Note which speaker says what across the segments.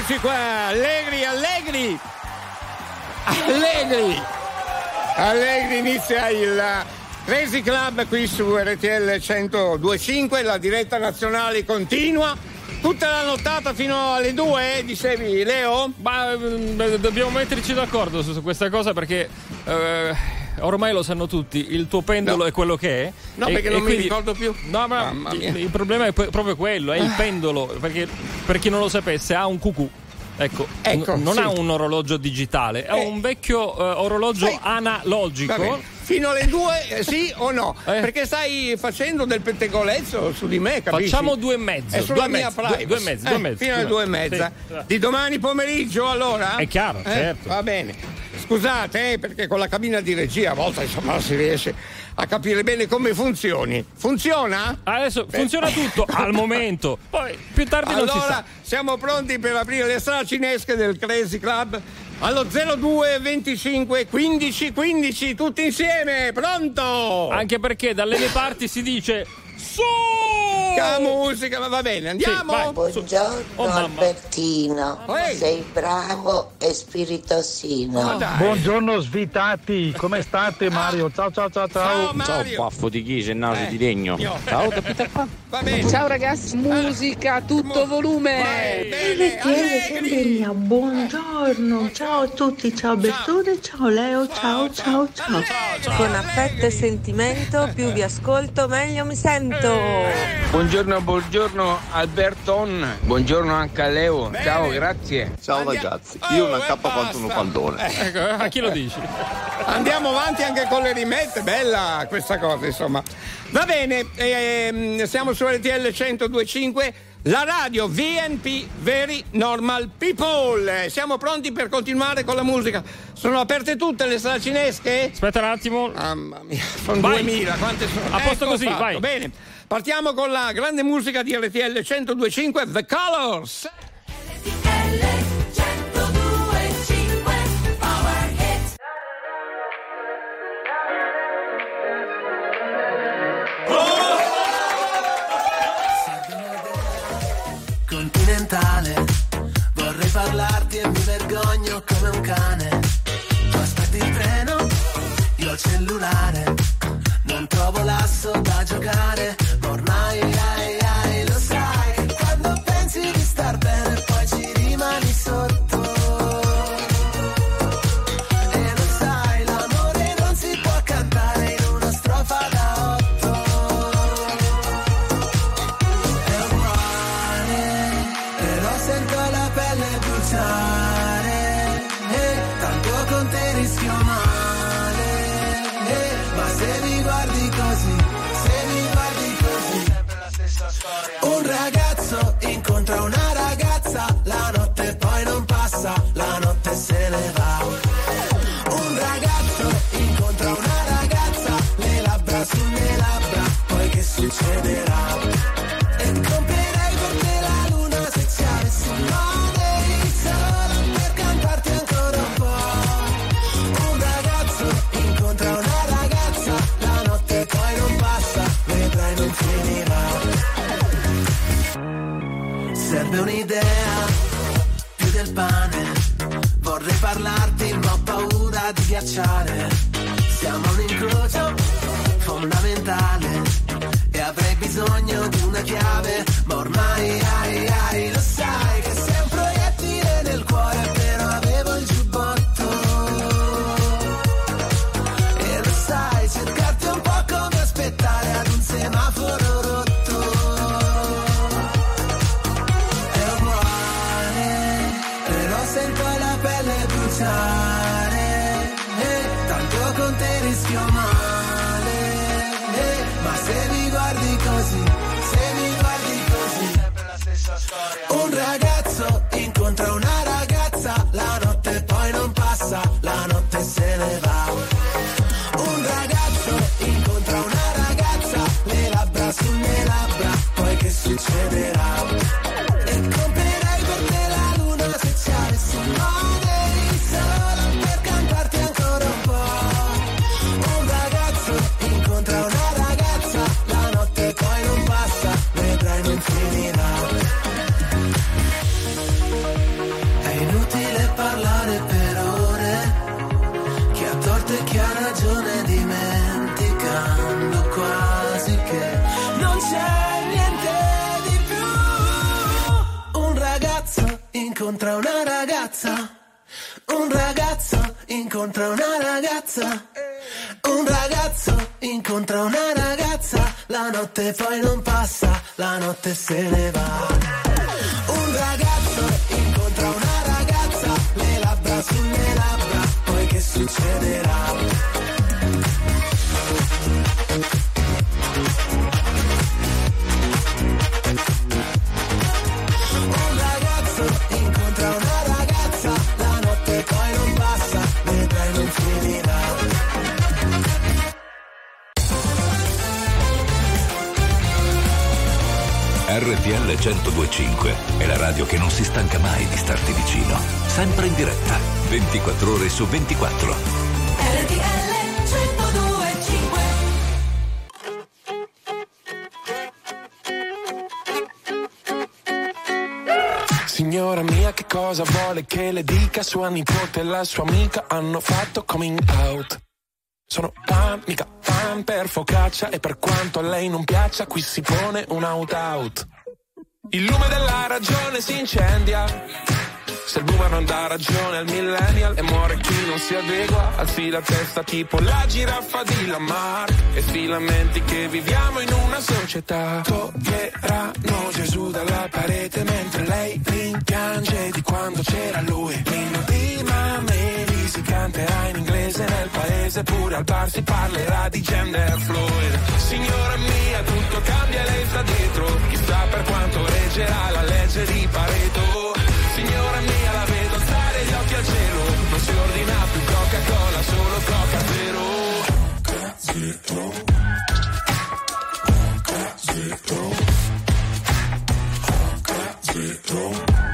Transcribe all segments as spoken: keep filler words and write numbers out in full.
Speaker 1: Eccoci qua, allegri, allegri, allegri, allegri, inizia il Crazy Club qui su R T L centodue e cinque, la diretta nazionale continua, tutta la nottata fino alle due, dicevi Leo?
Speaker 2: Ma dobbiamo metterci d'accordo su questa cosa perché eh, ormai lo sanno tutti, il tuo pendolo no. è quello che è.
Speaker 1: No,
Speaker 2: e,
Speaker 1: perché
Speaker 2: e
Speaker 1: non
Speaker 2: quindi,
Speaker 1: mi ricordo più.
Speaker 2: No, ma il, il problema è proprio quello, è il pendolo, perché per chi non lo sapesse ha un cucù. Ecco,
Speaker 1: ecco
Speaker 2: n- non
Speaker 1: sì.
Speaker 2: ha un orologio digitale, ha eh. un vecchio uh, orologio sì. analogico.
Speaker 1: Fino alle due, eh, sì o no? Eh. Perché stai facendo del pettegolezzo su di me, capisci?
Speaker 2: Facciamo due e mezzo.
Speaker 1: È sulla
Speaker 2: due
Speaker 1: mia
Speaker 2: mezzo, due, due e mezzo,
Speaker 1: eh,
Speaker 2: due e mezzo.
Speaker 1: Fino alle due e mezza. Sì. Di domani pomeriggio, allora?
Speaker 2: È chiaro, eh? certo.
Speaker 1: Va bene. Scusate, eh, perché con la cabina di regia a volte insomma si riesce a capire bene come funzioni. Funziona?
Speaker 2: Adesso funziona tutto al momento. Poi più tardi
Speaker 1: allora,
Speaker 2: non si sa.
Speaker 1: Siamo pronti per aprire le sale cinesche del Crazy Club allo zero due venticinque quindici quindici, tutti insieme, pronto?
Speaker 2: Anche perché dalle mie parti si dice su!
Speaker 1: La musica, ma va bene, andiamo?
Speaker 3: Sì, buongiorno oh, Albertino,
Speaker 1: Ehi.
Speaker 3: sei bravo e spiritosino.
Speaker 1: Oh,
Speaker 4: buongiorno svitati, come state Mario? Ciao ciao ciao ciao.
Speaker 1: Ciao,
Speaker 5: ciao baffo di chi, c'è naso eh. di legno. Io. Ciao Peter Pan.
Speaker 1: Va bene.
Speaker 6: Ciao ragazzi, musica, tutto volume.
Speaker 1: Bene,
Speaker 7: allegri. Buongiorno, ciao a tutti, ciao Bertone, ciao Leo, ciao ciao ciao.
Speaker 8: Con affetto e sentimento, più vi ascolto meglio mi sento.
Speaker 9: Buongiorno, buongiorno Alberton, buongiorno anche a Leo, bene. Ciao, grazie.
Speaker 10: Ciao ragazzi, io una cappa quanto un pallone.
Speaker 2: Ecco, a chi lo dici?
Speaker 1: Andiamo avanti anche con le rimette, bella questa cosa insomma. Va bene, ehm, siamo su R T L centodue e cinque, la radio V N P, Very Normal People. Siamo pronti per continuare con la musica. Sono aperte tutte le sale cinesche?
Speaker 2: Aspetta un attimo.
Speaker 1: Mamma mia, sono duemila, quante sono?
Speaker 2: A posto
Speaker 1: ecco
Speaker 2: così,
Speaker 1: fatto.
Speaker 2: vai.
Speaker 1: Bene, partiamo con la grande musica di R T L centodue e cinque, The Colors.
Speaker 11: Continentale, vorrei parlarti e mi vergogno come un cane. Tu aspetti il treno, io il cellulare, non trovo l'asso da giocare, ma ormai ai, ai, lo sai che quando pensi di star bene poi ci rimani sotto. E lo sai, l'amore non si può cantare in una strofa da otto. È uguale, però sento la pelle bruciare, e tanto con te rischio male, e, ma se mi guardi così, se mi guardi così, sempre la stessa storia. Un ragazzo incontra una ragazza, la notte poi non passa, la notte se ne va. Un ragazzo incontra una ragazza, le labbra sulle labbra, poi che succederà? E comprerei per te la luna se ci avessi male, solo per cantarti ancora un po'. Un ragazzo incontra una ragazza, la notte poi non passa, vedrai non finirà. Serve un'idea, più del pane, vorrei parlarti ma ho paura di ghiacciare. Siamo un incrocio fondamentale e avrei bisogno di una chiave, ma ormai ai ai lo sai che sei un proiettile nel cuore, però avevo il giubbotto. E lo sai, cercarti è un po' come aspettare ad un semaforo rotto. È uguale, però sento la pelle bruciare, e tanto con te rischio male, e, ma se mi guardi così, se mi guardi così, sempre la stessa storia. incontra una ragazza. Un ragazzo incontra una ragazza. Un ragazzo incontra una ragazza. La notte poi non passa, la notte se ne va. Un ragazzo incontra una ragazza, le labbra sulle labbra, poi che succederà?
Speaker 12: R T L centodue e cinque è la radio che non si stanca mai di starti vicino, sempre in diretta, ventiquattro ore su ventiquattro.
Speaker 11: R T L centodue e cinque.
Speaker 13: Signora mia, che cosa vuole che le dica? Sua nipote e la sua amica hanno fatto coming out. Sono pan, mica pan per focaccia, e per quanto a lei non piaccia, qui si pone un out-out. Il lume della ragione si incendia, se il boomer non dà ragione al millennial, e muore chi non si adegua, alzi la testa tipo la giraffa di Lamarck, e si lamenti che viviamo in una società. Toglieranno Gesù dalla parete mentre lei rimpiange di quando c'era lui. Meno di Mameli si canterà in inglese nel paese, pure al bar si parlerà di gender fluid. Signora mia, tutto cambia e lei sta dietro, chissà per quanto reggerà la legge di Pareto. Signora mia, la vedo alzare gli occhi al cielo, non si ordina più Coca-Cola, solo Coca Zero. Coca Zero. Coca Zero. Coca Zero.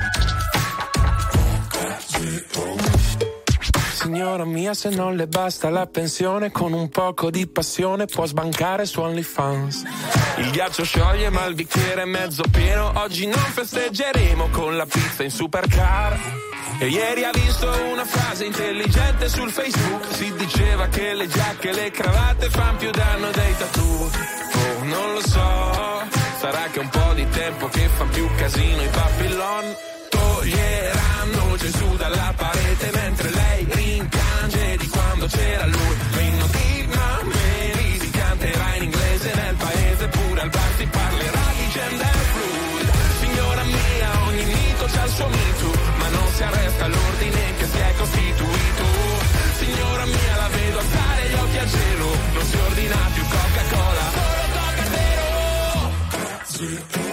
Speaker 13: Coca Zero. Signora mia, se non le basta la pensione, con un poco di passione può sbancare su OnlyFans. Il ghiaccio scioglie ma il bicchiere è mezzo pieno, oggi non festeggeremo con la pizza in supercar. E ieri ha visto una frase intelligente sul Facebook, si diceva che le giacche e le cravatte fan più danno dei tattoo. Oh, non lo so, sarà che un po' di tempo che fan più casino i Babylon. Toglieranno Gesù dalla parete mentre lei rimpiange di quando c'era lui. Meno di Mameli si canterà in inglese nel paese, pure al bar si parlerà di gender fluid. Signora mia, ogni mito c'ha il suo mito, ma non si arresta l'ordine che si è costituito. Signora mia, la vedo alzare gli occhi al cielo, non si ordina più Coca-Cola, solo Coca Zero. Coca Zero.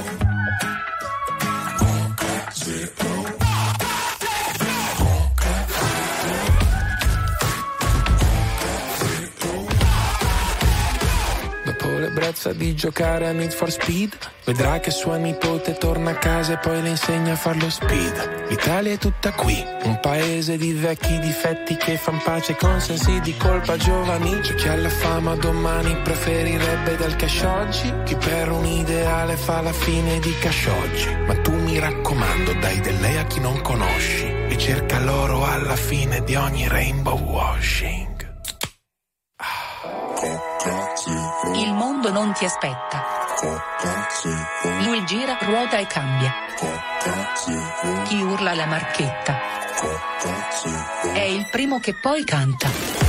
Speaker 13: L'ebbrezza di giocare a Need for Speed, vedrà che sua nipote torna a casa e poi le insegna a far lo speed. L'Italia è tutta qui, un paese di vecchi difetti che fan pace con sensi di colpa giovani. C'è chi alla fama domani preferirebbe del cash oggi, chi per un ideale fa la fine di cash oggi. Ma tu, mi raccomando, dai del lei a chi non conosci e cerca l'oro alla fine di ogni rainbow washing.
Speaker 14: Il mondo non ti aspetta. Lui gira, ruota e cambia. Chi urla la marchetta è il primo che poi canta.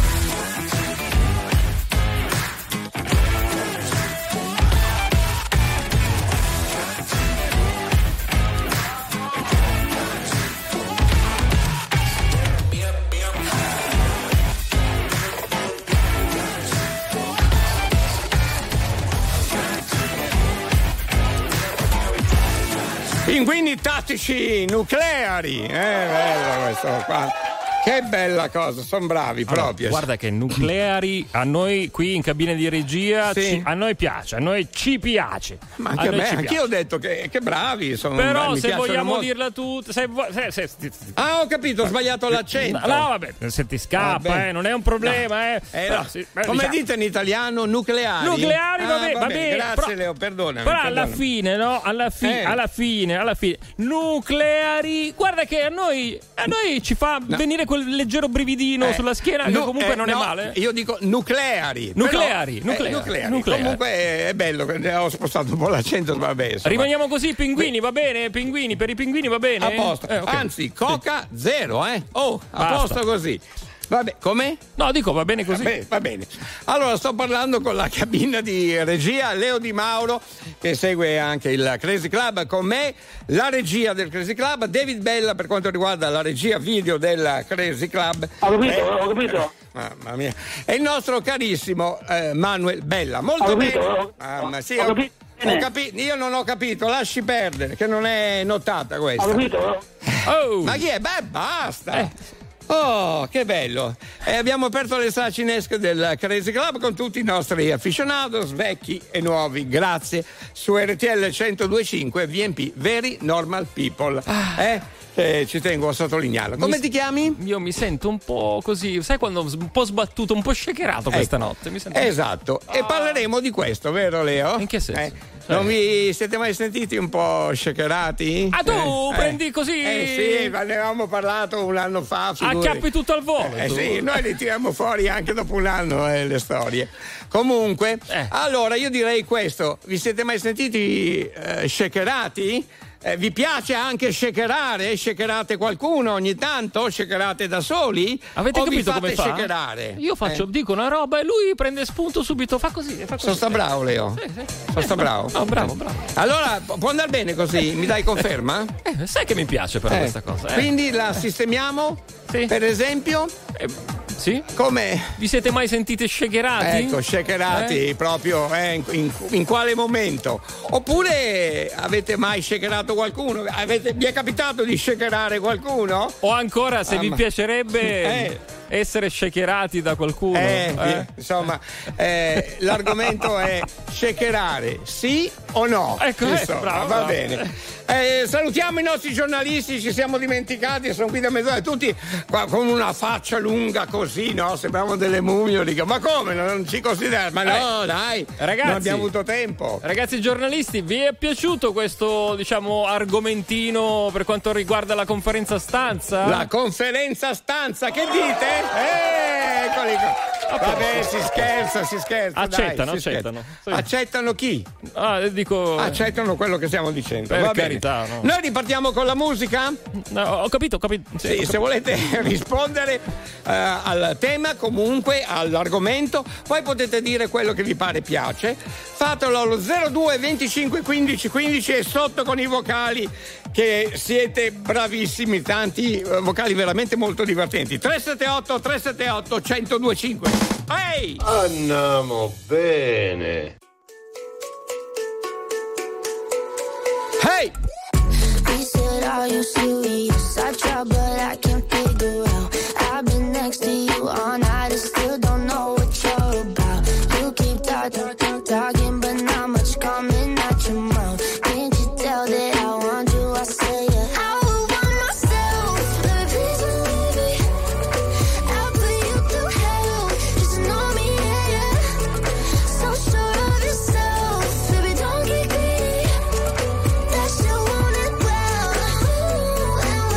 Speaker 1: Pinguini tattici nucleari, eh, bello questo qua. Che bella cosa, sono bravi
Speaker 2: allora,
Speaker 1: proprio.
Speaker 2: Guarda che nucleari a noi qui in cabina di regia,
Speaker 1: sì.
Speaker 2: ci, a noi piace, a noi ci piace.
Speaker 1: Ma anche a me, anch'io ho detto che, che bravi sono.
Speaker 2: Però
Speaker 1: mi
Speaker 2: se vogliamo
Speaker 1: molto.
Speaker 2: dirla tutta, se, se, se, se,
Speaker 1: ah, ho capito, ho sbagliato l'accento.
Speaker 2: No, vabbè, se ti scappa, eh, non è un problema,
Speaker 1: no.
Speaker 2: eh.
Speaker 1: eh
Speaker 2: però,
Speaker 1: no.
Speaker 2: sì,
Speaker 1: Come
Speaker 2: diciamo.
Speaker 1: dite in italiano, nucleari.
Speaker 2: Nucleari,
Speaker 1: ah,
Speaker 2: vabbè,
Speaker 1: vabbè,
Speaker 2: vabbè.
Speaker 1: Grazie,
Speaker 2: però,
Speaker 1: Leo, perdonami.
Speaker 2: Però
Speaker 1: perdonami.
Speaker 2: alla fine, no? Alla, fi-
Speaker 1: eh.
Speaker 2: alla fine, alla fine, nucleari. Guarda che a noi, a noi ci fa
Speaker 1: no.
Speaker 2: venire quel leggero brividino
Speaker 1: Eh,
Speaker 2: sulla schiena, che
Speaker 1: nu-
Speaker 2: comunque
Speaker 1: eh,
Speaker 2: non
Speaker 1: no,
Speaker 2: è male.
Speaker 1: Io dico nucleari.
Speaker 2: Nucleari,
Speaker 1: però,
Speaker 2: nucleari,
Speaker 1: eh, nucleari.
Speaker 2: nucleari.
Speaker 1: Comunque è, è bello, ho spostato un po' l'accento, vabbè. insomma.
Speaker 2: Rimaniamo così, pinguini, va bene? Pinguini, per i pinguini va bene?
Speaker 1: A posto.
Speaker 2: Eh, okay.
Speaker 1: Anzi, coca zero, eh. Oh, a
Speaker 2: Basta.
Speaker 1: posto così. Vabbè, come?
Speaker 2: No, dico va bene così.
Speaker 1: Va bene, va bene. Allora, sto parlando con la cabina di regia, Leo Di Mauro, che segue anche il Crazy Club con me, la regia del Crazy Club, David Bella per quanto riguarda la regia video del Crazy Club.
Speaker 4: Ho capito,
Speaker 1: Eh,
Speaker 4: ho capito.
Speaker 1: Mamma mia. E il nostro carissimo eh, Manuel Bella. Molto
Speaker 4: Ho
Speaker 1: bene.
Speaker 4: capito,
Speaker 1: Ah, ma sì,
Speaker 4: ho
Speaker 1: ho-
Speaker 4: capito.
Speaker 1: ho capi- io non ho capito, lasci perdere, che non è notata questa.
Speaker 4: Ho capito?
Speaker 2: Oh.
Speaker 1: Ma chi è? Beh, basta. Oh, che bello! E abbiamo aperto le sala cinesche del Crazy Club con tutti i nostri aficionados, vecchi e nuovi. Grazie. Su R T L centodue e cinque V N P, Very Normal People. Eh? Eh, ci tengo a sottolinearlo. Come
Speaker 2: Mi-
Speaker 1: ti chiami?
Speaker 2: Io mi sento un po' così, sai quando un po' sbattuto, un po' shakerato questa
Speaker 1: Ecco.
Speaker 2: notte. Mi sento...
Speaker 1: Esatto. E parleremo di questo, vero Leo?
Speaker 2: In che senso?
Speaker 1: Eh, Non vi siete mai sentiti un po' shakerati?
Speaker 2: Ah, tu
Speaker 1: Eh,
Speaker 2: prendi
Speaker 1: eh.
Speaker 2: così?
Speaker 1: Eh sì, ma ne avevamo parlato un anno fa. figuri.
Speaker 2: Acchiappi tutto al volo.
Speaker 1: Eh
Speaker 2: tu.
Speaker 1: sì, noi le tiriamo fuori anche dopo un anno eh, le storie. Comunque,
Speaker 2: Eh.
Speaker 1: allora io direi questo: vi siete mai sentiti eh, shakerati? Eh, vi piace anche shakerare? Shakerate qualcuno ogni tanto? Shakerate da soli?
Speaker 2: Avete
Speaker 1: o
Speaker 2: capito
Speaker 1: vi fate
Speaker 2: come fa?
Speaker 1: shakerare?
Speaker 2: Io faccio,
Speaker 1: Eh.
Speaker 2: dico una roba e lui prende spunto subito, fa così. Fa così.
Speaker 1: Sono sta bravo, Leo.
Speaker 2: Sì, sì.
Speaker 1: Sono sta bravo.
Speaker 2: No, bravo, bravo.
Speaker 1: Allora, pu- può andare bene così? Mi dai conferma?
Speaker 2: Eh, sai che mi piace però
Speaker 1: Eh.
Speaker 2: questa cosa. Eh?
Speaker 1: Quindi la sistemiamo?
Speaker 2: Sì.
Speaker 1: Per esempio?
Speaker 2: Eh, sì?
Speaker 1: Come?
Speaker 2: Vi siete mai sentiti shakerati?
Speaker 1: Ecco, shakerati
Speaker 2: Eh?
Speaker 1: proprio eh, in, in- in quale momento? Oppure avete mai shakerato qualcuno? Avete, vi è capitato di shakerare qualcuno?
Speaker 2: O ancora, se
Speaker 1: Ah,
Speaker 2: vi
Speaker 1: ma-
Speaker 2: piacerebbe
Speaker 1: Eh.
Speaker 2: essere shakerati da qualcuno.
Speaker 1: Eh,
Speaker 2: eh?
Speaker 1: insomma, eh, l'argomento è shakerare, sì o no?
Speaker 2: Ecco, eh,
Speaker 1: Insomma,
Speaker 2: bravo,
Speaker 1: va
Speaker 2: bravo.
Speaker 1: bene. Eh, salutiamo i nostri giornalisti, ci siamo dimenticati, sono qui da mezz'ora, tutti qua con una faccia lunga così, no? Sembriamo delle mummie, dico, ma come? Non ci considerano? Ma no,
Speaker 2: Eh,
Speaker 1: dai,
Speaker 2: ragazzi,
Speaker 1: non abbiamo avuto tempo.
Speaker 2: Ragazzi giornalisti, vi è piaciuto questo, diciamo, argomentino per quanto riguarda la conferenza stanza?
Speaker 1: La conferenza stanza, che dite? Eh, eccoli qua. Vabbè, si scherza, si scherza.
Speaker 2: Accettano,
Speaker 1: dai, si
Speaker 2: accettano.
Speaker 1: scherza. Accettano chi?
Speaker 2: Ah, dico.
Speaker 1: Accettano quello che stiamo dicendo.
Speaker 2: Per
Speaker 1: Va
Speaker 2: carità,
Speaker 1: bene.
Speaker 2: no.
Speaker 1: Noi ripartiamo con la musica?
Speaker 2: No, ho capito, ho capito. Sì,
Speaker 1: Sì,
Speaker 2: ho
Speaker 1: se
Speaker 2: capito.
Speaker 1: volete rispondere eh, al tema, comunque all'argomento, poi potete dire quello che vi pare piace. Fatelo allo zero due venticinque quindici quindici e sotto con i vocali, che siete bravissimi, tanti eh, vocali veramente molto divertenti. tre sette otto tre sette otto uno zero due cinque. Ehi!
Speaker 15: Andiamo bene.
Speaker 1: Hey!
Speaker 16: He said, are you serious? I tried, but I can't figure out. I've been next to you all night and still don't know what you're about. You keep talking, talking, talking, but not much coming out your mouth. Can't you tell that I want you? I say yeah. I would want myself, baby, please believe me. I'll put you through hell, just to know me, yeah, yeah. So sure of yourself, baby, don't get greedy. That you want it well, ooh, and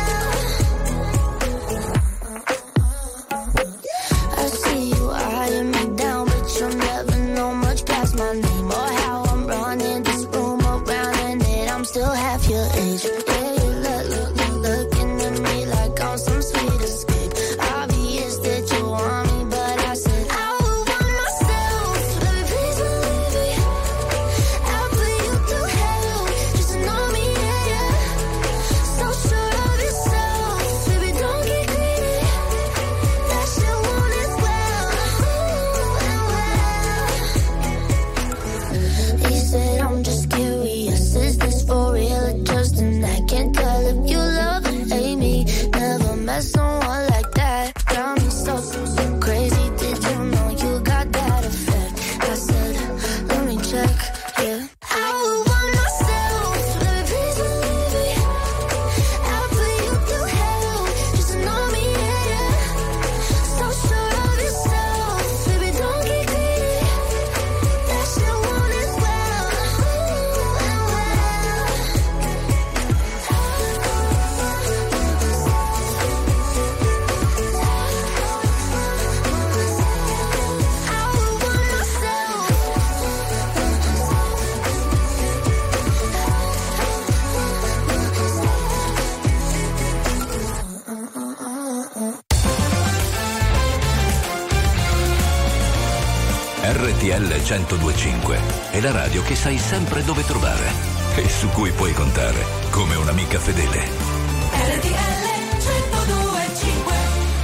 Speaker 16: well. I see you eyeing me down, but you'll never know much past my name or how I'm running this room around, and that I'm still half your age. Yeah, you look, look, look, looking at me like I'm some sweet escape. Obvious that you want me, but I said I would want myself, baby, please believe me. I'll put you through hell, just to know me, yeah, yeah. So sure of yourself, baby, don't get greedy. That you want it well, ooh, and well.
Speaker 12: R T L centodue e cinque è la radio che sai sempre dove trovare e su cui puoi contare come un'amica fedele.
Speaker 11: R T L centodue e cinque.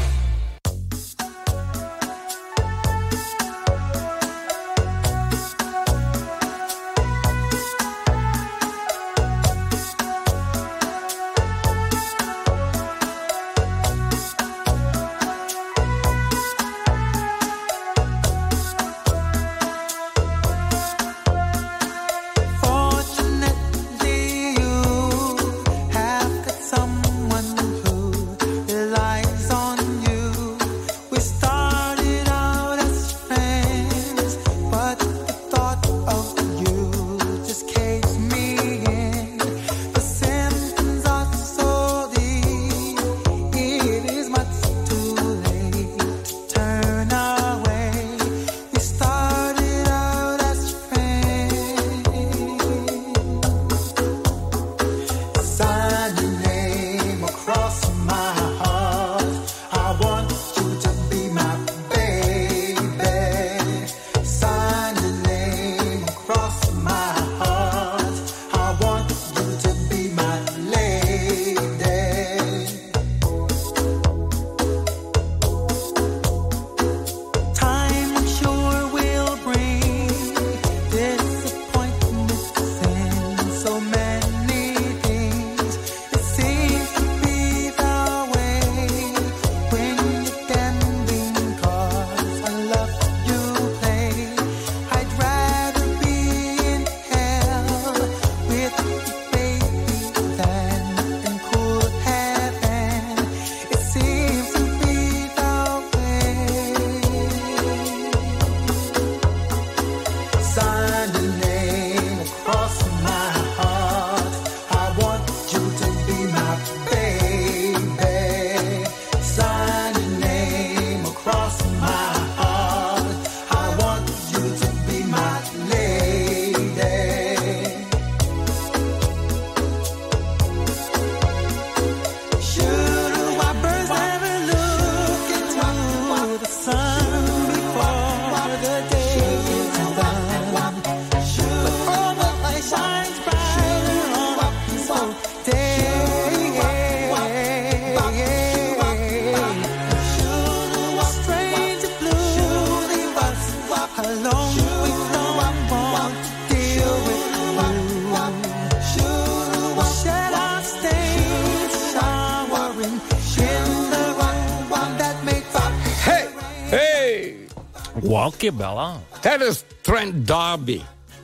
Speaker 2: Wow, che bella!
Speaker 1: Terence Trent D'Arby.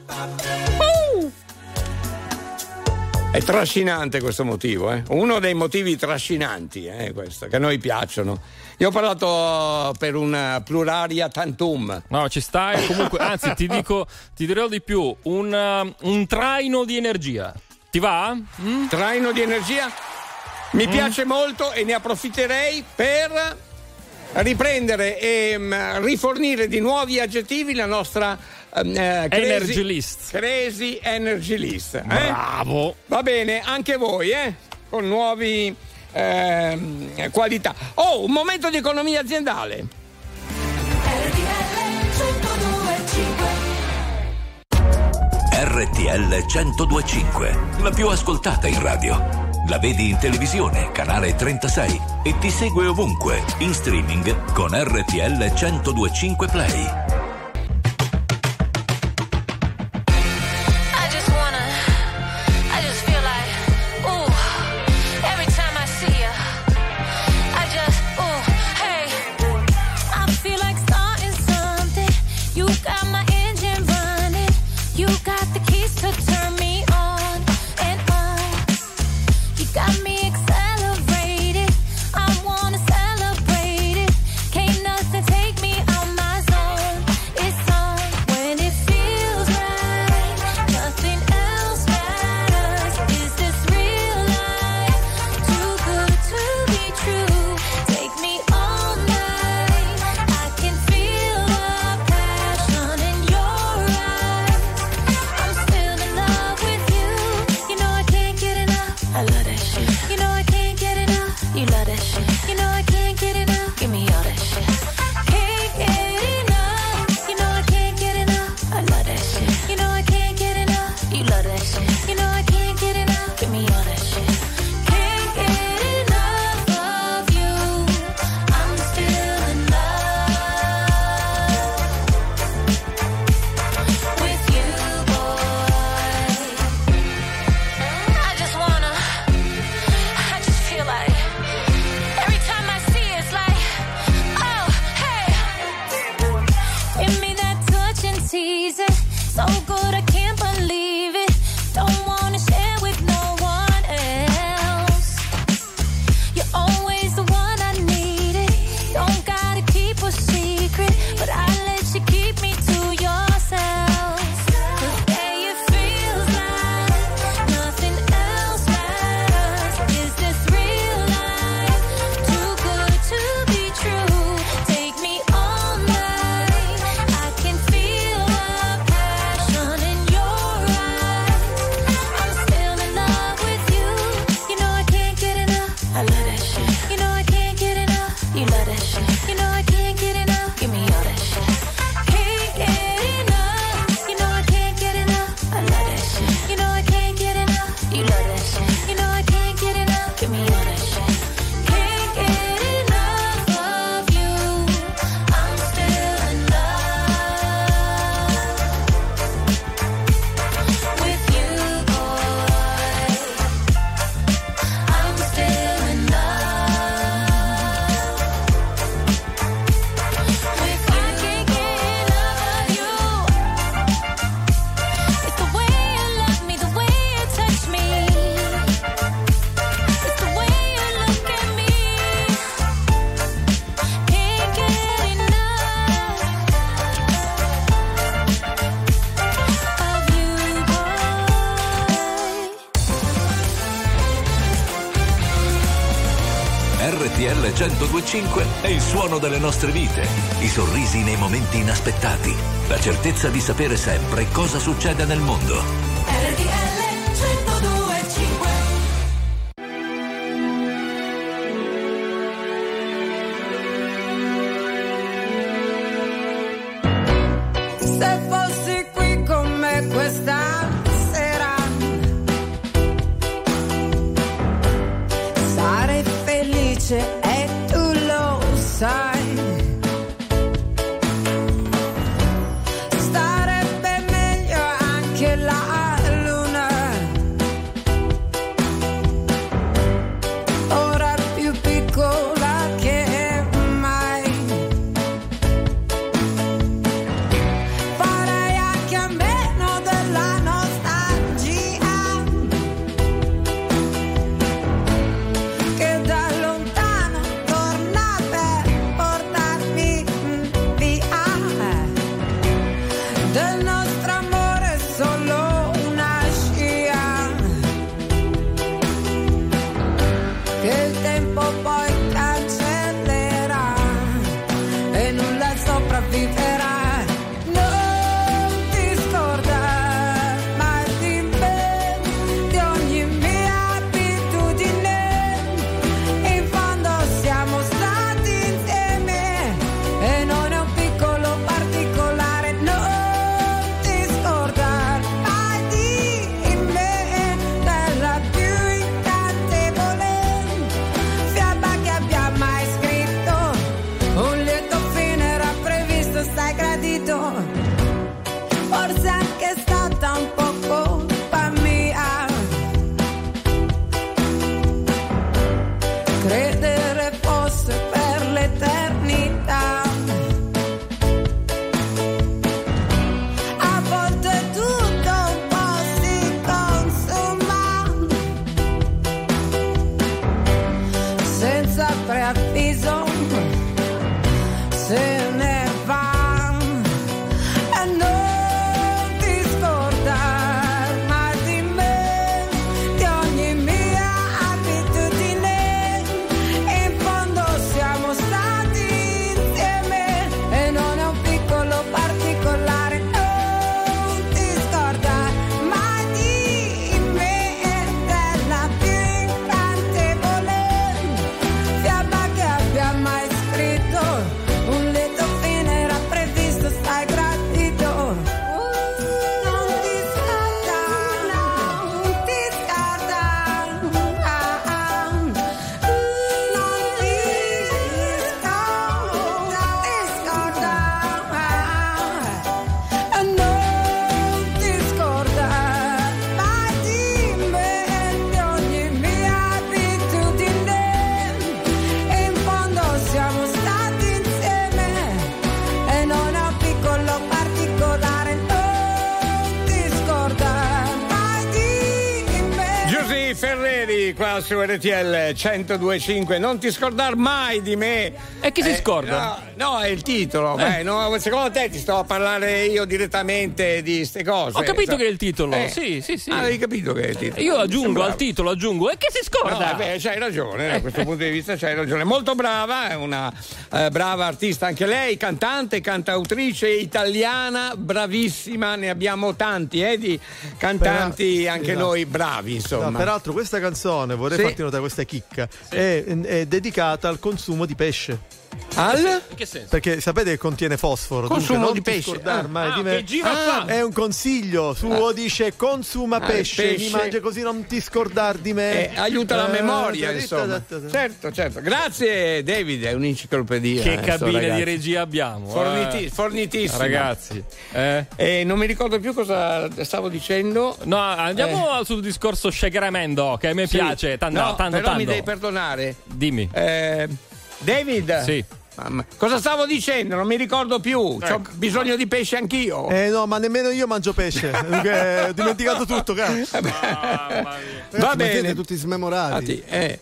Speaker 1: Uh! È trascinante questo motivo, eh? Uno dei motivi trascinanti, eh, questo, che a noi piacciono. Io ho parlato per un pluraria tantum.
Speaker 2: No, ci stai comunque, anzi ti dico, ti dirò di più, un, un traino di energia. Ti va?
Speaker 1: Mm? Traino di energia? Mi mm. piace molto e ne approfitterei per riprendere e um, rifornire di nuovi aggettivi la nostra um, eh, crazy,
Speaker 2: Energy List.
Speaker 1: Crazy Energy List. Eh?
Speaker 2: Bravo.
Speaker 1: Va bene, anche voi, eh? Con nuovi eh, qualità. Oh, un momento di economia aziendale.
Speaker 12: R T L centodue e cinque, la più ascoltata in radio. La vedi in televisione, canale trentasei, e ti segue ovunque, in streaming con R T L centodue e cinque Play.
Speaker 16: Take me out my zone. So good I can't believe it. Don't wanna share with no one else. You're always the one I needed. Don't gotta keep a secret, but I let you keep me to yourself. 'Cause yeah, it feels like nothing else matters. Is this real life? Too good to be true. Take me all night. I can feel the passion in your eyes. I'm still in love with you. You know I can't get enough. I love that shit. You know I can't get enough. You love that shit. You know I can't get enough. Give me all that shit. Can't get enough. You know I can't get enough. I love that shit. You know I can't get enough. You love that shit. You know I can't get enough. Give me all that shit. Can't get enough of you. I'm still in love with you, boy. I'm still in love with you. I can't get enough of you. It's the way you love me, the way you touch me. It's the way you look at me. Can't get enough of you, boy.
Speaker 12: R T L centodue e cinque è il suono delle nostre vite, i sorrisi nei momenti inaspettati, la certezza di sapere sempre cosa succede nel mondo.
Speaker 16: R T L centodue e cinque.
Speaker 17: Se fossi qui con me questa sera, sarei felice e tu lo sai. Starebbe meglio anche la luna, ora più piccola che mai. Farei anche a meno della
Speaker 1: Davidi qua su R T L centodue e cinque. Non ti scordar mai di me.
Speaker 2: E chi
Speaker 1: eh,
Speaker 2: si scorda?
Speaker 1: No, no, è il titolo. Eh. Beh, no, secondo te ti sto a parlare io direttamente di ste cose?
Speaker 2: Ho capito
Speaker 1: so.
Speaker 2: che è il titolo.
Speaker 1: Eh.
Speaker 2: Sì, sì, sì.
Speaker 1: Ah, hai capito che è il titolo?
Speaker 2: Io aggiungo al titolo, aggiungo. E che si scorda?
Speaker 1: No, beh, c'hai ragione, da questo punto di vista c'hai ragione. Molto brava, è una eh, brava artista anche lei, cantante, cantautrice italiana, bravissima, ne abbiamo tanti, eh, di cantanti
Speaker 18: però,
Speaker 1: anche
Speaker 18: no.
Speaker 1: noi bravi, insomma.
Speaker 18: No, peraltro questa canzone, vorrei
Speaker 1: Sì.
Speaker 18: farti notare questa chicca, sì. è, è dedicata al consumo di pesce.
Speaker 1: Al?
Speaker 2: In che senso?
Speaker 18: Perché sapete che contiene fosforo.
Speaker 1: Consumo
Speaker 18: dunque,
Speaker 1: di
Speaker 18: non
Speaker 1: pesce.
Speaker 18: ti scordare
Speaker 1: Ah,
Speaker 18: mai
Speaker 2: ah,
Speaker 18: di me.
Speaker 2: che gira
Speaker 18: Ah,
Speaker 2: fa?
Speaker 18: è un consiglio suo,
Speaker 1: Ah.
Speaker 18: dice consuma
Speaker 1: Ah,
Speaker 18: pesce,
Speaker 1: pesce.
Speaker 18: mi mangia così non ti scordar di me.
Speaker 1: Eh, aiuta la
Speaker 18: Eh,
Speaker 1: memoria,
Speaker 18: da-
Speaker 1: insomma.
Speaker 18: da- da- da-
Speaker 1: Certo, certo. Grazie David, è un'enciclopedia.
Speaker 2: Che
Speaker 1: eh, sto
Speaker 2: cabine
Speaker 1: ragazzi.
Speaker 2: di regia abbiamo?
Speaker 1: Forniti-
Speaker 2: eh.
Speaker 1: fornitissima.
Speaker 2: Ragazzi, eh?
Speaker 1: Eh, non mi ricordo più cosa stavo dicendo.
Speaker 2: No, andiamo sul discorso Shakeramendo, che a me
Speaker 1: Sì.
Speaker 2: piace tanto,
Speaker 1: No,
Speaker 2: tanto,
Speaker 1: però
Speaker 2: tanto.
Speaker 1: mi devi perdonare.
Speaker 2: Dimmi.
Speaker 1: Eh, David?
Speaker 2: Sì.
Speaker 1: Mamma, cosa stavo dicendo? Non mi ricordo più. C'ho
Speaker 2: Ecco.
Speaker 1: bisogno di pesce anch'io.
Speaker 18: Eh no, ma nemmeno io mangio pesce. Dunque, ho dimenticato tutto, cazzo.
Speaker 2: Mamma mia.
Speaker 1: Va
Speaker 19: Ma
Speaker 1: bene.
Speaker 19: siete tutti smemorati.
Speaker 1: Infatti, eh.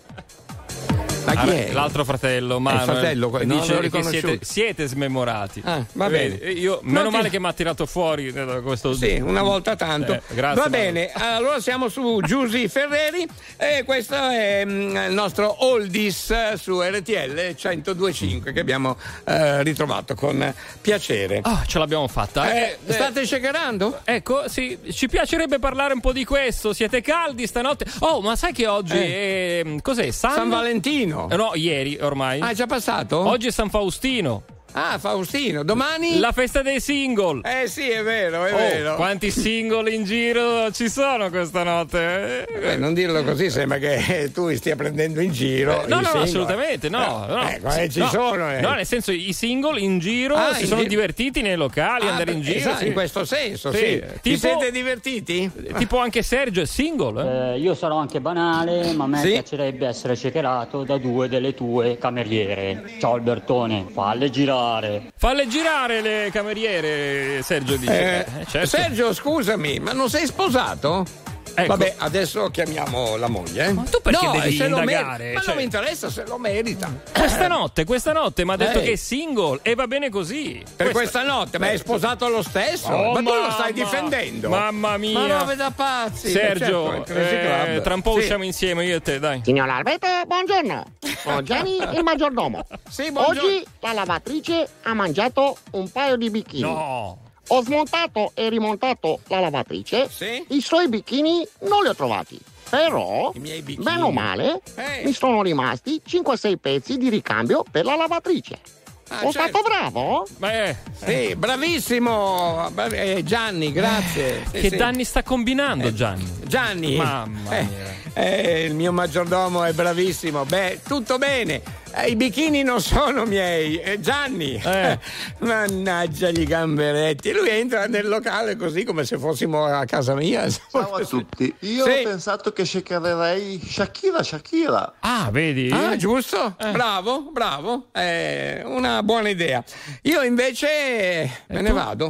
Speaker 1: Ma
Speaker 2: Ah,
Speaker 1: chi è?
Speaker 2: L'altro fratello, Manuel,
Speaker 1: fratello, que- non
Speaker 2: dice
Speaker 1: l'ho
Speaker 2: che
Speaker 1: riconosciuto.
Speaker 2: siete, siete smemorati.
Speaker 1: Ah, va
Speaker 2: Vedi,
Speaker 1: bene.
Speaker 2: Io, meno
Speaker 1: No, ti-
Speaker 2: male che mi ha tirato fuori da questo.
Speaker 1: Sì, una volta tanto.
Speaker 2: Eh, grazie,
Speaker 1: Va
Speaker 2: Manuel.
Speaker 1: bene, allora siamo su Giusy Ferreri e questo è mm, il nostro oldies su R T L centodue e cinque che abbiamo eh, ritrovato con piacere.
Speaker 2: Ah, ce l'abbiamo fatta.
Speaker 1: Eh, state shakerando?
Speaker 2: Ecco, sì, ci piacerebbe parlare un po' di questo. Siete caldi stanotte? Oh, ma sai che oggi
Speaker 1: Eh.
Speaker 2: è. Cos'è? San,
Speaker 1: San Valentino.
Speaker 2: Eh, No, ieri ormai.
Speaker 1: Ah, è già passato?
Speaker 2: Oggi è San Faustino.
Speaker 1: Ah, Faustino, domani?
Speaker 2: La festa dei single.
Speaker 1: Eh sì, è vero, è
Speaker 2: Oh,
Speaker 1: vero.
Speaker 2: quanti single in giro ci sono questa notte?
Speaker 1: Eh, non dirlo così, sembra che tu stia prendendo in giro.
Speaker 2: Eh, no,
Speaker 1: i
Speaker 2: no,
Speaker 1: single.
Speaker 2: assolutamente, no. no.
Speaker 1: Eh, eh, ci
Speaker 2: no,
Speaker 1: sono. Eh.
Speaker 2: No, nel senso, i single in giro
Speaker 1: Ah,
Speaker 2: si
Speaker 1: in
Speaker 2: sono
Speaker 1: giro.
Speaker 2: divertiti nei locali,
Speaker 1: Ah,
Speaker 2: andare in
Speaker 1: beh,
Speaker 2: giro.
Speaker 1: esatto,
Speaker 2: sì.
Speaker 1: in questo senso, sì.
Speaker 2: Sì.
Speaker 1: Ti
Speaker 2: Tipo-
Speaker 1: siete divertiti?
Speaker 2: Tipo anche Sergio è single. Eh?
Speaker 20: Eh, io sarò anche banale, ma a me
Speaker 1: Sì?
Speaker 20: piacerebbe essere shakerato da due delle tue cameriere. Ciao Albertone, falle girare.
Speaker 2: Falle girare le cameriere, Sergio dice.
Speaker 1: Eh,
Speaker 2: Eh, certo.
Speaker 1: Sergio, scusami, ma non sei sposato?
Speaker 2: Ecco.
Speaker 1: Vabbè, adesso chiamiamo la moglie. eh.
Speaker 2: Ma tu perché
Speaker 1: no,
Speaker 2: devi
Speaker 1: se lo
Speaker 2: indagare?
Speaker 1: mer- ma
Speaker 2: Cioè-
Speaker 1: non mi interessa se lo merita.
Speaker 2: Questa notte, questa notte mi ha detto
Speaker 1: Eh.
Speaker 2: che è single e va bene così.
Speaker 1: Per questa notte, ma è sposato lo stesso?
Speaker 2: Oh,
Speaker 1: ma tu lo
Speaker 2: mamma.
Speaker 1: stai difendendo?
Speaker 2: Mamma mia.
Speaker 1: Ma robe da pazzi.
Speaker 2: Sergio,
Speaker 1: Certo, il Crazy
Speaker 2: eh,
Speaker 1: Club.
Speaker 2: tra un po'
Speaker 1: Sì.
Speaker 2: usciamo insieme io e te, dai.
Speaker 21: Signor Alberto, buongiorno. Sono Gianni, il maggiordomo.
Speaker 1: Sì, buongiorno.
Speaker 21: Oggi la lavatrice ha mangiato un paio di bikini.
Speaker 2: No.
Speaker 21: Ho smontato e rimontato la lavatrice.
Speaker 1: Sì?
Speaker 21: I suoi bikini non li ho trovati. Però,
Speaker 1: I miei bikini.
Speaker 21: bene o male,
Speaker 1: Eh.
Speaker 21: mi sono rimasti cinque sei pezzi di ricambio per la lavatrice.
Speaker 1: Ah,
Speaker 21: Sono
Speaker 1: certo.
Speaker 21: stato bravo?
Speaker 2: Beh,
Speaker 1: Sì, bravissimo. Bravi- eh, Gianni, grazie. Sì,
Speaker 2: che
Speaker 1: sì.
Speaker 2: danni sta combinando Gianni?
Speaker 1: Gianni,
Speaker 2: Mamma
Speaker 1: eh,
Speaker 2: mia.
Speaker 1: eh, il mio maggiordomo è bravissimo. Beh, tutto bene. Eh, I bikini non sono miei. Eh, Gianni,
Speaker 2: Eh.
Speaker 1: mannaggia gli gamberetti. Lui entra nel locale così come se fossimo a casa mia.
Speaker 10: Ciao a tutti. Io
Speaker 1: Sì.
Speaker 10: ho pensato che shakererei Shakira Shakira.
Speaker 2: Ah, vedi?
Speaker 1: Ah, giusto?
Speaker 2: Eh.
Speaker 1: Bravo, bravo. È una buona idea. Io invece me ne vado.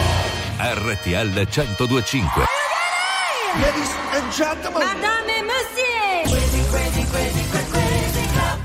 Speaker 12: R T L centodue e cinque.
Speaker 11: Ladies and gentlemen.
Speaker 17: Madame et monsieur. Crazy, crazy, crazy, crazy, crazy club.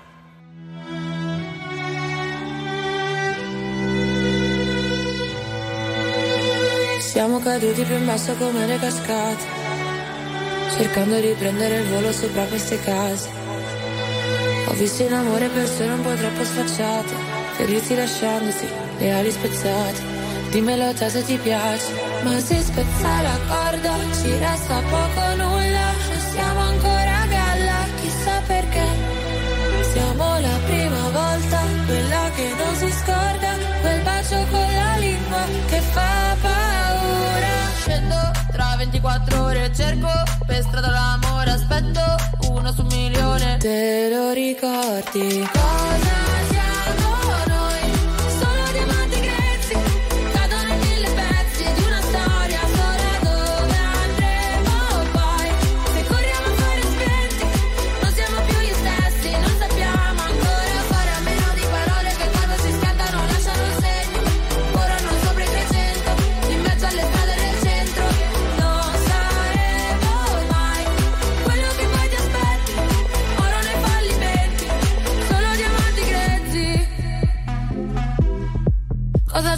Speaker 22: Siamo caduti più in basso come le cascate, cercando di prendere il volo sopra queste case. Ho visto in amore persone un po' troppo sfacciate, feriti lasciandoti le ali spezzate. Dimmelo te se ti piace, ma se spezza la corda ci resta poco o nulla. Non siamo ancora a galla, chissà perché. Siamo la prima volta, quella che non si scorda, quel bacio con la lingua che fa paura. Scendo tra ventiquattro ore, cerco per strada l'amore, aspetto uno su un milione. Te lo ricordi? Cosa siamo noi? Solo diamanti grezzi, cadono in mille pezzi di una storia sola. Dove andremo poi? Se corriamo a fare spenti, non siamo più gli stessi, non sappiamo ancora fare a meno di parole che quando si scattano lasciano segni. Corrono sopra i trecento, in mezzo alle strade del centro. Non saremo mai quello che poi ti aspetta.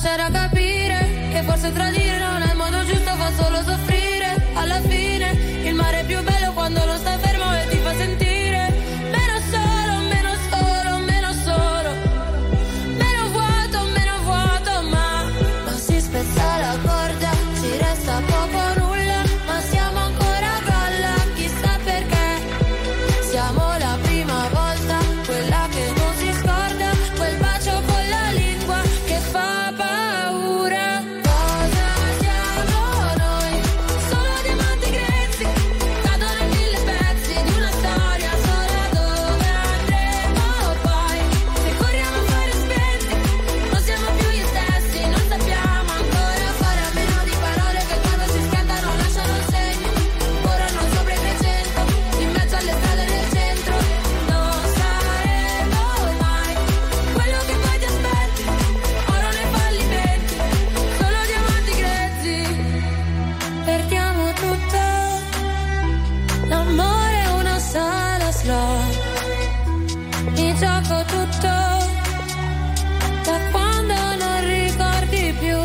Speaker 22: c'era capire che forse tradire non è il modo giusto, fa solo soffrire. Alla fine il mare è più bello quando non sta fermo e ti fa sentire meno solo, meno solo, meno solo, meno vuoto, meno vuoto, ma non si spezza la corda, ci resta poco o nulla, ma siamo ancora a galla, chissà perché. Siamo la prima volta, quella che non si scorda, quel bacio con la lingua che fa paura. Cosa siamo noi? Solo diamanti grezzi, cadono in mille pezzi di una storia sola. Dove andremo poi? Se corriamo a fare spenti, non siamo più gli stessi, non sappiamo ancora fare a meno di parole che quando si scaldano lasciano segni. Corrono sopra i trecento, in mezzo alle strade del centro. Non saremo mai quello che poi ti aspetti, oro nei fallimenti, solo diamanti grezzi. Perdiamo tutto, l'amore è una sala slot, mi gioco tutto, da quando non ricordi più.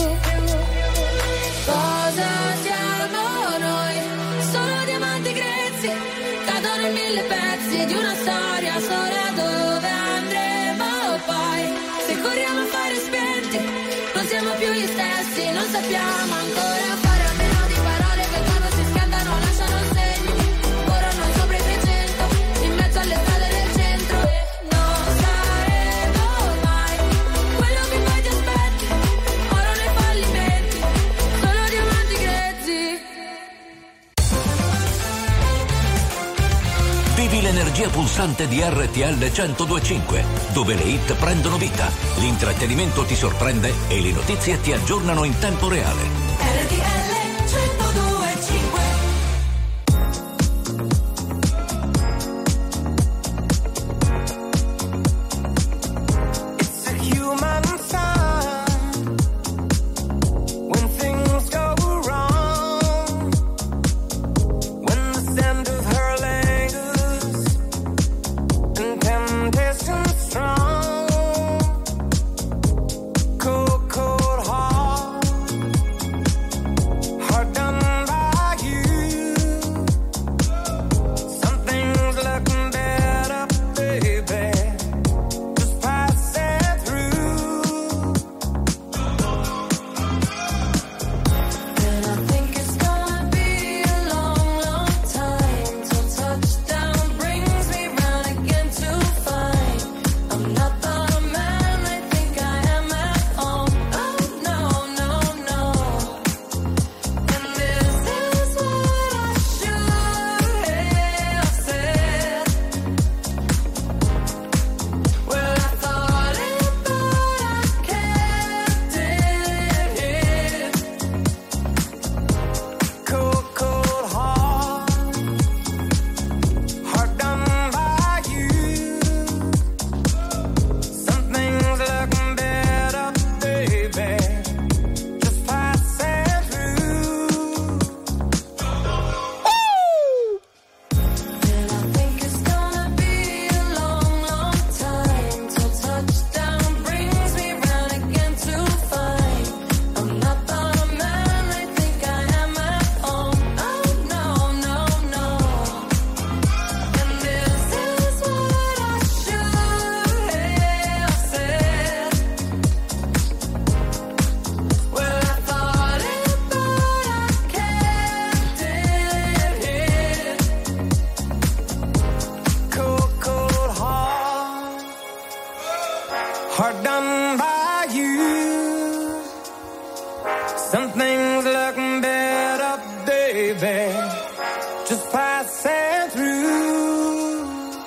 Speaker 22: Cosa siamo noi? Solo diamanti grezzi, cadono in mille pezzi di una storia sola. Dove andremo poi? Se corriamo a fare spenti, non siamo più gli stessi, non sappiamo ancora fare a meno di parole che quando si scaldano lasciano segni. Corrono sopra i trecento, in mezzo alle strade del centro. Non saremo mai quello che poi ti aspetti, oro nei fallimenti, solo diamanti grezzi.
Speaker 12: Vivi l'energia pulsante di R T L centodue e cinque, dove le hit prendono vita, l'intrattenimento ti sorprende e le notizie ti aggiornano in tempo reale.
Speaker 11: R T L centodue e cinque.
Speaker 13: It's a human sign when things go wrong, when the scent of her lingers and temptation strong. Cold, cold heart, heart done by you. Something's looking better, baby. Just pass it through.
Speaker 22: And I think it's gonna be a long, long time till touchdown brings me round again to find I'm not the man I think I am at home. Oh no, no, no. And this is what I should have said. Well, I thought it, but I kept it hid.
Speaker 13: Cold, cold heart, heart done by you. Something's looking better, baby. Just pass it through.
Speaker 22: And I think it's gonna be a long, long time till touchdown brings me round again to find I'm not the man I think I am at home. Oh no, no, no. And this is what I should have said. Well, I thought it, but I kept it hid.
Speaker 13: Cold, cold heart, heart done by you. Something's looking better, baby. Just pass it through.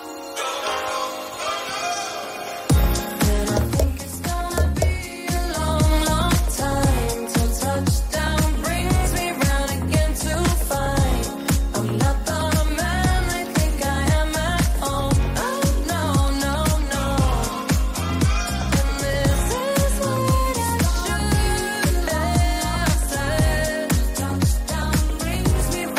Speaker 22: And I think it's gonna be a long, long time till touchdown brings me round again to find I'm not the man I think I am at home. Oh no, no, no. And this is what I should have said. Touchdown brings me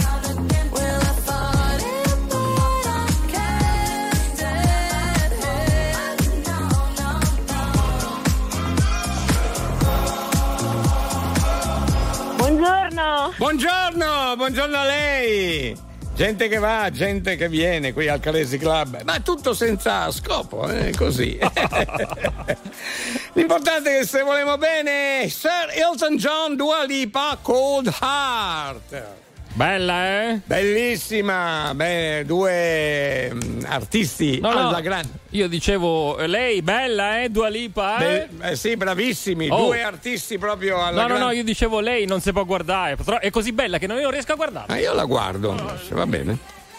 Speaker 3: Buongiorno.
Speaker 1: Buongiorno, buongiorno a lei. Gente che va, gente che viene qui al Calesi Club, ma tutto senza scopo, eh, così. L'importante è che se volemo bene, Sir Elton John, Dua Lipa, Cold Heart.
Speaker 2: Bella, eh?
Speaker 1: Bellissima, beh, due um, artisti
Speaker 2: no,
Speaker 1: alla
Speaker 2: no.
Speaker 1: grande.
Speaker 2: Io dicevo, lei bella, eh? Dua Lipa, eh?
Speaker 1: Beh, eh sì, bravissimi,
Speaker 2: oh.
Speaker 1: due artisti proprio alla
Speaker 2: No,
Speaker 1: grande.
Speaker 2: no, no, io dicevo lei non si può guardare, è così bella che non io riesco a guardare.
Speaker 1: Ma io la guardo, oh. Va bene.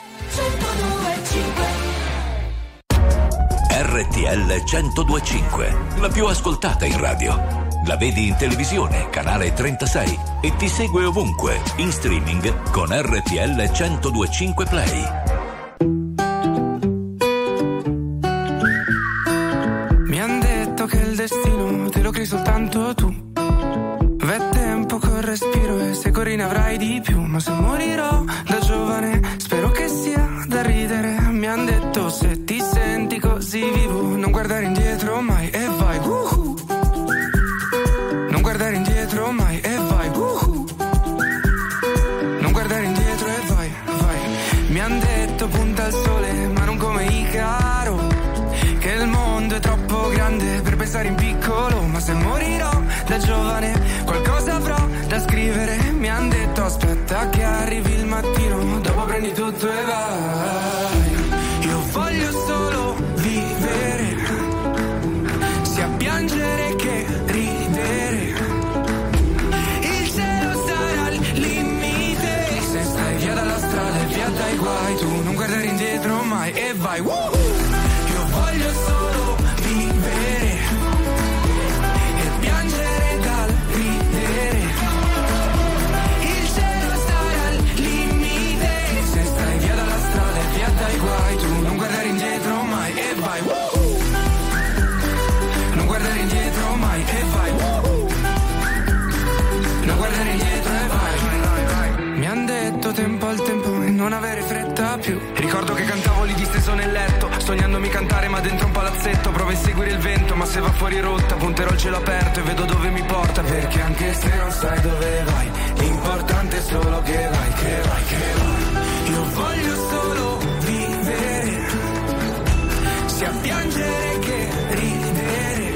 Speaker 12: R T L centodue e cinque, la più ascoltata in radio. La vedi in televisione, canale trentasei, e ti segue ovunque, in streaming con R T L centodue e cinque Play.
Speaker 13: Mi han detto che il destino te lo crei soltanto tu. V'è tempo col respiro e se corri ne avrai di più. Ma se morirò da giovane spero che sia da ridere. Mi han detto se ti senti così vivo non guardare indietro mai e vai uh-huh. Non guardare indietro mai e vai uh-huh. Non guardare indietro e vai, vai. Mi han detto punta al sole ma non come Icaro, che il mondo è troppo grande per pensare in piccolo. Ma se morirò da giovane qualcosa avrò da scrivere. Mi han detto aspetta che arrivi il mattino, dopo prendi tutto e vai. Io voglio solo vivere, sia piangere che ridere. Il cielo sarà al limite, se stai via dalla strada e via dai guai, tu non guardare indietro mai e vai. Woo! Io voglio solo vivere e piangere dal ridere. Il cielo sarà al limite, se stai via dalla strada e via dai guai, tu non guardare indietro mai e vai. Woo! Non guardare indietro mai e vai. Woo! Non guardare indietro e vai. Mi han detto tempo al tempo e non avere fretta più. Ricordo che cantavo lì disteso nel letto, sognandomi cantare ma dentro un palazzetto. Provo a seguire il vento ma se va fuori rotta, punterò il cielo aperto e vedo dove mi porta. Perché anche se non sai dove vai, l'importante è solo che vai, che vai, che vai. Io voglio solo vivere, sia piangere che ridere.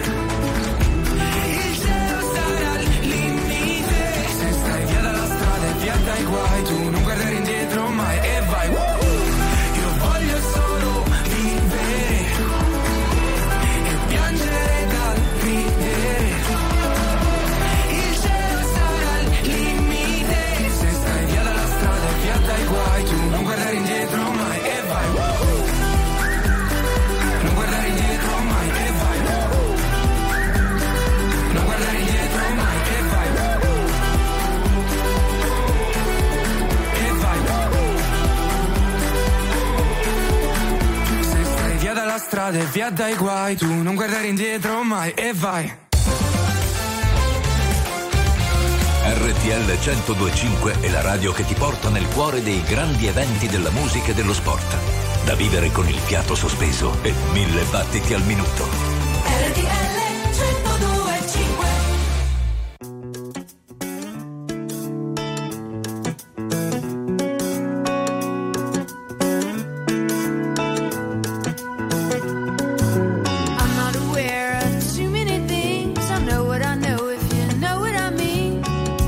Speaker 13: Il cielo sarà al limite, se stai via dalla strada e via dai guai, tu non guardare indietro mai e vai. Woo! Io voglio solo vivere e piangere dal ridere. Il cielo sarà al limite, se stai via dalla strada e via dai guai, tu non guardare indietro mai e vai. Woo! Non guardare indietro mai e vai. Woo! Non guardare indietro mai e vai. Woo! E vai. Woo! Se stai via dalla strada e via dai guai, tu non guardare indietro mai e vai.
Speaker 12: R T L centodue e cinque è la radio che ti porta nel cuore dei grandi eventi della musica e dello sport. Da vivere con il fiato sospeso e mille battiti al minuto.
Speaker 11: R T L centodue e cinque.
Speaker 19: I'm not aware of too many things. I know what I know if you know what I mean.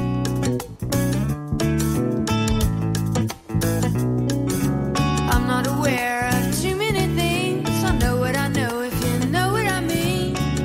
Speaker 19: I'm not aware of too many things. I know what I know if you know what I mean.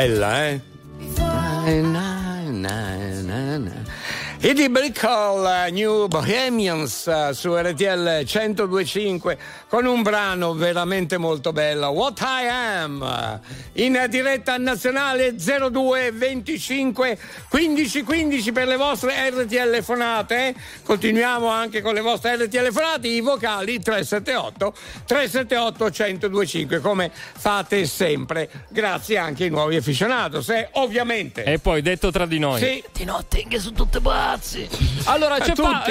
Speaker 1: Bella, eh? Na, na, na, na, na. I The Brickell, New Bohemians uh, su R T L centodue e cinque con un brano veramente molto bello, What I Am, in diretta nazionale zero due venticinque quindici quindici per le vostre R T L fonate. Continuiamo anche con le vostre R T L fonate, i vocali tre sette otto tre sette otto centodue e cinque come fate sempre, grazie anche ai nuovi aficionados, eh, ovviamente.
Speaker 2: E poi detto tra di noi,
Speaker 1: sì,
Speaker 2: di notte che sono tutte pazzi. Allora c'è pa-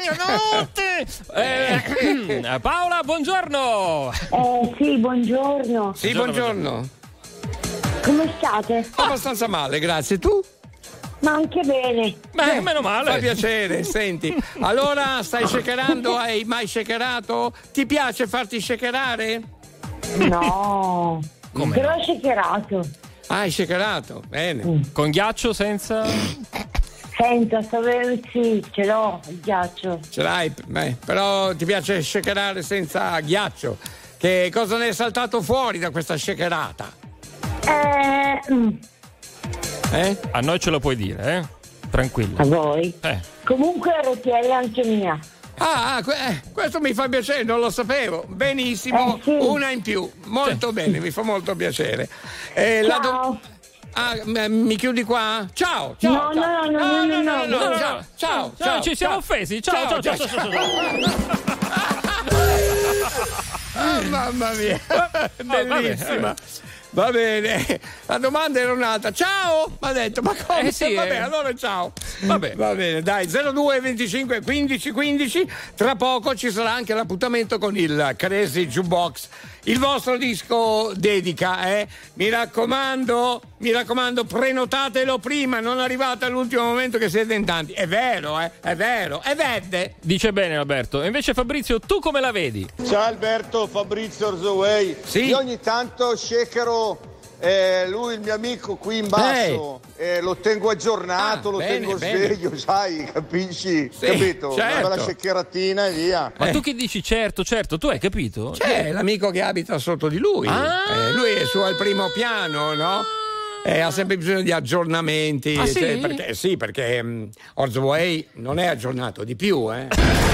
Speaker 2: eh, Paola, buongiorno.
Speaker 3: Eh, sì, buongiorno.
Speaker 1: Sì, buongiorno.
Speaker 3: Come state?
Speaker 1: Abbastanza male, grazie. Tu?
Speaker 3: Ma anche bene.
Speaker 2: Beh, meno male.
Speaker 1: Fa piacere, senti. Allora, stai shakerando? Hai mai shakerato? Ti piace farti shakerare?
Speaker 3: No.
Speaker 1: Come
Speaker 3: Però
Speaker 1: no?
Speaker 3: ho shakerato.
Speaker 1: Ah, hai shakerato, bene.
Speaker 3: Mm.
Speaker 2: Con ghiaccio, senza?
Speaker 3: Senza, sapevo, sì, ce l'ho, il ghiaccio.
Speaker 1: Ce l'hai? Beh, però ti piace shakerare senza ghiaccio. Che cosa ne è saltato fuori da questa shakerata?
Speaker 3: Eh... mm.
Speaker 1: Eh?
Speaker 2: A noi ce lo puoi dire, eh? Tranquilla.
Speaker 3: A voi?
Speaker 2: Eh.
Speaker 3: Comunque R T L anche mia.
Speaker 1: Ah, que- eh, questo mi fa piacere, non lo sapevo. Benissimo,
Speaker 3: Eh, sì.
Speaker 1: una in più. Molto bene, mi fa molto piacere. Eh, la do-
Speaker 3: Ciao.
Speaker 1: Ah, m- mi chiudi qua? Ciao, ciao.
Speaker 3: No,
Speaker 1: ciao.
Speaker 3: no, no, no, no, no, no, no.
Speaker 1: Ciao, ciao,
Speaker 2: Ciao, ci siamo offesi. Ciao, ciao, ciao, ciao, ciao, ciao.
Speaker 1: Ah, mamma mia, bellissima. Va bene, la domanda era un'altra. Ciao! Mi ha detto, ma come?
Speaker 2: Eh sì,
Speaker 1: Vabbè,
Speaker 2: eh.
Speaker 1: allora ciao.
Speaker 2: Vabbè.
Speaker 1: Va bene, dai, zero due venticinque quindici quindici. Tra poco ci sarà anche l'appuntamento con il Crazy Jukebox. Il vostro disco dedica, eh? Mi raccomando, mi raccomando, prenotatelo prima, non arrivate all'ultimo momento che siete in tanti. È vero, eh? È vero, è verde.
Speaker 2: Dice bene Alberto. E invece Fabrizio, tu come la vedi?
Speaker 10: Ciao Alberto, Fabrizio Orzoway.
Speaker 1: Sì.
Speaker 10: Io ogni tanto shakero eh, lui, il mio amico qui in basso, eh, lo tengo aggiornato,
Speaker 1: Ah,
Speaker 10: lo
Speaker 1: bene,
Speaker 10: tengo
Speaker 1: bene.
Speaker 10: sveglio, sai, capisci?
Speaker 1: Sì,
Speaker 10: Capito?
Speaker 1: certo.
Speaker 10: Una bella shakeratina e via.
Speaker 2: Ma tu che dici? Certo, certo, tu hai capito?
Speaker 1: C'è l'amico che abita sotto di lui.
Speaker 2: Ah.
Speaker 1: Eh, lui è su al primo piano, no? Eh, ha sempre bisogno di aggiornamenti.
Speaker 2: Ah, sì?
Speaker 1: Cioè, perché, sì, perché um, Orzoway non è aggiornato di più, eh.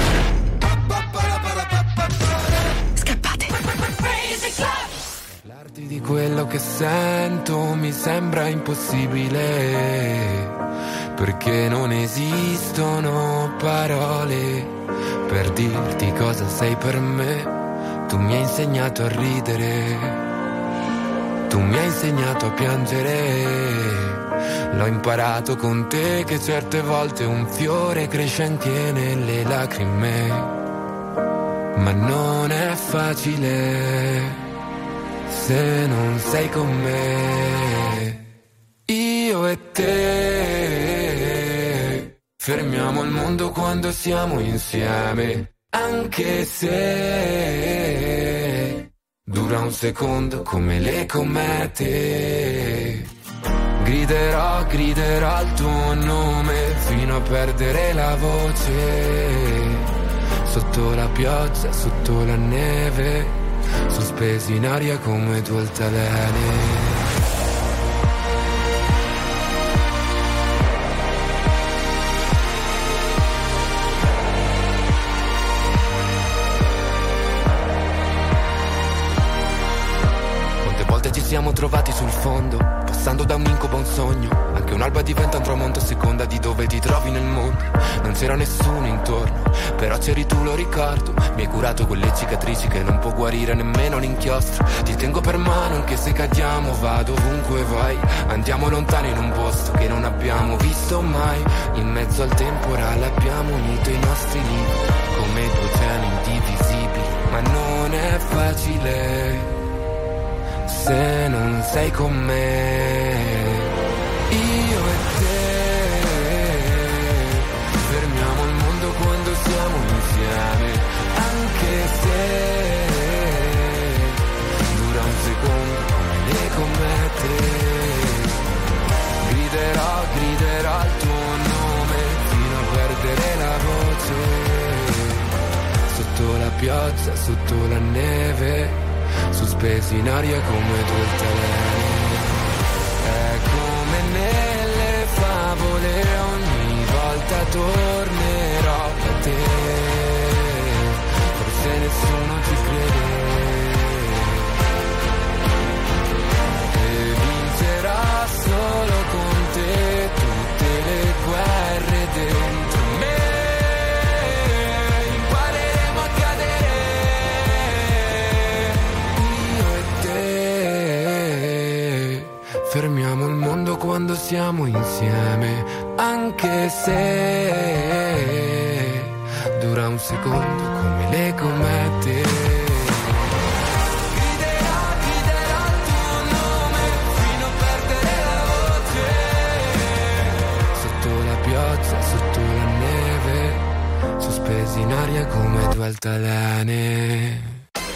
Speaker 13: Parlarti di quello che sento mi sembra impossibile, perché non esistono parole per dirti cosa sei per me. Tu mi hai insegnato a ridere, tu mi hai insegnato a piangere. L'ho imparato con te che certe volte un fiore cresce anche nelle lacrime, ma non è facile se non sei con me. Io e te fermiamo il mondo quando siamo insieme, anche se dura un secondo come le comete. Griderò, griderò il tuo nome fino a perdere la voce, sotto la pioggia, sotto la neve, sospesi in aria come due altalene. Quante volte ci siamo trovati sul fondo, passando da un incubo a un sogno. Anche un'alba diventa un tramonto a seconda di dove ti trovi nel mondo. Non c'era nessuno intorno, però c'eri tu, lo ricordo. Mi hai curato quelle cicatrici che non può guarire nemmeno l'inchiostro. Ti tengo per mano anche se cadiamo, vado ovunque vai. Andiamo lontani in un posto che non abbiamo visto mai. In mezzo al temporale abbiamo unito i nostri libri come due oceani indivisibili, ma non è facile se non sei con me. Io e te fermiamo il mondo quando siamo insieme, anche se dura un secondo come le comete. Griderò, griderò il tuo nome fino a perdere la voce, sotto la pioggia, sotto la neve, sospesi in aria come due altalene. È come nelle favole, ogni volta tornerò da te. Forse nessuno ci crede e vincerà solo con te tutte le guerre dentro me. Impareremo a cadere io e te. Fermiamo il mondo quando siamo insieme, anche se dura un secondo come le comete. Griderò, griderò il tuo nome fino a perdere la voce. Sotto la pioggia, sotto la neve, sospesi in aria come due altalene.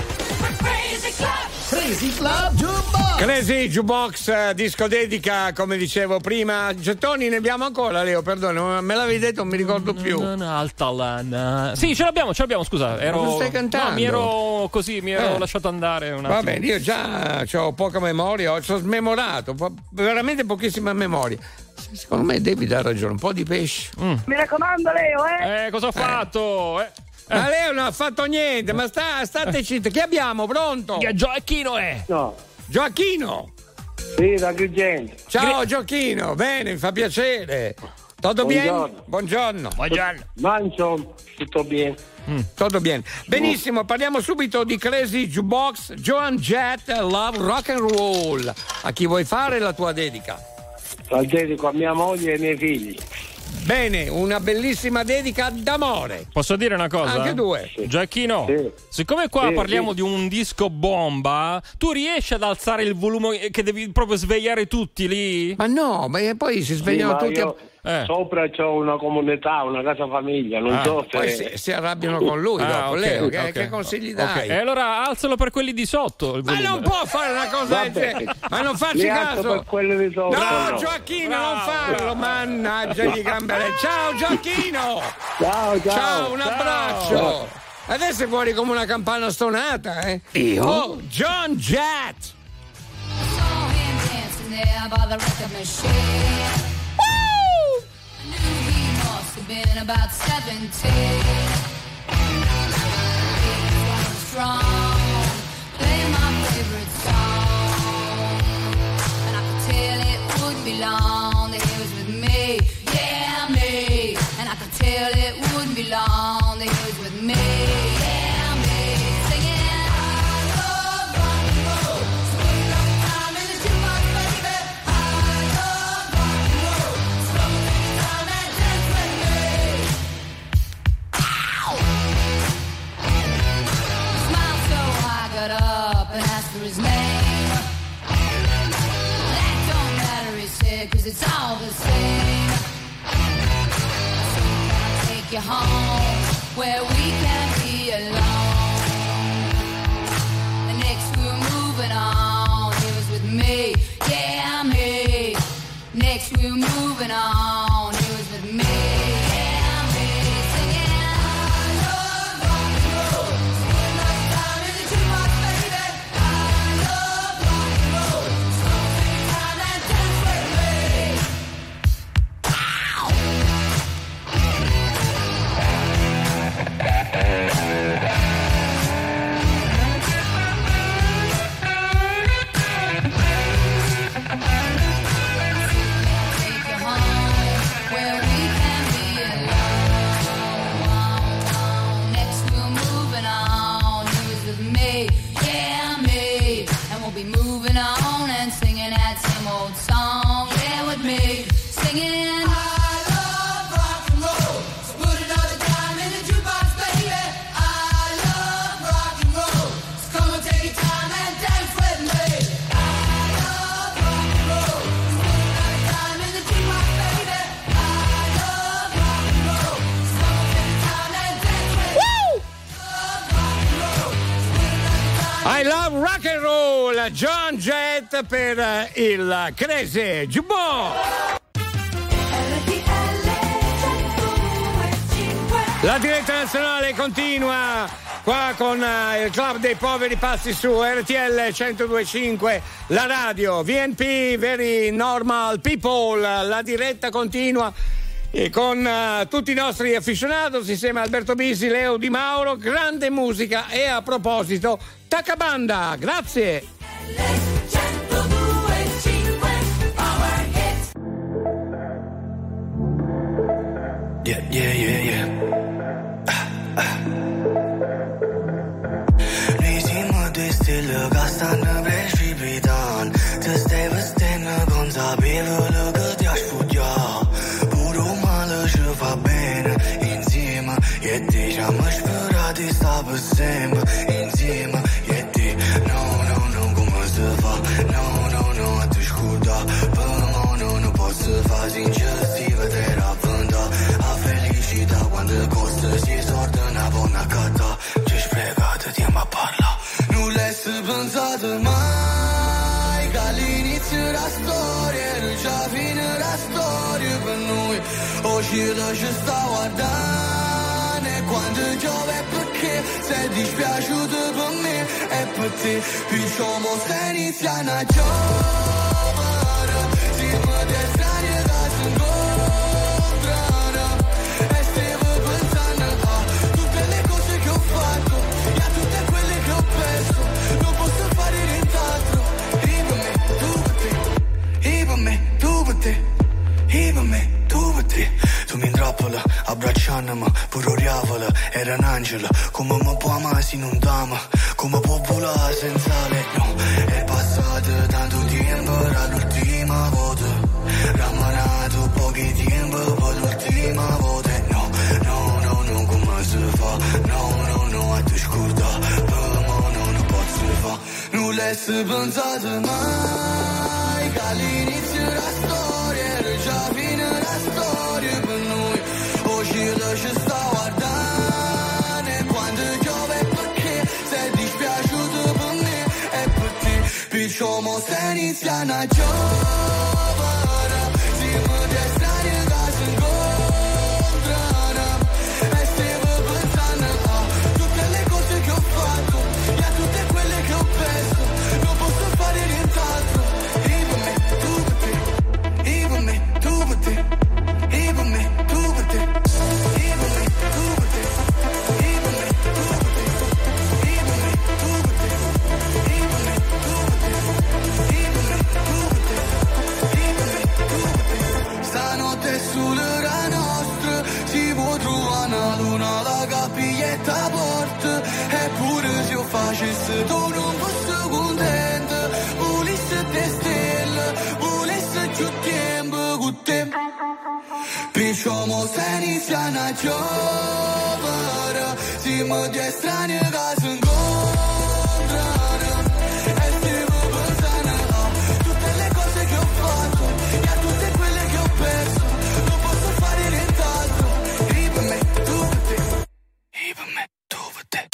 Speaker 1: Crazy Club Jukebox. Crazy Jukebox, eh, disco dedica, come dicevo prima. Gettoni ne abbiamo ancora, Leo, perdono, me l'avevi detto, non mi ricordo più.
Speaker 2: Altalana. Sì, ce l'abbiamo, ce l'abbiamo, scusa. Ero...
Speaker 1: Cosa stai cantando?
Speaker 2: No, mi ero così, mi ero
Speaker 1: Eh.
Speaker 2: lasciato andare un attimo.
Speaker 1: Va bene, io già ho poca memoria, ho sono smemorato, po- veramente pochissima memoria. Secondo me David ha ragione, un po' di pesce.
Speaker 2: Mm.
Speaker 5: Mi raccomando, Leo, eh?
Speaker 2: Eh, cosa ho fatto? Eh.
Speaker 1: Ma Leo non ha fatto niente, ma sta, state zitti. Chi abbiamo? Pronto?
Speaker 2: Che Gioacchino è?
Speaker 5: No.
Speaker 1: Gioacchino.
Speaker 5: Sì, da Agrigento.
Speaker 1: Ciao Gioacchino, bene, mi fa piacere. Tutto
Speaker 5: Buongiorno.
Speaker 1: bene? Buongiorno.
Speaker 5: Mancio, tutto bene.
Speaker 1: Mm, tutto bene. Benissimo, parliamo subito di Crazy Jukebox. Joan Jett, Love Rock and Roll. A chi vuoi fare la tua dedica?
Speaker 5: La dedico a mia moglie e ai miei figli.
Speaker 1: Bene, una bellissima dedica d'amore.
Speaker 2: Posso dire una cosa?
Speaker 1: Anche due.
Speaker 2: Giacchino,
Speaker 5: Sì.
Speaker 2: siccome qua
Speaker 5: Sì,
Speaker 2: parliamo
Speaker 5: sì.
Speaker 2: di un disco bomba, tu riesci ad alzare il volume che devi proprio svegliare tutti lì?
Speaker 1: Ma no, ma poi si
Speaker 5: Sì,
Speaker 1: svegliano
Speaker 5: ma
Speaker 1: tutti
Speaker 5: io
Speaker 1: a...
Speaker 2: Eh.
Speaker 5: Sopra c'ho una comunità, una casa famiglia, non
Speaker 2: Ah,
Speaker 5: so se...
Speaker 1: Poi si, si arrabbiano con lui
Speaker 2: Ah,
Speaker 1: dopo.
Speaker 2: ok,
Speaker 1: Leo, che,
Speaker 2: ok.
Speaker 1: che consigli
Speaker 2: Ok.
Speaker 1: dai?
Speaker 2: E allora alzalo per quelli di sotto il
Speaker 1: Ma
Speaker 2: volume.
Speaker 1: non può fare una cosa del
Speaker 5: Vabbè.
Speaker 1: genere. Ma non farci
Speaker 5: Li alzo
Speaker 1: caso.
Speaker 5: per quelli di sotto,
Speaker 1: No,
Speaker 5: no.
Speaker 1: Gioacchino,
Speaker 2: Bravo,
Speaker 1: non farlo.
Speaker 2: bravo.
Speaker 1: Mannaggia gli gamberelli. Ciao Gioacchino.
Speaker 5: Ciao, ciao.
Speaker 1: Ciao, un abbraccio.
Speaker 5: Ciao.
Speaker 1: Adesso è fuori come una campana stonata, eh?
Speaker 11: Io?
Speaker 1: Oh, John Jett.
Speaker 19: Been about seventeen. He was strong, play my favorite song, and I could tell it wouldn't be long that he was with me, yeah me, and I could tell it wouldn't be long that he was with me, yeah me, singing I love rock and roll, so put enough time in the jukebox, baby. I love rock and roll, so come and take your time and dance with me. Smiled so I got up and asked for his name. That don't matter, he said, 'cause it's all the same. So can I take you home where we can be alone? And next we were moving on, he was with me, yeah me. Next we were moving on, he was with me, yeah me. Singing I love rock and roll, so put enough time in the jukebox, baby. I love rock and roll, so come take your time and dance with me. Take you home where we can be alone. Next we're moving on. He was with me, yeah me, and we'll be moving on and singing that same old song. Yeah, with me singing. I love rock and roll. So put another time in the jukebox, baby. I love rock and roll. So come and take your time and dance with me. I love rock and roll. So put another time in the jukebox, baby. I love rock and roll. So come and take your time and dance with me. Love rock and roll. So put another time.
Speaker 1: I love rock and roll. John Jett per eh, il Crazy Jukebox. La diretta nazionale continua qua con uh, il Club dei Poveri Pazzi su R T L centodue e cinque, la radio V N P Very Normal People. La diretta continua e con uh, tutti i nostri aficionados insieme a Alberto Bisi, Leo Di Mauro, grande musica. E a proposito, Tacabanda, grazie.
Speaker 11: Yeah, yeah, yeah, yeah. Stil gastando precipitando. Te stai vestendo consapevole che ti hai studiato. Pure male ci fa bene insieme. E te ci siamo sperati sta per sempre insieme. E te no, no, no, come si fa? No, no, no, ti scorda. Per me non posso fare sinceramente vedere a venda. A felicità quando costa si sorda una buona catta. Ci spiegate tempo a parlare. Non l'hai pensato mai che all'inizio della storia era già fine la storia per noi. Oggi lo ci sta guardando e quando piove perché sei dispiaciuto per me e per te. Perciò mo stai iniziando a giovere, siamo dei strani che si incontrano e stiamo pensando a tutte le cose che ho fatto e a tutte quelle che ho perso. Non posso fare nient'altro. E per me, tu per te. E per me, tu per te. E per me, tu per te. Tu mi intrappola, abbracciandomi, pure oriavola. Era un angelo, come mi può amare se non t'ama. Come può volare senza lei, no. È passato tanto tempo, era l'ultima volta. Rammanato pochi tempo, poi l'ultima volta. No, no, no, no, come si fa? No, no, no, a te scorda. Non l'hai pensato mai che all'inizio della storia era già fine la storia per noi. Oggi lo ci sta guardando e quando piove perché sei dispiaciuto per me e per te. Perciò mo stai iniziando a giovere, siamo dei strani che si incontrano e stiamo pensando a tutte le cose che ho fatto e a tutte quelle che ho perso. Non posso fare nient'altro. E per me, tu per te. E per me, tu per te. E per me, tu per te. E per me, tu per te. E per me, tu per te. E per me, tu per te. E per me, tu per te. E per me, tu per te. E per me, tu per te. Stanotte sulla nostra si può trovare una luna alla capiglietta porta. Eppure se io facessi tu non fossi contento. Volesse te stelle, volesse più tempo con te. Perciò mo stai iniziando a giovere, siamo dei strani che si incontrano e stiamo pensando a tutte le cose che ho fatto e a tutte quelle che ho perso. Non posso fare nient'altro. E per me, tu per te. E per me, tu per te.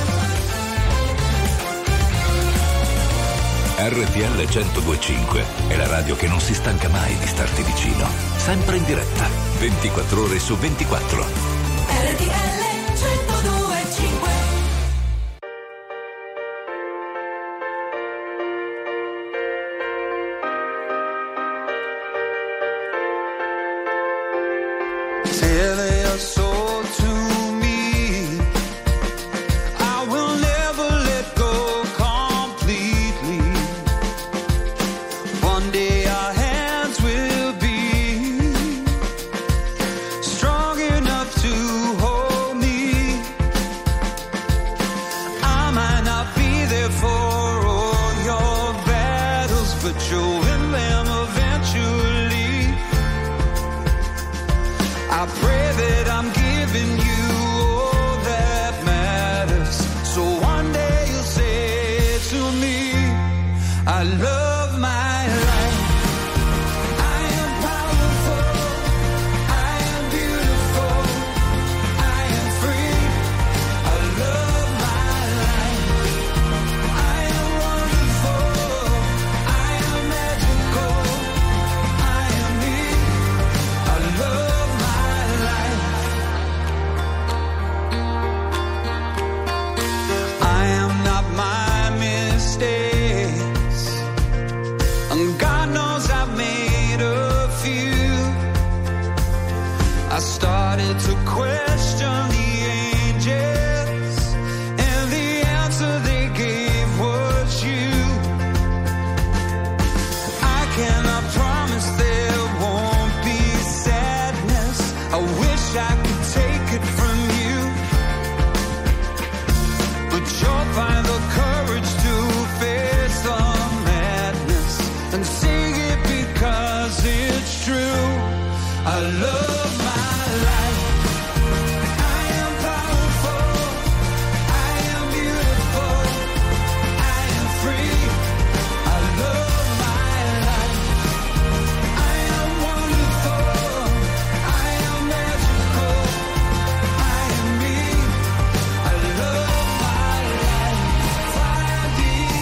Speaker 12: R T L centodue e cinque è la radio che non si stanca mai di starti vicino, sempre in diretta, ventiquattro ore su ventiquattro.
Speaker 17: R T L centodue e cinque.
Speaker 11: Selling your soul to me, I will never let go completely. One day our hands will be strong enough to hold me. I might not be there for all your battles, but you'll win them eventually. I pray that I'm giving you all that matters. So one day you'll say to me, I love my life. I am powerful. I am beautiful. I am free. I love my life. I am wonderful. I am magical. I am me. I love my life. I started to question the angels, and the answer they gave was you. I cannot promise there won't be sadness. I wish I could take it from you, but you'll find the courage to face the madness and sing it because it's true. I love my life. I am powerful. I am beautiful. I am free. I love my life. I am wonderful. I am magical. I am me. I love my life. Finding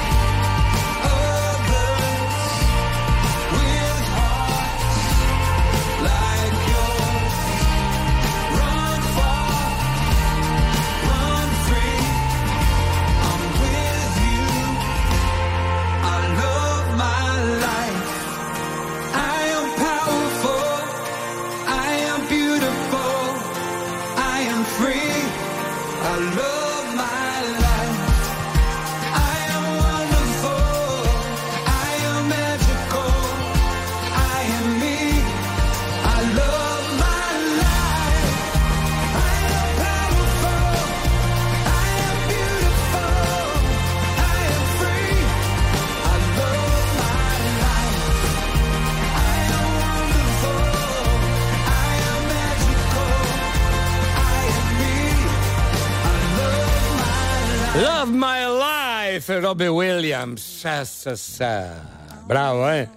Speaker 11: others with hearts like yours. Run far, run free. I'm with you. I love my life. I am powerful. I am beautiful. I am free. I love my life. I am wonderful. I am magical. I am me. I love my life. I am powerful. I am beautiful. I am free. I love my life. I am wonderful. I am magical. I am me. I love my life.
Speaker 1: Love My Life, Robbie Williams. Sa, sa, sa. Bravo, eh?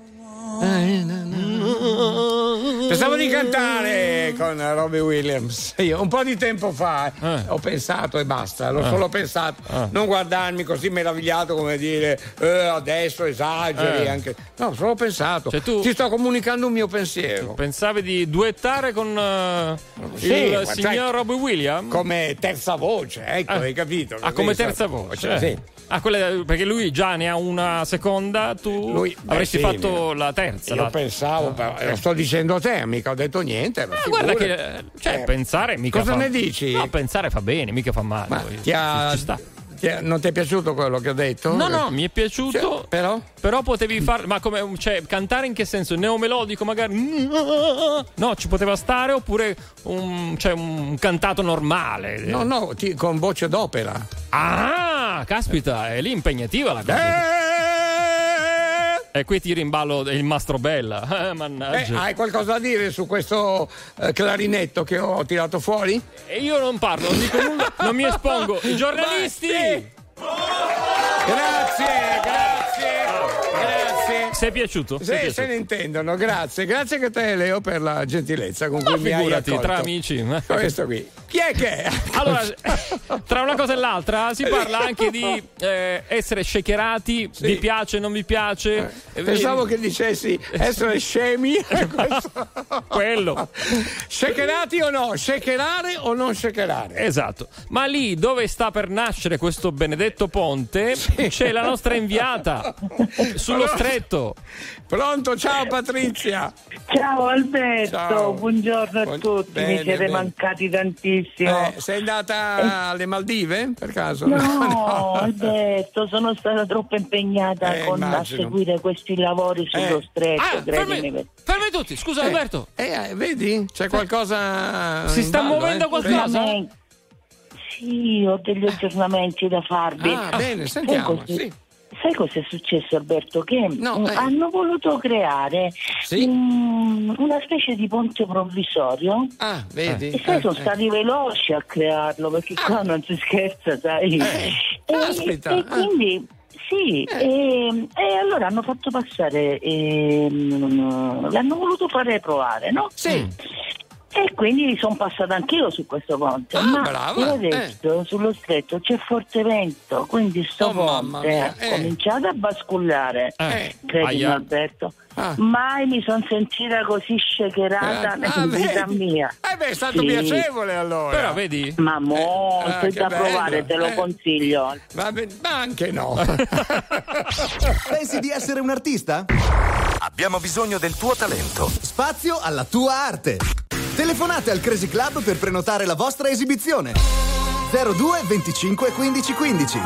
Speaker 1: Pensavo di cantare con Robbie Williams. Io un po' di tempo fa eh, ho pensato e basta, l'ho
Speaker 2: Eh.
Speaker 1: solo pensato.
Speaker 2: Eh.
Speaker 1: Non guardarmi così meravigliato come dire eh, adesso esageri
Speaker 2: Eh.
Speaker 1: anche. No, solo pensato.
Speaker 2: Cioè, tu-
Speaker 1: Ti sto comunicando un mio pensiero.
Speaker 2: Pensavi di duettare con eh,
Speaker 1: Sì,
Speaker 2: il
Speaker 1: ma
Speaker 2: signor
Speaker 1: sai-
Speaker 2: Robbie Williams?
Speaker 1: Come terza voce, ecco,
Speaker 2: Eh.
Speaker 1: hai capito?
Speaker 2: Ah, come
Speaker 1: Così,
Speaker 2: terza
Speaker 1: sa-
Speaker 2: voce?
Speaker 1: Sì.
Speaker 2: Ah, quella- perché lui già ne ha una seconda, tu
Speaker 1: Lui- beh,
Speaker 2: avresti
Speaker 1: sì,
Speaker 2: fatto
Speaker 1: mira.
Speaker 2: la terza.
Speaker 1: Io
Speaker 2: la-
Speaker 1: pensavo, però, lo sto dicendo a te, mica ho detto niente. Ma
Speaker 2: Ah, guarda
Speaker 1: figurati.
Speaker 2: che cioè,
Speaker 1: Eh,
Speaker 2: pensare mica
Speaker 1: cosa
Speaker 2: fa...
Speaker 1: ne dici?
Speaker 2: No, pensare fa bene, mica fa male.
Speaker 1: Ma
Speaker 2: poi.
Speaker 1: ti ha-
Speaker 2: Ci sta.
Speaker 1: ti è- non ti è piaciuto quello che ho detto?
Speaker 2: No, no, mi è piaciuto.
Speaker 1: Cioè, però?
Speaker 2: Però potevi fare. Ma come. Cioè, cantare in che senso? Neomelodico, magari. No, ci poteva stare, oppure un, cioè, un cantato normale.
Speaker 1: No, no, ti- con voce d'opera.
Speaker 2: Ah, caspita, è lì impegnativa la cosa. E qui tiri in ballo il Mastro Bella. Eh,
Speaker 1: Eh,
Speaker 2: mannaggia.
Speaker 1: hai qualcosa da dire su questo eh, clarinetto che ho tirato fuori?
Speaker 2: E io non parlo, non dico nulla, non mi espongo. I giornalisti!
Speaker 1: Grazie, grazie, grazie.
Speaker 2: Si è piaciuto? Si è
Speaker 1: Se,
Speaker 2: piaciuto.
Speaker 1: se ne intendono, grazie. Grazie anche a te, Leo, per la gentilezza con cui
Speaker 2: Ma
Speaker 1: mi hai
Speaker 2: figurati,
Speaker 1: accolto.
Speaker 2: tra amici.
Speaker 1: Questo qui. Chi è che è?
Speaker 2: Allora, tra una cosa e l'altra si parla anche di eh, essere shakerati, vi piace, non vi piace.
Speaker 1: Pensavo che dicessi essere scemi. Questo.
Speaker 2: Quello.
Speaker 1: Shakerati o no? Shakerare o non shakerare?
Speaker 2: Esatto. Ma lì dove sta per nascere questo benedetto ponte c'è la nostra inviata sullo
Speaker 1: Allora-
Speaker 2: stretto.
Speaker 1: Pronto, ciao Patrizia.
Speaker 3: Ciao Alberto,
Speaker 1: Ciao.
Speaker 3: buongiorno a
Speaker 1: Buon-
Speaker 3: tutti,
Speaker 1: bene,
Speaker 3: mi siete
Speaker 1: bene.
Speaker 3: mancati tantissimo.
Speaker 1: Eh, sei andata alle Maldive per caso?
Speaker 3: No, Alberto, sono stata troppo impegnata
Speaker 1: Eh,
Speaker 3: con, a
Speaker 1: immagino.
Speaker 3: seguire questi lavori sullo
Speaker 1: Eh.
Speaker 3: stretto.
Speaker 2: Ah,
Speaker 3: credimi.
Speaker 2: fermi, fermi tutti, scusa
Speaker 1: Eh,
Speaker 2: Alberto.
Speaker 1: Eh, vedi? C'è qualcosa.
Speaker 2: Si
Speaker 1: in
Speaker 2: sta
Speaker 1: ballo,
Speaker 2: muovendo
Speaker 1: eh?
Speaker 2: qualcosa?
Speaker 3: Aggiornamenti. Sì, ho degli aggiornamenti da farvi.
Speaker 1: Ah, bene, sentiamo.
Speaker 3: Sai cos'è-
Speaker 1: Sì.
Speaker 3: Sai cosa è successo, Alberto? Che
Speaker 1: No,
Speaker 3: mm,
Speaker 1: eh.
Speaker 3: hanno voluto creare
Speaker 1: Sì.
Speaker 3: mm, una specie di ponte provvisorio.
Speaker 1: Ah, vedi?
Speaker 3: E sai,
Speaker 1: Eh,
Speaker 3: sono
Speaker 1: eh.
Speaker 3: stati veloci a crearlo, perché qua non si scherza, sai.
Speaker 1: Eh,
Speaker 3: e,
Speaker 1: caspita,
Speaker 3: e
Speaker 1: eh.
Speaker 3: quindi sì, e, e allora hanno fatto passare, ehm, l'hanno voluto fare provare, no?
Speaker 1: Sì.
Speaker 3: E quindi sono passata anch'io su questo ponte.
Speaker 1: Ah,
Speaker 3: ma
Speaker 1: brava,
Speaker 3: io adesso sullo stretto c'è forte vento, quindi sto
Speaker 1: Oh, mamma
Speaker 3: ponte
Speaker 1: mia,
Speaker 3: ha
Speaker 1: eh.
Speaker 3: cominciato a basculare.
Speaker 2: Eh,
Speaker 3: Credimi,
Speaker 2: aia.
Speaker 3: Alberto.
Speaker 1: Ah.
Speaker 3: Mai mi sono sentita così shakerata
Speaker 1: Ah,
Speaker 3: nella vita
Speaker 1: vedi?
Speaker 3: mia.
Speaker 1: Eh beh, è stato
Speaker 3: Sì.
Speaker 1: piacevole allora.
Speaker 2: Però vedi?
Speaker 3: Ma molto,
Speaker 1: Ah,
Speaker 3: è
Speaker 1: che
Speaker 3: da
Speaker 1: bello,
Speaker 3: provare, te lo
Speaker 1: eh.
Speaker 3: consiglio.
Speaker 1: Va bene, ma anche no.
Speaker 6: Pensi di essere un artista?
Speaker 7: Abbiamo bisogno del tuo talento.
Speaker 6: Spazio alla tua arte. Telefonate al Crazy Club per prenotare la vostra esibizione. zero due venticinque quindici quindici.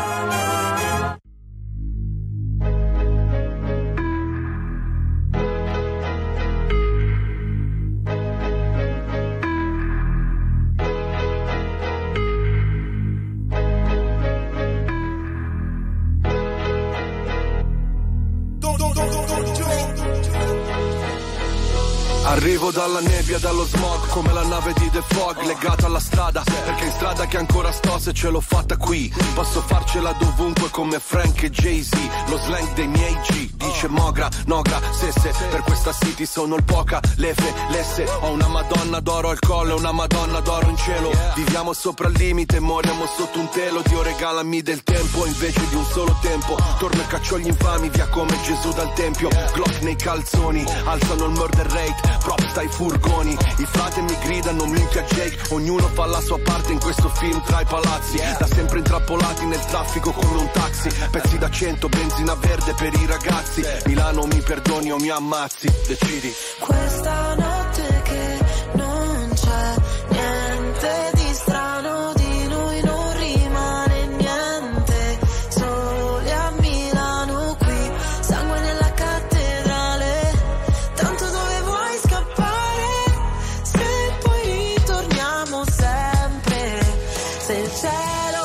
Speaker 7: Arrivo dalla nebbia, dallo smog, come la nave di The Fog, legata alla strada, perché in strada che ancora sto se ce l'ho fatta qui. Posso farcela dovunque come Frank e Jay-Z, lo slang dei miei G, dice Mogra, Nogra, Sesse, per questa city sono il poca, lefe, lesse, ho una madonna d'oro al collo e una madonna d'oro in cielo. Viviamo sopra il limite, moriamo sotto un telo, Dio regalami del tempo invece di un solo tempo. Torno e caccio gli infami via come Gesù dal tempio, Glock nei calzoni, alzano il murder rate, props dai furgoni, i frate mi gridano minchia Jake, ognuno fa la sua parte in questo film tra i palazzi, da sempre intrappolati nel traffico come un taxi, pezzi da cento, benzina verde per i ragazzi, Milano mi perdoni o mi ammazzi, decidi.
Speaker 22: Questa notte che non c'è niente di strano, di noi non rimane niente, soli a Milano qui, sangue nella cattedrale, tanto dove vuoi scappare, se poi ritorniamo sempre, se il cielo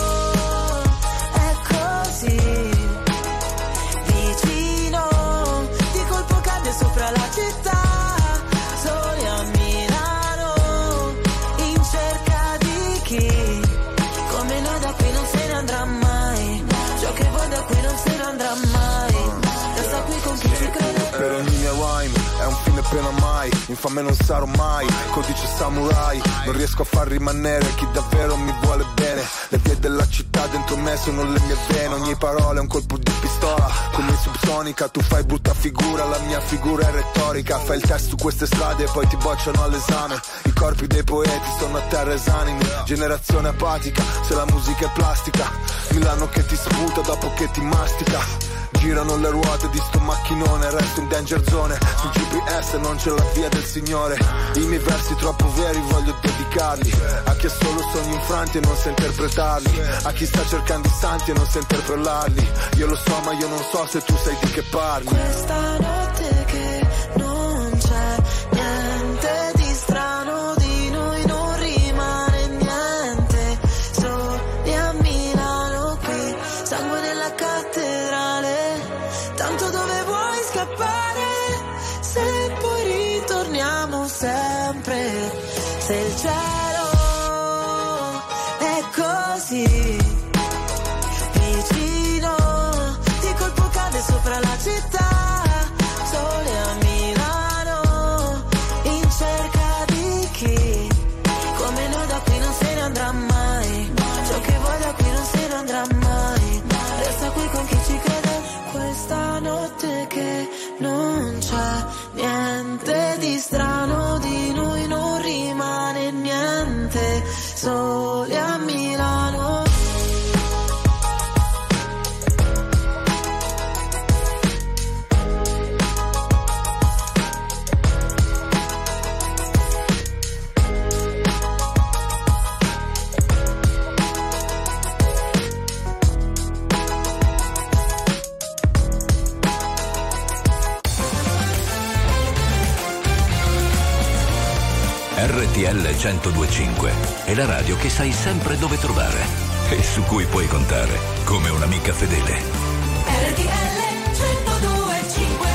Speaker 22: è così vicino, di colpo cade sopra la città, soli a Milano, in cerca di chi, come noi da qui non se ne andrà mai, ciò che vuoi da qui non se ne andrà mai, resta qui con chi ci crede.
Speaker 7: Per ogni mia rhyme è un fine pena mai, infame non sarò mai, codice samurai, non riesco a far rimanere chi davvero mi vuole bene, le vie della città dentro me sono le mie vene, ogni parola è un colpo di pistola, come in subsonica tu fai brutta figura, la mia figura è retorica, fai il test su queste strade e poi ti bocciano all'esame, i corpi dei poeti sono a terra esanimi, generazione apatica, se la musica è plastica, Milano che ti sputa dopo che ti mastica. Girano le ruote di sto macchinone, resto in danger zone, sul G P S non c'è la via del Signore, i miei versi troppo veri voglio dedicarli, a chi ha solo sogni infranti e non sa interpretarli, a chi sta cercando i santi e non sa interpellarli, io lo so ma io non so se tu sai di che parli.
Speaker 22: Questa notte che non c'è niente di strano, di noi non rimane niente, soli a Milano qui, sangue nella cattedrale, tanto dove vuoi scappare, se poi ritorniamo sempre, se il cielo è così vicino, di colpo cade sopra la città, soli a Milano, in cerca di chi, come noi da qui non se ne andrà mai, ciò che vuoi da qui non se ne andrà mai, resta qui con chi ci crede. Questa notte che non c'è niente di strano, di noi non rimane niente, soli a Milano.
Speaker 12: R T L centodue e cinque è la radio che sai sempre dove trovare e su cui puoi contare come un'amica fedele.
Speaker 11: R T L centodue e cinque.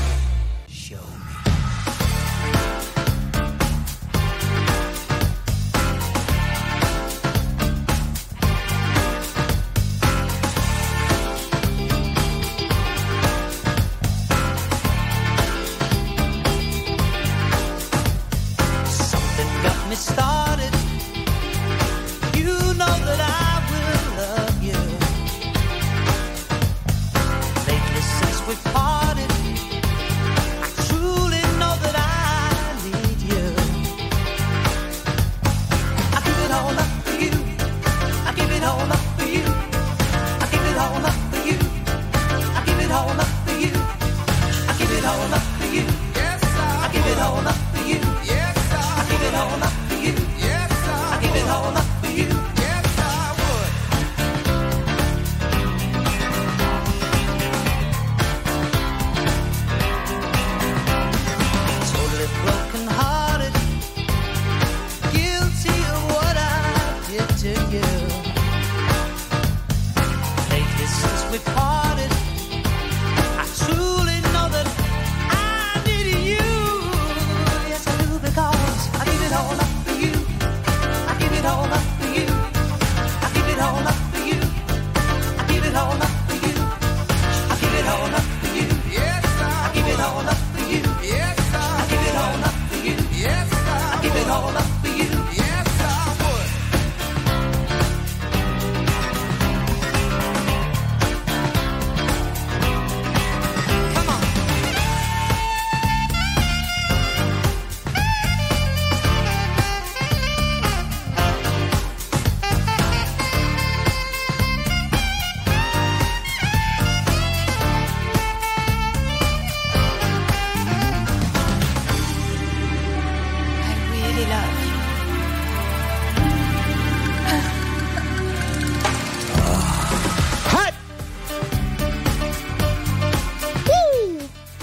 Speaker 11: Started, you know that I will love you. Lately since we've parted, I truly know that I need you. I give it all up for you. I give it all up for you. I give it all up for you. I give it all up for you. I give it all up for you. Yes, I give it all up for you. Yes, I give it to you. Lately since we parted, I truly know that I need you. Yes, I do, because I give it all up for you. I give it all up for you. I give it all up for you. I give it all up for you. I give it all up for you. Yes, I give it all up for you. Yes, I give it all up for you. Yes, I give it all up for you. Yes, I would. Come on. I really love you.
Speaker 1: Hey! Woo!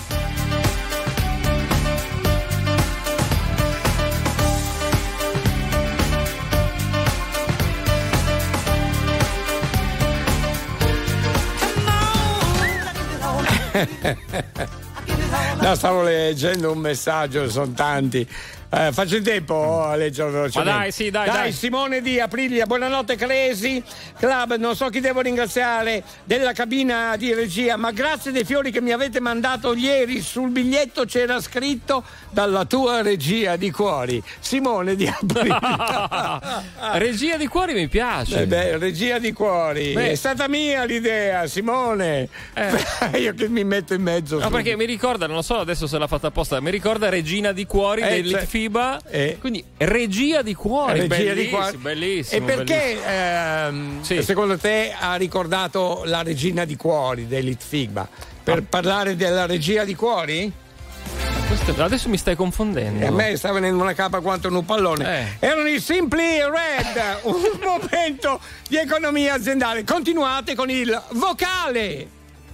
Speaker 1: No, stavo leggendo un messaggio, sono tanti. Eh, faccio in tempo a leggere velocemente.
Speaker 2: Ma dai, sì, dai,
Speaker 1: Dai,
Speaker 2: dai.
Speaker 1: Simone di Aprilia, buonanotte Cresi Club, non so chi devo ringraziare della cabina di regia, ma grazie dei fiori che mi avete mandato ieri. Sul biglietto c'era scritto dalla tua regia di cuori. Simone di Aprilia.
Speaker 2: Regia di cuori mi piace.
Speaker 1: Eh beh, regia di cuori.
Speaker 2: Beh.
Speaker 1: È stata mia l'idea, Simone. Io che mi metto in mezzo.
Speaker 2: No,
Speaker 1: su-
Speaker 2: perché mi ricorda, non lo so adesso se l'ha fatta apposta, mi ricorda Regina di Cuori
Speaker 1: Eh,
Speaker 2: del
Speaker 1: cioè-
Speaker 2: Litfiba.
Speaker 1: Eh.
Speaker 2: Quindi Regia di Cuori,
Speaker 1: Regia di
Speaker 2: bellissimo,
Speaker 1: cuori.
Speaker 2: bellissimo.
Speaker 1: E perché
Speaker 2: bellissimo.
Speaker 1: ehm,
Speaker 2: Sì.
Speaker 1: secondo te ha ricordato la regina di cuori dei Litfiba? Per parlare della regia di cuori?
Speaker 2: Questo- adesso mi stai confondendo.
Speaker 1: E a me sta venendo una capa quanto un pallone.
Speaker 2: Eh.
Speaker 1: Erano i Simply Red, un momento di economia aziendale. Continuate con il vocale.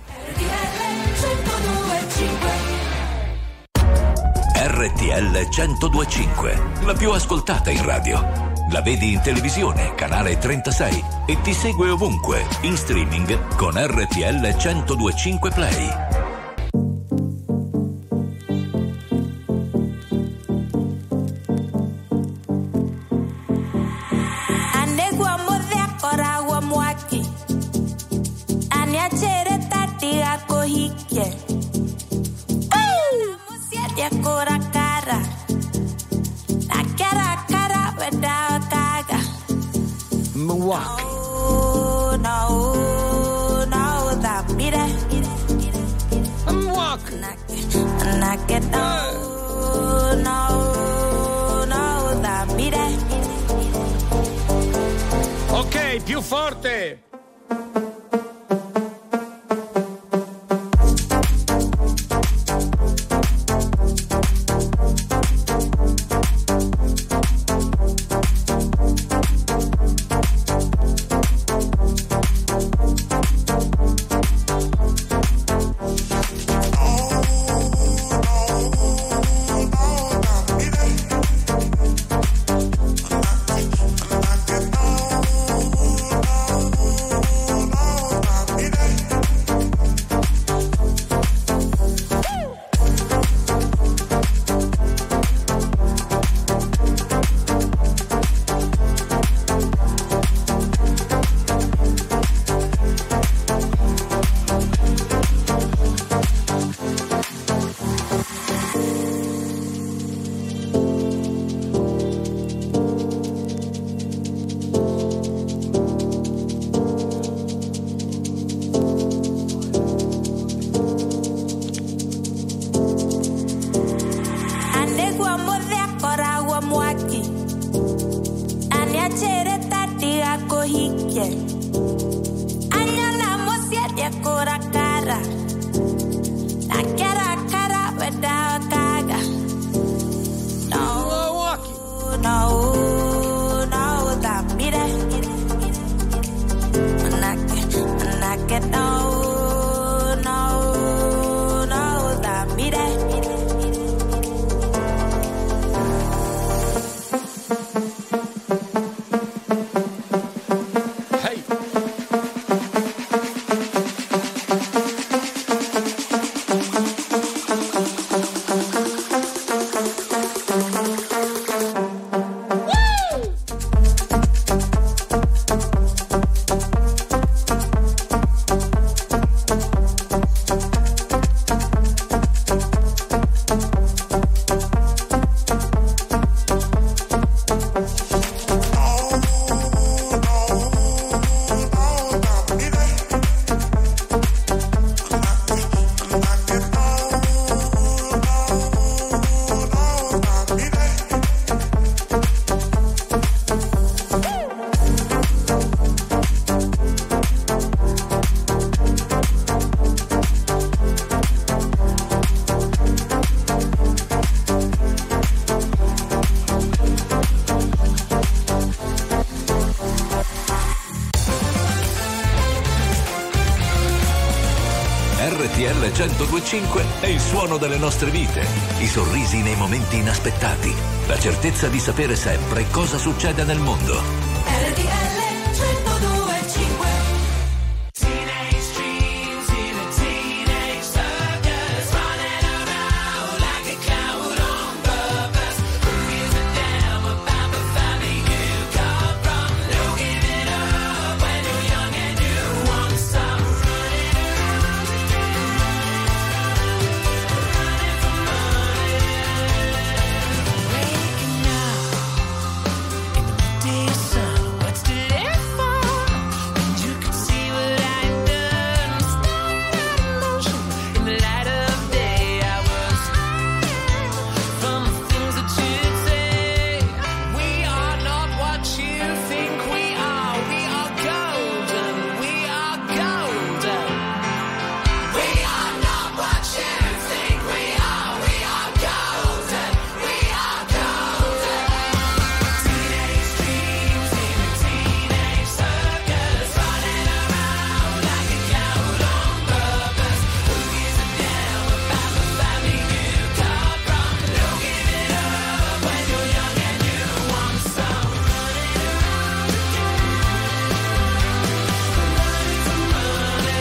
Speaker 12: R T L centodue e cinque, la più ascoltata in radio. La vedi in televisione, canale trentasei, e ti segue ovunque, in streaming con R T L centodue e cinque Play.
Speaker 22: Anegwa modhe korawa mwaki Aniachere tati ako hike Musiete kora cara La cara cara weda kaga
Speaker 1: Mwaki.
Speaker 22: Oh no no da mire
Speaker 1: Mwaki.
Speaker 22: Nake no no no da mire
Speaker 1: Ok, più forte.
Speaker 22: Anegwa modhe korawa mwaki Aniachere tati ako hike Anyala musiete kora cara La cara cara weda kaga No no no da mire Nake nake no no no da mire
Speaker 12: centodue e cinque è il suono delle nostre vite, i sorrisi nei momenti inaspettati, la certezza di sapere sempre cosa succede nel mondo.
Speaker 11: R T L centodue e cinque. Teenage dreams in a teenage circus, running around like a clown on purpose. Who gives a damn about the family you come from? No giving up when you're young and you want some. Running around running for money. Waking up in the midday sun. What's to live for? When you can see what I've done. Staring at emotion in the light of day. I was from the things that you'd say. We are not what you think we are. We are golden. We are golden. We are not what you think we are. We are golden. We are golden. Teenage dreams in a teenage circus, running around like a clown on purpose. Who gives a damn about the family you come from? No giving up when you're young and you want some. Running around running for money.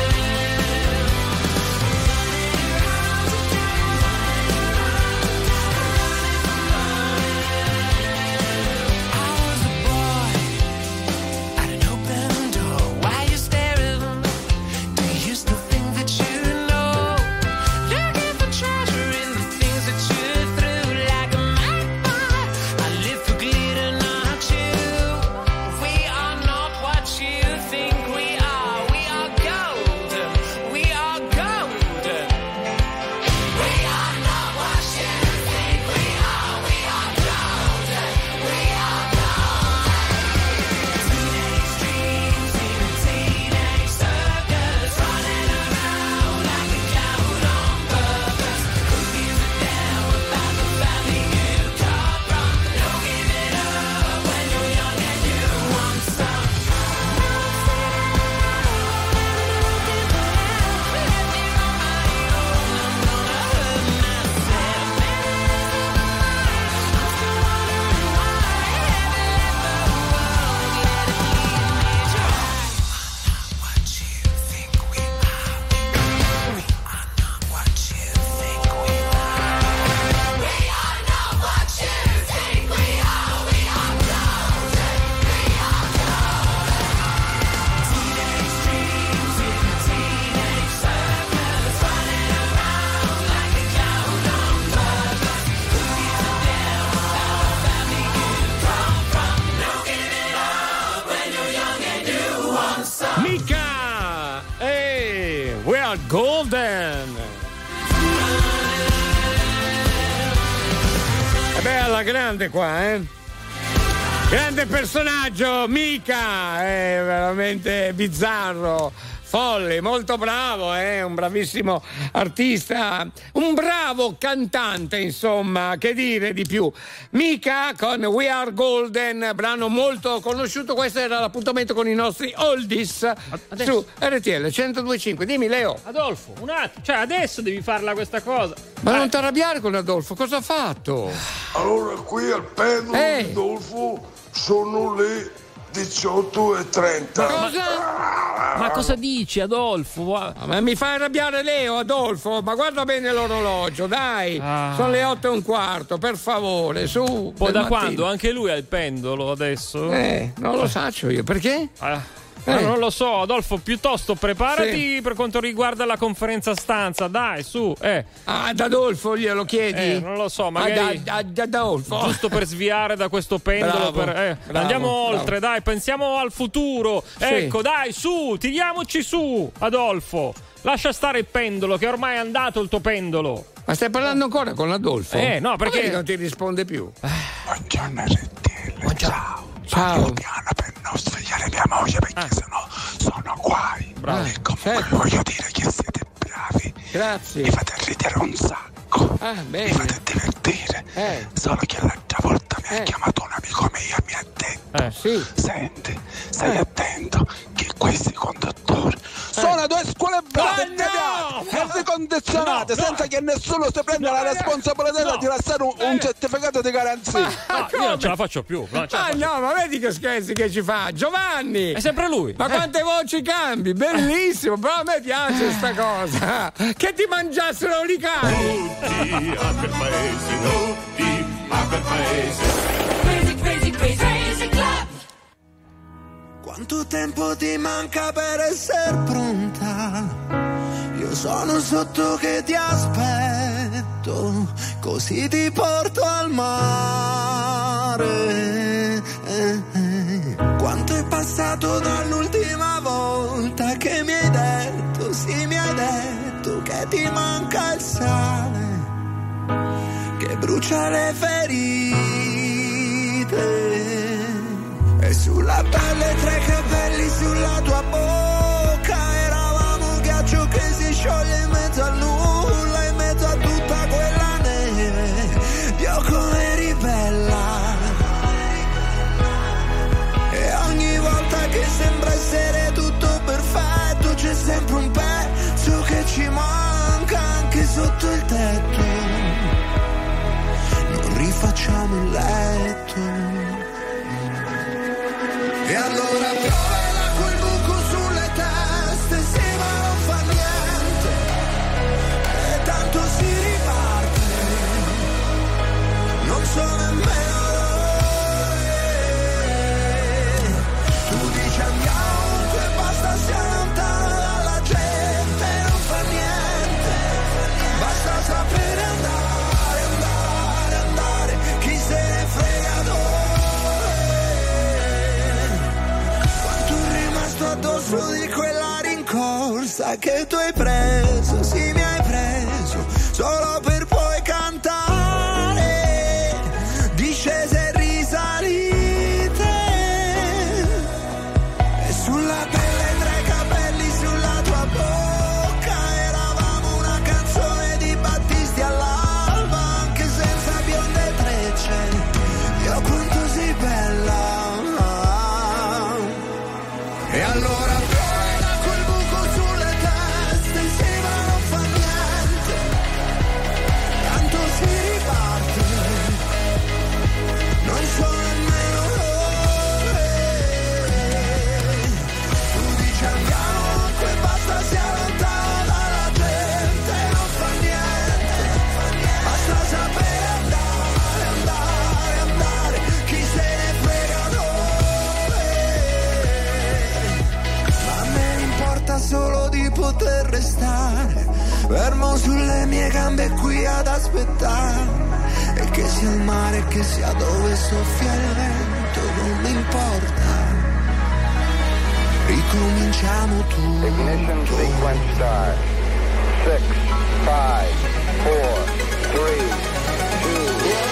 Speaker 11: I was a boy at an open door. Why you staring? Do you still think that you know? Looking for treasure in the things that you threw like a magpie. I live for glitter, not you. We are not what you think we are. We are golden. We are golden. We are not what you think we are. We are golden. We are golden. Teenage dreams in a teenage circus, running around like a clown on purpose. Who gives a damn about the family you come from? No giving up when you're young and you want some.
Speaker 1: Mica! Ehi, we are golden! È bella, grande qua, eh? Grande personaggio, Mica! È veramente bizzarro, folle, molto bravo, eh? Un bravissimo artista, un bravo cantante, insomma, che dire di più. Mica con We Are Golden, brano molto conosciuto. Questo era l'appuntamento con i nostri oldies
Speaker 2: Adesso.
Speaker 1: su R T L centodue e cinque. Dimmi, Leo.
Speaker 2: Adolfo, un attimo, cioè adesso devi farla questa cosa.
Speaker 1: Ma non ti arrabbiare con Adolfo, cosa ha fatto?
Speaker 8: Allora, qui al pendolo
Speaker 1: Eh.
Speaker 8: di Adolfo sono le diciotto e trenta.
Speaker 1: Cosa?
Speaker 2: Ma cosa dici, Adolfo?
Speaker 1: Ma mi fai arrabbiare Leo, Adolfo? Ma guarda bene l'orologio, dai.
Speaker 2: Ah.
Speaker 1: Sono le otto e un quarto, per favore, su.
Speaker 2: Poi
Speaker 1: del
Speaker 2: da
Speaker 1: mattino.
Speaker 2: quando? Anche lui ha il pendolo adesso?
Speaker 1: Eh, non lo faccio io, perché?
Speaker 2: Ah.
Speaker 1: Eh.
Speaker 2: Ah, non lo so, Adolfo, piuttosto preparati
Speaker 1: Sì.
Speaker 2: per quanto riguarda la conferenza stampa, dai, su, eh.
Speaker 1: Ah, ad Adolfo glielo chiedi?
Speaker 2: Eh, non lo so, magari
Speaker 1: Ad, ad, ad Adolfo.
Speaker 2: giusto per sviare da questo pendolo.
Speaker 1: Bravo,
Speaker 2: per, eh.
Speaker 1: bravo,
Speaker 2: Andiamo
Speaker 1: bravo.
Speaker 2: oltre, dai, pensiamo al futuro.
Speaker 1: Sì.
Speaker 2: Ecco, dai, su, tiriamoci su, Adolfo. Lascia stare il pendolo, che ormai è andato il tuo pendolo.
Speaker 1: Ma stai parlando ancora con Adolfo?
Speaker 2: Eh, no, perché-
Speaker 1: Perché non ti risponde più?
Speaker 8: Buongiorno R T L, ciao.
Speaker 1: Ciao.
Speaker 8: Parlo piano per non svegliare mia moglie, perché sennò sono guai.
Speaker 1: Bravo.
Speaker 8: E comunque
Speaker 1: Certo.
Speaker 8: voglio dire che siete bravi.
Speaker 1: Grazie.
Speaker 8: Mi fate ridere un sacco.
Speaker 1: Ah, bene.
Speaker 8: Mi fate divertire.
Speaker 1: Eh.
Speaker 8: Solo che l'altra volta mi ha
Speaker 1: Eh.
Speaker 8: chiamato un amico mio e mi ha detto:
Speaker 2: Eh.
Speaker 1: Sì.
Speaker 8: senti, stai
Speaker 1: Eh.
Speaker 8: attento che questi conduttori sono due scuole
Speaker 1: Ma
Speaker 8: brave
Speaker 1: no!
Speaker 8: italiane. Questi conduttori condizionate
Speaker 2: No, no.
Speaker 8: senza che nessuno si prenda la responsabilità
Speaker 2: no.
Speaker 8: di lasciare un, un certificato di garanzia.
Speaker 2: No, io non ce la faccio più. Non ce la
Speaker 1: Ah
Speaker 2: faccio
Speaker 1: no, ma vedi che scherzi che ci fa Giovanni!
Speaker 2: È sempre lui.
Speaker 1: Ma
Speaker 2: Eh.
Speaker 1: quante voci cambi, bellissimo, però a me piace sta cosa. Che ti mangiassero i cani!
Speaker 11: Tutti a quel paese, tutti a quel paese.
Speaker 17: Crazy, crazy, crazy, crazy club.
Speaker 11: Quanto tempo ti manca per essere pronta? Io sono sotto che ti aspetto, così ti porto al mare. Eh, eh. Quanto è passato dall'ultima volta che mi hai detto, sì mi hai detto che ti manca il sale, che brucia le ferite. E sulla pelle tre capelli sulla tua bocca, eravamo ghiaccio che si scioglie in mezzo al nulla, in mezzo a tutta quella neve. Dio come eri bella, e ogni volta che sembra essere tutto perfetto c'è sempre un pezzo che ci manca anche sotto il tetto. Non rifacciamo il letto. E allora piovela quel buco sulle teste, sì ma non fa niente, e tanto si riparte, non so nemmeno dove. Tu dici andiamo e basta, sia lontano dalla gente, non fa niente, basta sapere andare, andare, andare, chi se ne frega dove. Addosso di quella rincorsa che tu hai preso, sì mi hai preso, solo per poi cantare discese e risalite, e sulla pelle tre capelli sulla tua bocca, eravamo una canzone di Battisti all'alba, anche senza bionde trecce, io quanto sei bella. E allora piovela quel buco sulle teste, sì ma non fa niente, tanto si riparte, non so nemmeno dove. Tu dici andiamo e basta, sia lontano dalla gente, non fa niente, basta sapere andare, andare, andare, chi se ne frega dove. Solo di poter restare fermo sulle mie gambe qui ad aspettare, e che sia il mare, che sia dove soffia il vento, non mi importa, ricominciamo tutto.
Speaker 9: Ignition sequence start. six, five, four, three, two, one.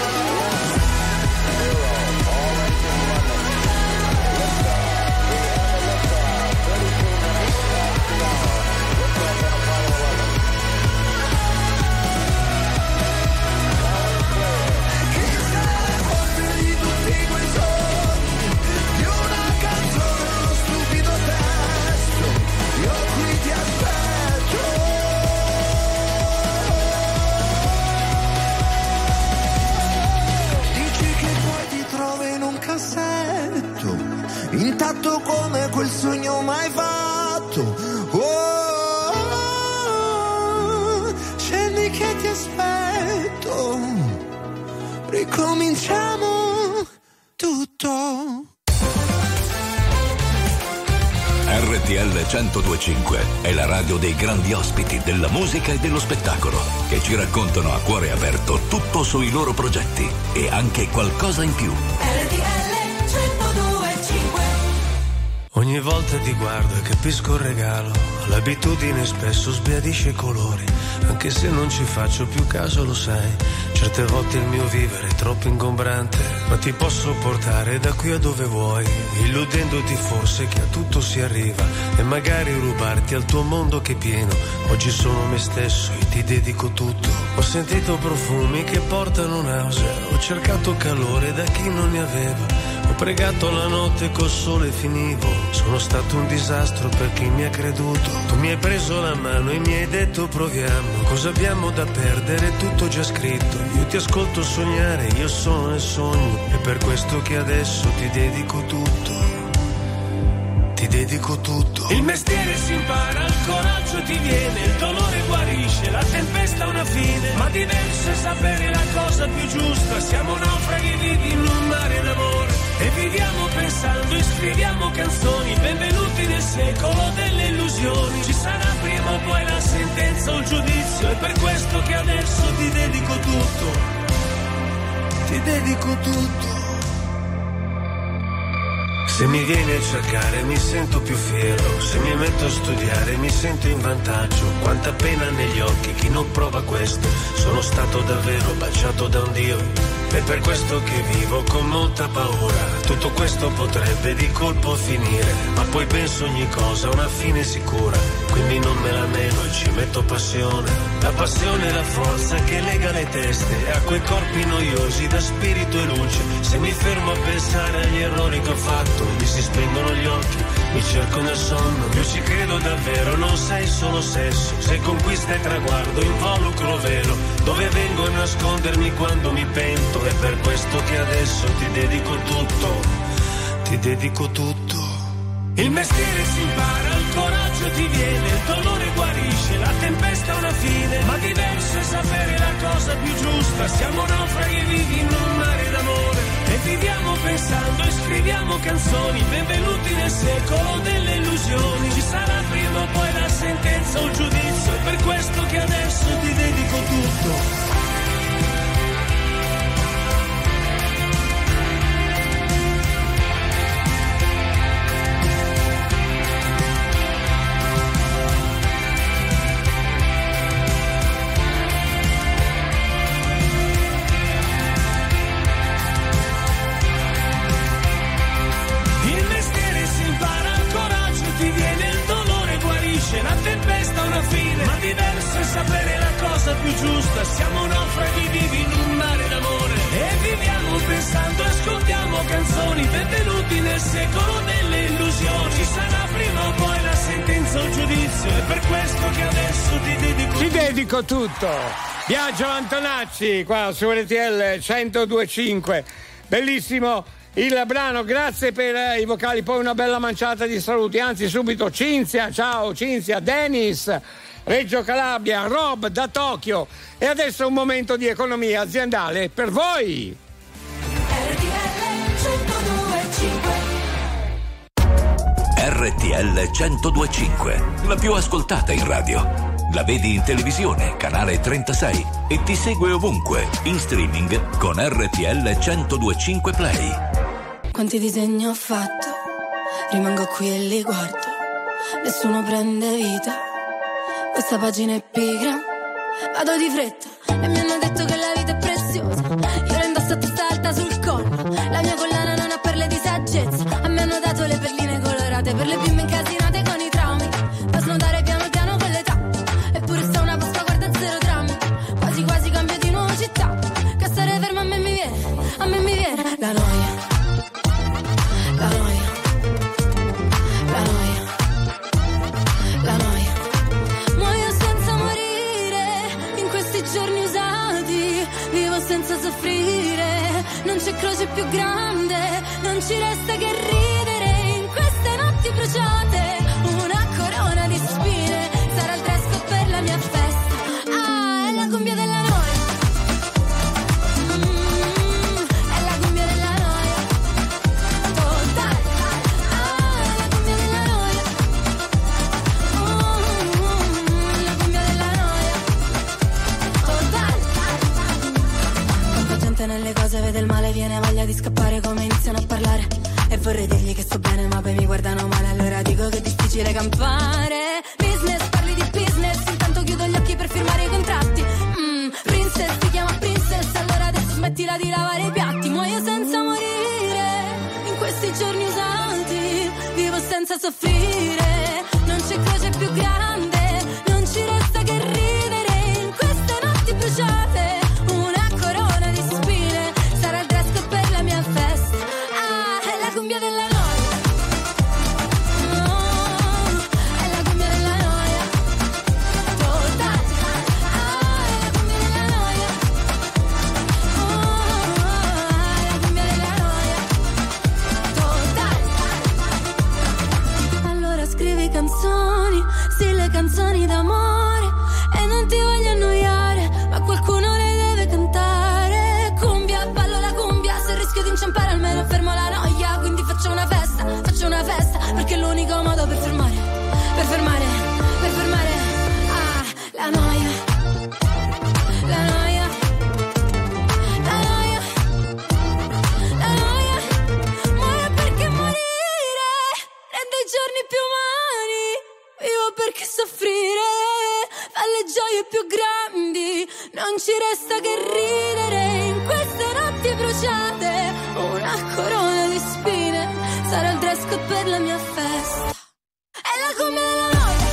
Speaker 11: Intatto come quel sogno mai fatto. Oh, oh, oh, scendi che ti aspetto, ricominciamo tutto.
Speaker 12: R T L centodue e cinque è la radio dei grandi ospiti della musica e dello spettacolo, che ci raccontano a cuore aperto tutto sui loro progetti e anche qualcosa in più.
Speaker 17: R T L centodue e cinque.
Speaker 14: Ogni volta ti guardo e capisco il regalo, l'abitudine spesso sbiadisce i colori, anche se non ci faccio più caso, lo sai. Certe volte il mio vivere è troppo ingombrante, ma ti posso portare da qui a dove vuoi, illudendoti forse che a tutto si arriva e magari rubarti al tuo mondo che è pieno. Oggi sono me stesso e ti dedico tutto. Ho sentito profumi che portano nausea, ho cercato calore da chi non ne aveva, ho pregato la notte col sole finivo, sono stato un disastro per chi mi ha creduto. Tu mi hai preso la mano e mi hai detto proviamo, cosa abbiamo da perdere, tutto già scritto. Io ti ascolto sognare, io sono nel sogno, è per questo che adesso ti dedico tutto. Ti dedico tutto.
Speaker 4: Il mestiere si impara, il coraggio ti viene, il dolore guarisce, la tempesta ha una fine, ma diverso è sapere la cosa più giusta. Siamo naufraghi vivi in un mare d'amore e viviamo pensando e scriviamo canzoni. Benvenuti nel secolo delle illusioni. Ci sarà prima o poi la sentenza o il giudizio, è per questo che adesso ti dedico tutto.
Speaker 14: Ti dedico tutto. Se mi vieni a cercare mi sento più fiero, se mi metto a studiare mi sento in vantaggio. Quanta pena negli occhi chi non prova questo, sono stato davvero baciato da un Dio. È per questo che vivo con molta paura, tutto questo potrebbe di colpo finire, ma poi penso ogni cosa ha una fine sicura, quindi non me la nego e ci metto passione. La passione è la forza che lega le teste a quei corpi noiosi da spirito e luce. Se mi fermo a pensare agli errori che ho fatto, mi si spengono gli occhi, mi cerco nel sonno. Io ci credo davvero, non sei solo sesso, sei conquista e traguardo, involucro vero, dove vengo a nascondermi quando mi pento. È per questo che adesso ti dedico tutto, ti dedico tutto.
Speaker 4: Il mestiere si impara, il coraggio ti viene, il dolore guarisce, la tempesta ha una fine, ma diverso è sapere la cosa più giusta. Siamo naufraghi vivi in un mare d'amore e viviamo pensando e scriviamo canzoni. Benvenuti nel secolo delle illusioni. Ci sarà prima o poi la sentenza o il giudizio, è per questo che adesso ti dedico tutto. La tempesta ha una fine, ma diverso è sapere la cosa più giusta. Siamo naufraghi vivi in un mare d'amore e viviamo pensando e ascoltiamo canzoni. Benvenuti nel secolo delle illusioni. Ci sarà prima o poi la sentenza o il giudizio, è per questo che adesso ti dedico
Speaker 1: Ti dedico tutto. Biagio Antonacci qua su R T L centodue e cinque. Bellissimo il brano, grazie per i vocali, poi una bella manciata di saluti, anzi subito Cinzia, ciao Cinzia, Dennis, Reggio Calabria, Rob da Tokyo e adesso un momento di economia aziendale per voi.
Speaker 12: R T L centodue e cinque, la più ascoltata in radio. La vedi in televisione, canale trentasei e ti segue ovunque, in streaming con R T L centodue e cinque Play.
Speaker 22: Quanti disegni ho fatto, rimango qui e li guardo, nessuno prende vita, questa pagina è pigra, vado di fretta e mi hanno detto che la vita è preziosa, io la indosso a testa alta sul collo, la mia collana non ha perle di saggezza, a me hanno dato le perline colorate per le bimbe incasinate con i traumi, da snodare piano piano con l'età, eppure sta una Pasqua guarda zero drammi, quasi quasi cambio di nuovo città, che stare ferma a me mi viene, a me mi viene la noia. La noia, la noia, la noia. Muoio senza morire in questi giorni usati, vivo senza soffrire, non c'è croce più grande, non ci resta che ridere in queste notti bruciate, una corona di spine, sarà il dress code per la mia festa, ah, è la cumbia della noia. Nelle cose vede il male, viene voglia di scappare come iniziano a parlare e vorrei dirgli che sto bene ma poi mi guardano male, allora dico che è difficile campare. Business, parli di business, intanto chiudo gli occhi per firmare i contratti. mm, Princess, ti chiama princess, allora adesso smettila di lavare i piatti. Muoio senza morire in questi giorni usati, vivo senza soffrire, non c'è croce più grande, non ci resta che ridere in queste notti bruciate, una corona di spine, sarà il dress code per la mia festa, ah, è le gioie più grandi, non ci resta che ridere in queste notti bruciate. Una corona di spine sarà il dress code per la mia festa. E la come la noia,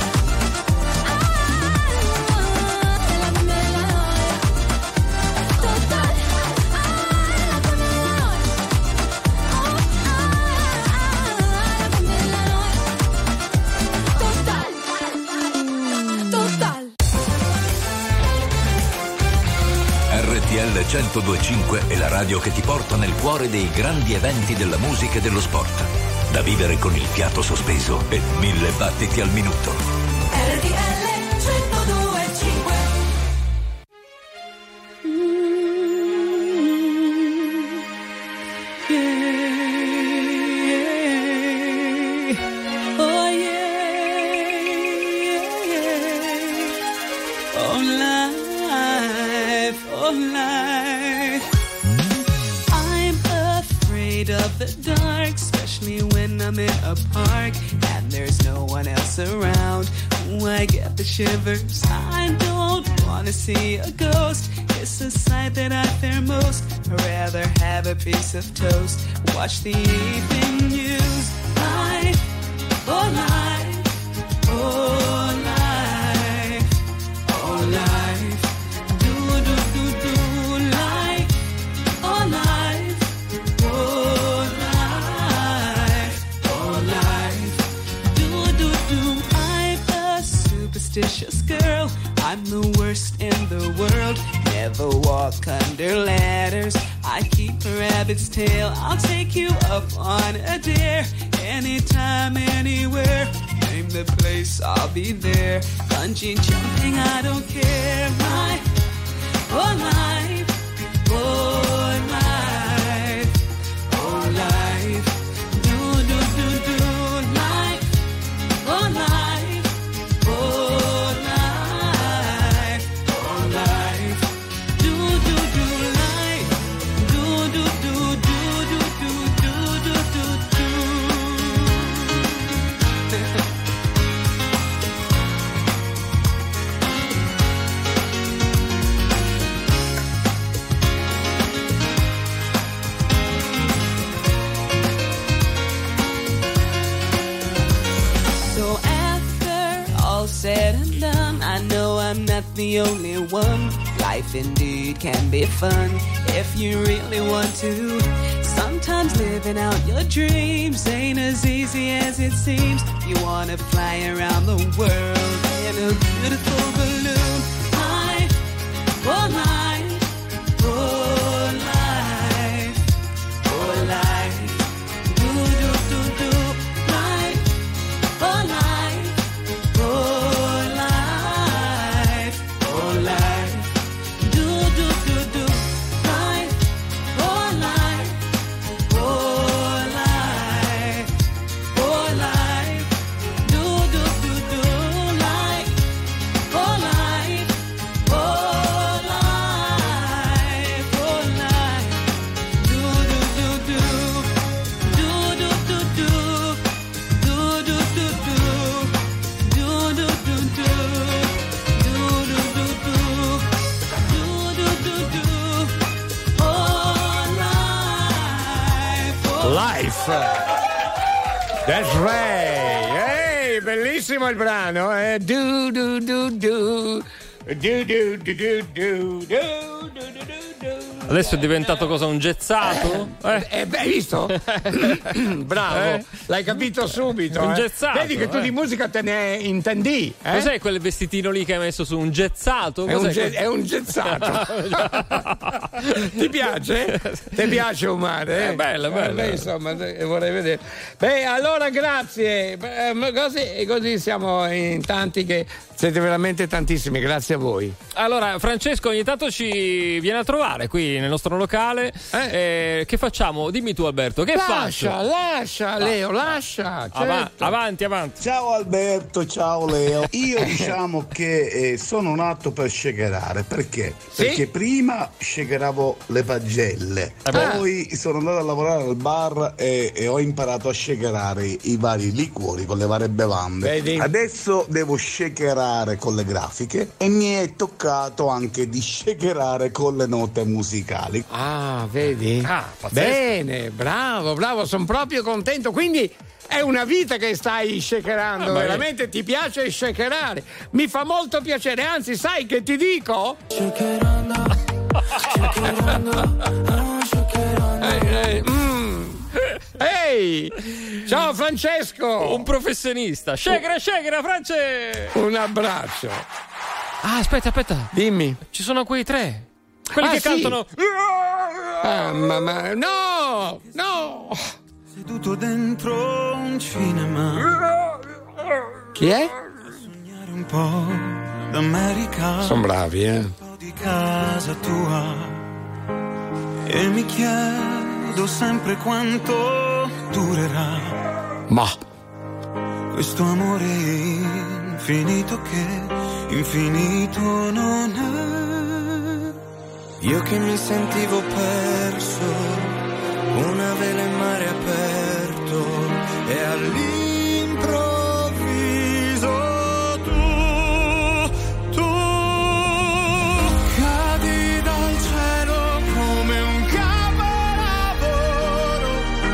Speaker 22: ah, e la come la noia, totale, ah, e la come la noia, oh, ah, la come la noia, totale, totale.
Speaker 12: R T L centodue e cinque è la radio che ti porta nel cuore dei grandi eventi della musica e dello sport. Da vivere con il fiato sospeso e mille battiti al minuto.
Speaker 11: R T L centodue e cinque. Oh yeah, oh life, oh life. I'm afraid of the dark, especially when I'm in a park and there's no one else around. Ooh, I get the shivers. I don't wanna see a ghost. It's a sight that I fear most. I'd rather have a piece of toast. Watch the evening news. Life, oh life, oh life, oh life. Do do do do life, oh life, oh life, oh life. Do do do. I'm a superstitious girl. I'm the worst in the world. Never walk under ladders. I keep a rabbit's tail. I'll take you up on a dare. Anytime, anywhere. Name the place, I'll be there. Bungee jumping, I don't care. My whole life, oh life, oh life. Do do do do life, oh life, oh life, oh life. Do do do life, do do do do do do do do do do. So after all said and done, I know I'm not the only one. Life indeed can be fun if you really want to. Sometimes living out your dreams ain't as easy as it seems. You wanna fly around the world in a beautiful balloon. Life, oh life, oh life, oh life. Do do do do life, oh life, oh life, oh life. Do do do do life, oh life, oh life, oh life. Do do do do life, oh life, oh life, oh life. Do do do do, do do do do, do do do do, do do do do, do do do do, do do do do. Oh life, oh
Speaker 1: Life. That's right. Ehi, bellissimo il brano, eh? Do do do do. Do do do do do do do do do.
Speaker 2: Adesso è diventato cosa? Un gezzato?
Speaker 1: Eh, eh, beh, hai visto? Bravo,
Speaker 2: Eh?
Speaker 1: l'hai capito subito.
Speaker 2: Un
Speaker 1: eh.
Speaker 2: gezzato,
Speaker 1: Vedi che tu
Speaker 2: eh.
Speaker 1: di musica te ne intendi. Eh?
Speaker 2: Cos'è quel vestitino lì che hai messo su? Un gezzato?
Speaker 1: È un,
Speaker 2: Cos'è
Speaker 1: ge-
Speaker 2: quel-
Speaker 1: è un gezzato. Ti piace? Ti piace un mare? Eh?
Speaker 2: È bella, bella.
Speaker 1: Beh, insomma, eh, vorrei vedere. Beh, allora grazie. Beh, così, così siamo in tanti che siete veramente tantissimi. Grazie a voi.
Speaker 2: Allora, Francesco ogni tanto ci viene a trovare qui nel nostro locale. Eh. Eh, che facciamo? Dimmi tu, Alberto, che
Speaker 1: lascia,
Speaker 2: faccio?
Speaker 1: Lascia, Leo, lascia. Certo.
Speaker 2: Ava- avanti, avanti.
Speaker 15: Ciao Alberto, ciao Leo. Io diciamo che eh, sono nato per shakerare. Perché?
Speaker 1: Sì?
Speaker 15: Perché prima shakeravo le pagelle,
Speaker 2: Eh
Speaker 15: poi sono andato a lavorare al bar e, e ho imparato a shakerare i vari liquori con le varie bevande.
Speaker 1: Vedi?
Speaker 15: Adesso devo shakerare con le grafiche e mi è toccato anche di shakerare con le note musicali.
Speaker 1: Ah, vedi?
Speaker 2: Ah, pazzesco.
Speaker 1: Bene, bravo, bravo, sono proprio contento. Quindi è una vita che stai shakerando,
Speaker 2: Ah,
Speaker 1: veramente ti piace shakerare. Mi fa molto piacere, anzi, sai che ti dico?
Speaker 11: Shakerando, shakerando, shakerando.
Speaker 1: Eh, eh, mm. Ehi! Ciao Francesco!
Speaker 2: Un professionista. Shakera, shakera, France!
Speaker 1: Un abbraccio.
Speaker 2: Ah, aspetta, aspetta.
Speaker 1: Dimmi.
Speaker 2: Ci sono quei tre. Quelli
Speaker 1: Ah,
Speaker 2: che
Speaker 1: sì.
Speaker 2: cantano.
Speaker 1: Ah, mamma. No! No!
Speaker 11: Seduto dentro un cinema.
Speaker 1: Chi è?
Speaker 11: Sognare un po' d'America.
Speaker 1: Sono bravi, eh?
Speaker 11: Un po' di casa tua. E mi chiedo sempre quanto durerà.
Speaker 1: Ma.
Speaker 11: Questo amore infinito che infinito non è. Io che mi sentivo perso, una vela in mare aperto, e all'improvviso tu, tu cadi dal cielo come un capolavoro.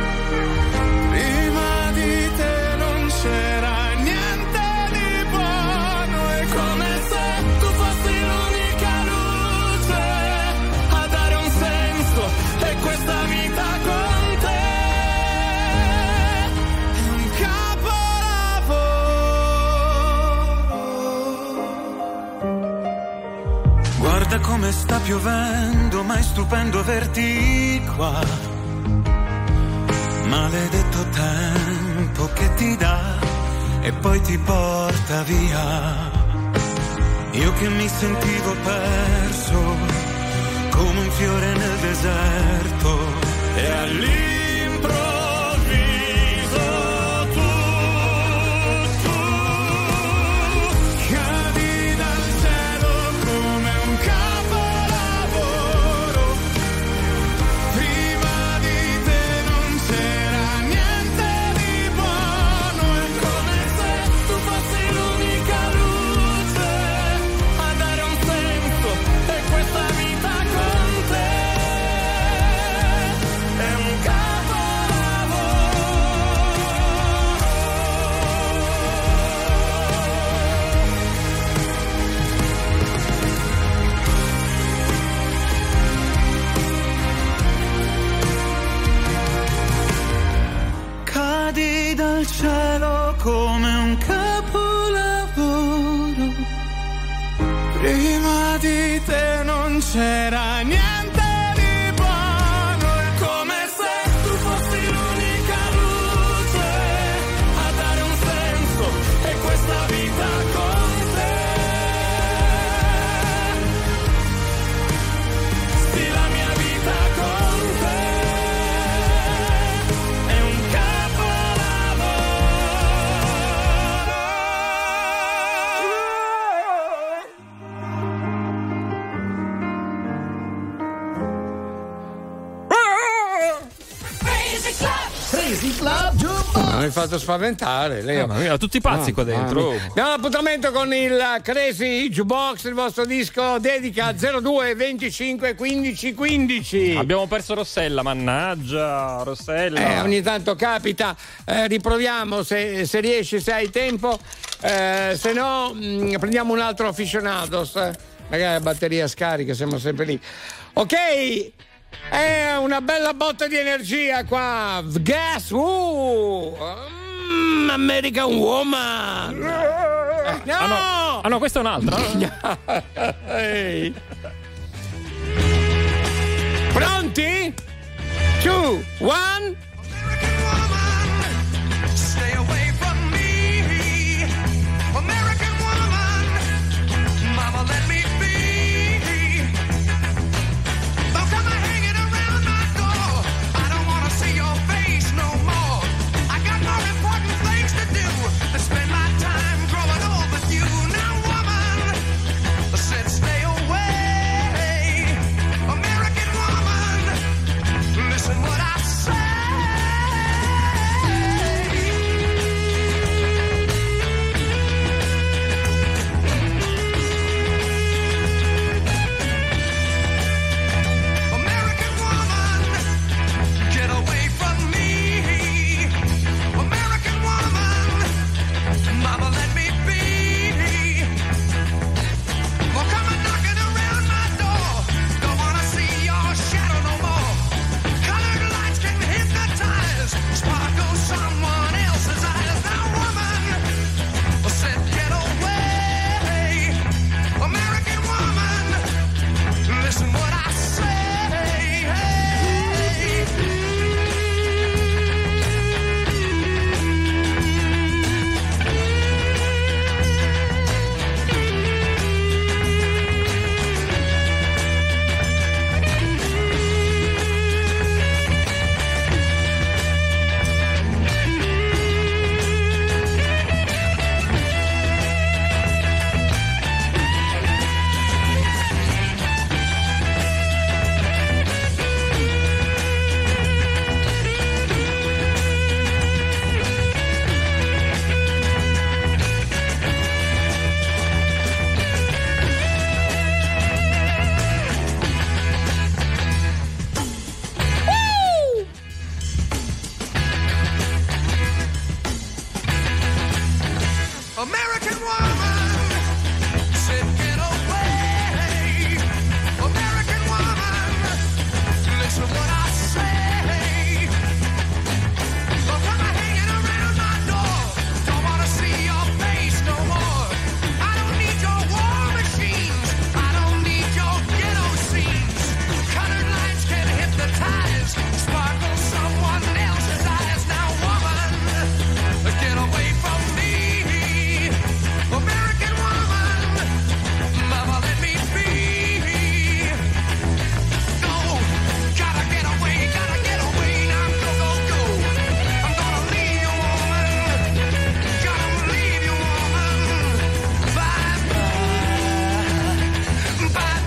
Speaker 11: Prima di te non c'era niente di buono, è come se tu fossi l'unica luce a dare un senso e questa vita con te è un capolavoro. Guarda come sta piovendo, ma è stupendo averti qua. Maledetto tempo che ti dà e poi ti porta via. Io che mi sentivo perso come un fiore nel deserto, e all'improvviso tu, tu cadi dal cielo come un capolavoro. Prima di te non c'era niente di buono, è come se tu fossi l'unica luce a dare un senso e questa vita con te è un capolavoro. Cadi dal cielo come un capolavoro. Prima di te non c'era niente di buono, è come se tu fossi l'unica luce a dare un senso e questa vita con te. Sì, la mia vita con te è un
Speaker 6: Crazy Club Jukebox.
Speaker 1: Mi hai fatto spaventare, Leo.
Speaker 2: Mamma mia, tutti pazzi qua dentro.
Speaker 1: Abbiamo appuntamento con il Crazy Jukebox, il vostro disco dedica zero due venticinque quindici quindici.
Speaker 2: Abbiamo perso Rossella, mannaggia, Rossella.
Speaker 1: Eh, ogni tanto capita, eh, riproviamo se, se riesci, se hai tempo, eh, se no mh, prendiamo un altro aficionados, eh. Magari la batteria scarica, siamo sempre lì. Ok, è una bella botta di energia qua. Gas, uh, mm, American Woman. Eh, no!
Speaker 2: Ah no, ah, no, questa è un'altra.
Speaker 1: Ehi. Pronti? Two, one.
Speaker 11: Stay away from me, American woman. Mama, let me be. Don't come American woman said get away. American woman, listen what I say. But when I'm hanging around my door, don't wanna see your face no more. I don't need your war machines, I don't need your ghetto scenes. Colored lines can hypnotize, sparkle someone else's eyes. Now woman, get away from me. American woman, mama let me be. No, gotta get away, gotta get away. Now go, go, go. I'm gonna leave you, woman. Gotta leave you, woman. Bye, bye. Bye,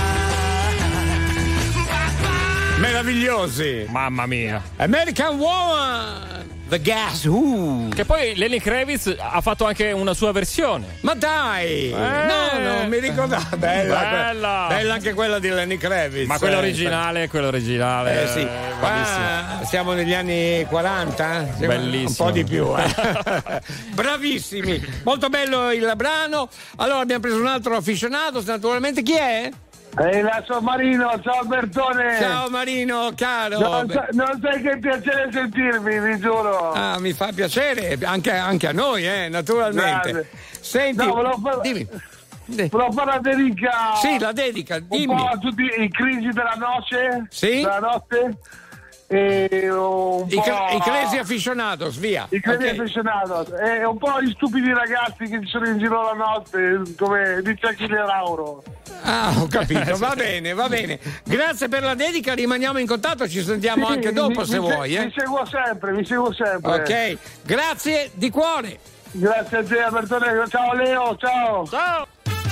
Speaker 11: bye. Bye, bye.
Speaker 1: Meravigliosi.
Speaker 2: Mamma mia.
Speaker 1: American Woman. The Gas Who.
Speaker 2: Che poi Lenny Kravitz ha fatto anche una sua versione.
Speaker 1: Ma dai!
Speaker 2: Eh.
Speaker 1: No, no, mi ricordavo. Bella,
Speaker 2: Bella.
Speaker 1: bella anche quella di Lenny Kravitz.
Speaker 2: Ma quella
Speaker 1: eh.
Speaker 2: originale, quella originale.
Speaker 1: Eh sì, qua siamo negli anni quaranta,
Speaker 2: Bellissimo.
Speaker 1: Un po' di più, eh. Bravissimi, molto bello il brano. Allora abbiamo preso un altro afficionato, naturalmente. Chi è?
Speaker 5: Ehi, la so Marino, ciao Bertone.
Speaker 1: Ciao Marino, caro.
Speaker 5: Non, sa- non sai che piacere sentirmi, vi giuro.
Speaker 1: Ah, mi fa piacere, anche, anche a noi, eh, naturalmente.
Speaker 5: Grazie.
Speaker 1: Senti,
Speaker 5: No, volevo fare-
Speaker 1: dimmi.
Speaker 5: Volevo fare la dedica.
Speaker 1: Sì, la dedica, dimmi.
Speaker 5: Un po' a tutti i crisi della noce.
Speaker 1: Sì?
Speaker 5: Della notte. E un
Speaker 1: I,
Speaker 5: po'
Speaker 1: cre- i cresi afficionados, via.
Speaker 5: I credi
Speaker 1: Ok.
Speaker 5: affezionato e un po' gli stupidi ragazzi che ci sono in giro la notte, come dice Achille Lauro.
Speaker 1: Ah, ho capito, va bene, va bene. Grazie per la dedica, rimaniamo in contatto, ci sentiamo
Speaker 5: Sì,
Speaker 1: anche dopo
Speaker 5: mi-
Speaker 1: se
Speaker 5: mi
Speaker 1: vuoi.
Speaker 5: se-
Speaker 1: Eh.
Speaker 5: Vi seguo sempre, vi seguo sempre.
Speaker 1: Ok, grazie di cuore.
Speaker 5: Grazie a te, Albertone. Ciao Leo, ciao.
Speaker 2: Ciao.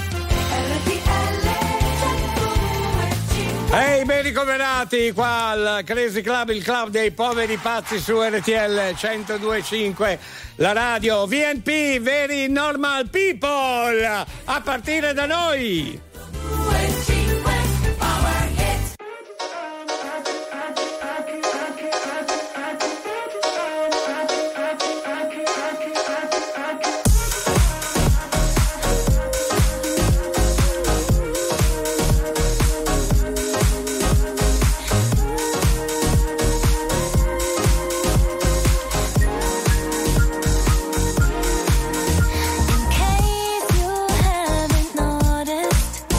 Speaker 1: Ehi, ben ricoverati qua al Crazy Club, il club dei poveri pazzi su R T L centodue e cinque, la radio V N P, Very Normal People, a partire da noi.
Speaker 11: In case you haven't noticed,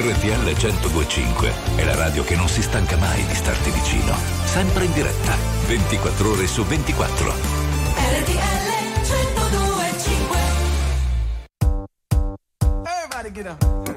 Speaker 12: R T L centodue e cinque è la radio che non si stanca mai di starti vicino. Sempre in diretta, ventiquattro ore su ventiquattro.
Speaker 11: R T L centodue e cinque.
Speaker 16: Everybody get up.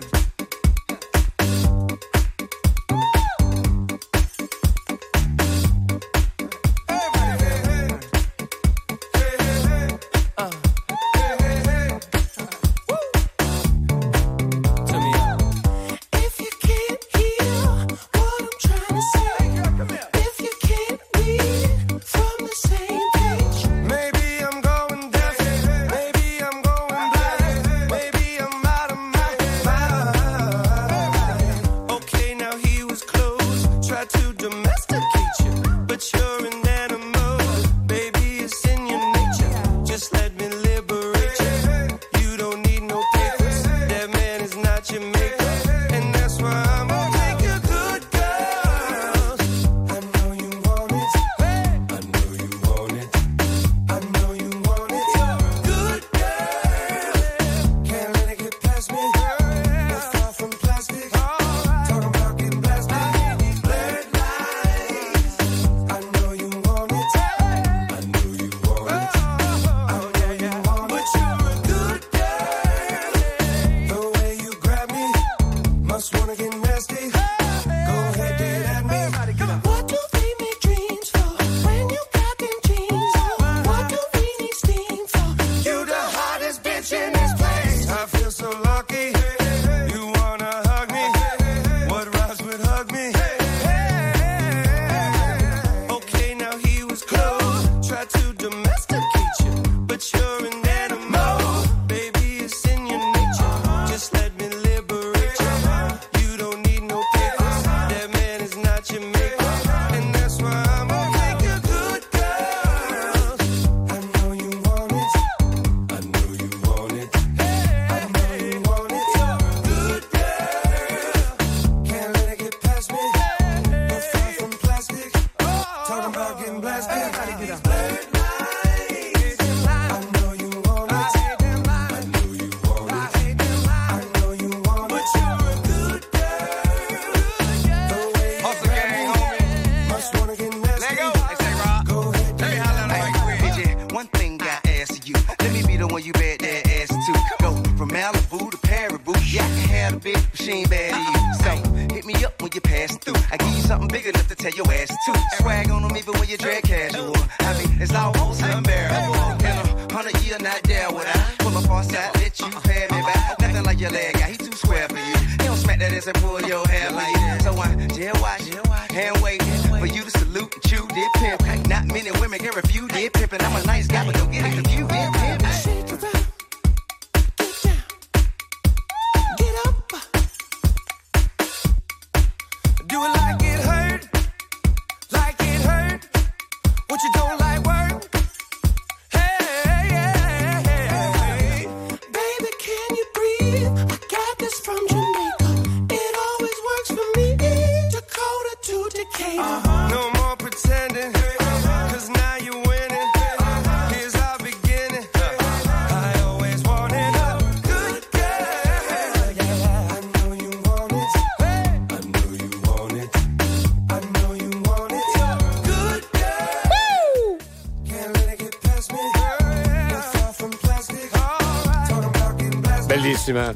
Speaker 1: Bellissima.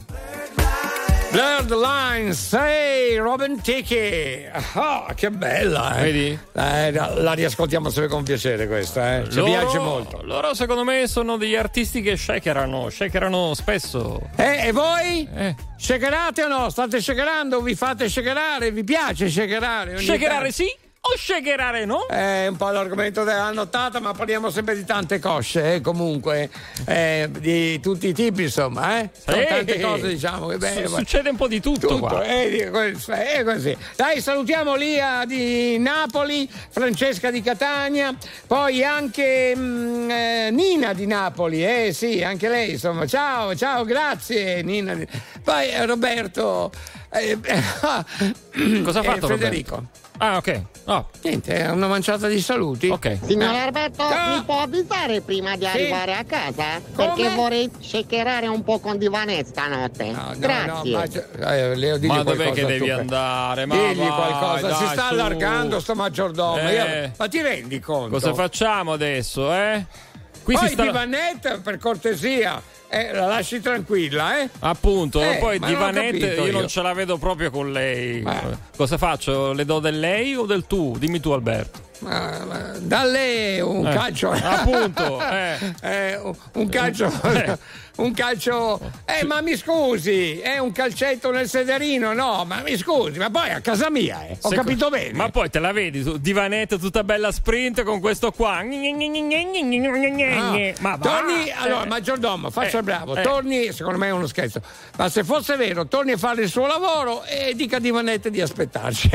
Speaker 1: Blurred Lines, hey, Robin Thicke. Oh, che bella, eh.
Speaker 2: Vedi?
Speaker 1: Eh, la riascoltiamo sempre con piacere questa, eh. Ci
Speaker 2: loro,
Speaker 1: piace molto.
Speaker 2: Loro secondo me sono degli artisti che shakerano, shakerano spesso.
Speaker 1: Eh, e voi? Eh. Shakerate o no? State shakerando? Vi fate shakerare? Vi piace shakerare?
Speaker 2: Shakerare sì o shakerare no?
Speaker 1: È un po' l'argomento della nottata, ma parliamo sempre di tante cosce, eh, comunque, eh, di tutti i tipi, insomma, eh. Sono
Speaker 2: sì.
Speaker 1: tante cose, diciamo. Che beh,
Speaker 2: Su- succede un po' di tutto,
Speaker 1: tutto
Speaker 2: qua.
Speaker 1: Eh, è così. Dai, salutiamo Lia di Napoli, Francesca di Catania, poi anche mh, eh, Nina di Napoli, eh sì, anche lei, insomma. Ciao, ciao, grazie Nina. Poi eh, Roberto. Eh,
Speaker 2: Cosa ha fatto
Speaker 1: eh, Federico?
Speaker 2: Roberto? Ah, ok. Oh.
Speaker 1: Niente, è una manciata di saluti.
Speaker 2: Ok.
Speaker 21: Signor
Speaker 1: Eh.
Speaker 21: Alberto,
Speaker 1: Ciao.
Speaker 21: mi può avvisare prima di
Speaker 1: Sì.
Speaker 21: arrivare a casa?
Speaker 1: Come?
Speaker 21: Perché vorrei shakerare un po' con Divanet stanotte.
Speaker 1: No,
Speaker 21: Grazie.
Speaker 1: no, ma, eh, Leo, digli
Speaker 2: Ma dov'è
Speaker 1: qualcosa
Speaker 2: che devi
Speaker 1: tu, per-
Speaker 2: andare? Ma
Speaker 1: digli
Speaker 2: vai,
Speaker 1: qualcosa,
Speaker 2: dai,
Speaker 1: si sta
Speaker 2: su.
Speaker 1: allargando sto maggiordomo.
Speaker 2: Eh.
Speaker 1: Io- ma ti rendi conto?
Speaker 2: Cosa facciamo adesso, eh? Qui
Speaker 1: Poi
Speaker 2: si sta...
Speaker 1: Divanet, per cortesia, eh, la lasci tranquilla, eh?
Speaker 2: Appunto,
Speaker 1: Eh,
Speaker 2: poi
Speaker 1: ma non ho
Speaker 2: Divanet
Speaker 1: capito
Speaker 2: io
Speaker 1: io.
Speaker 2: non ce la vedo proprio con lei.
Speaker 1: Eh.
Speaker 2: Cosa faccio? Le do del lei o del tu? Dimmi tu, Alberto.
Speaker 1: Ma, ma, dalle un
Speaker 2: Eh,
Speaker 1: calcio.
Speaker 2: appunto, eh.
Speaker 1: Eh, un- un calcio. Un calcio. Eh, ma mi scusi, è un calcetto nel sederino, no? Ma mi scusi, ma poi a casa mia, eh. Ho
Speaker 2: Se-
Speaker 1: capito bene.
Speaker 2: Ma poi te la vedi, tu, Divanet tutta bella sprint con questo qua.
Speaker 1: Ah,
Speaker 2: Ma va,
Speaker 1: torni,
Speaker 2: eh.
Speaker 1: allora, maggiordomo, faccia
Speaker 2: Eh,
Speaker 1: il bravo,
Speaker 2: eh.
Speaker 1: torni, secondo me è uno scherzo, ma se fosse vero, torni a fare il suo lavoro e dica a Divanet di aspettarci.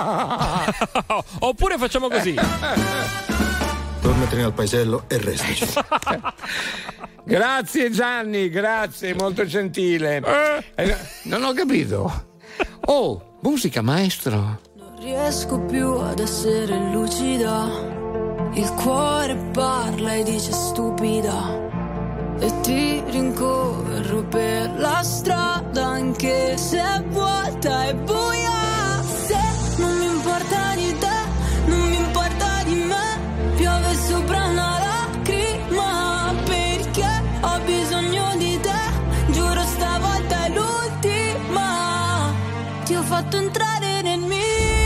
Speaker 2: Oppure facciamo così.
Speaker 18: Tornatene al paesello e restaci.
Speaker 1: Grazie Gianni, grazie, molto gentile. Eh, non ho capito. Oh, musica maestro.
Speaker 22: Non riesco più ad essere lucida. Il cuore parla e dice stupida. E ti rincorro per la strada anche se è vuota e buia. Se non mi importa di te, non mi importa di me. Piove sopra una lacrima perché ho bisogno di te. Giuro stavolta è l'ultima. Ti ho fatto entrare nel mio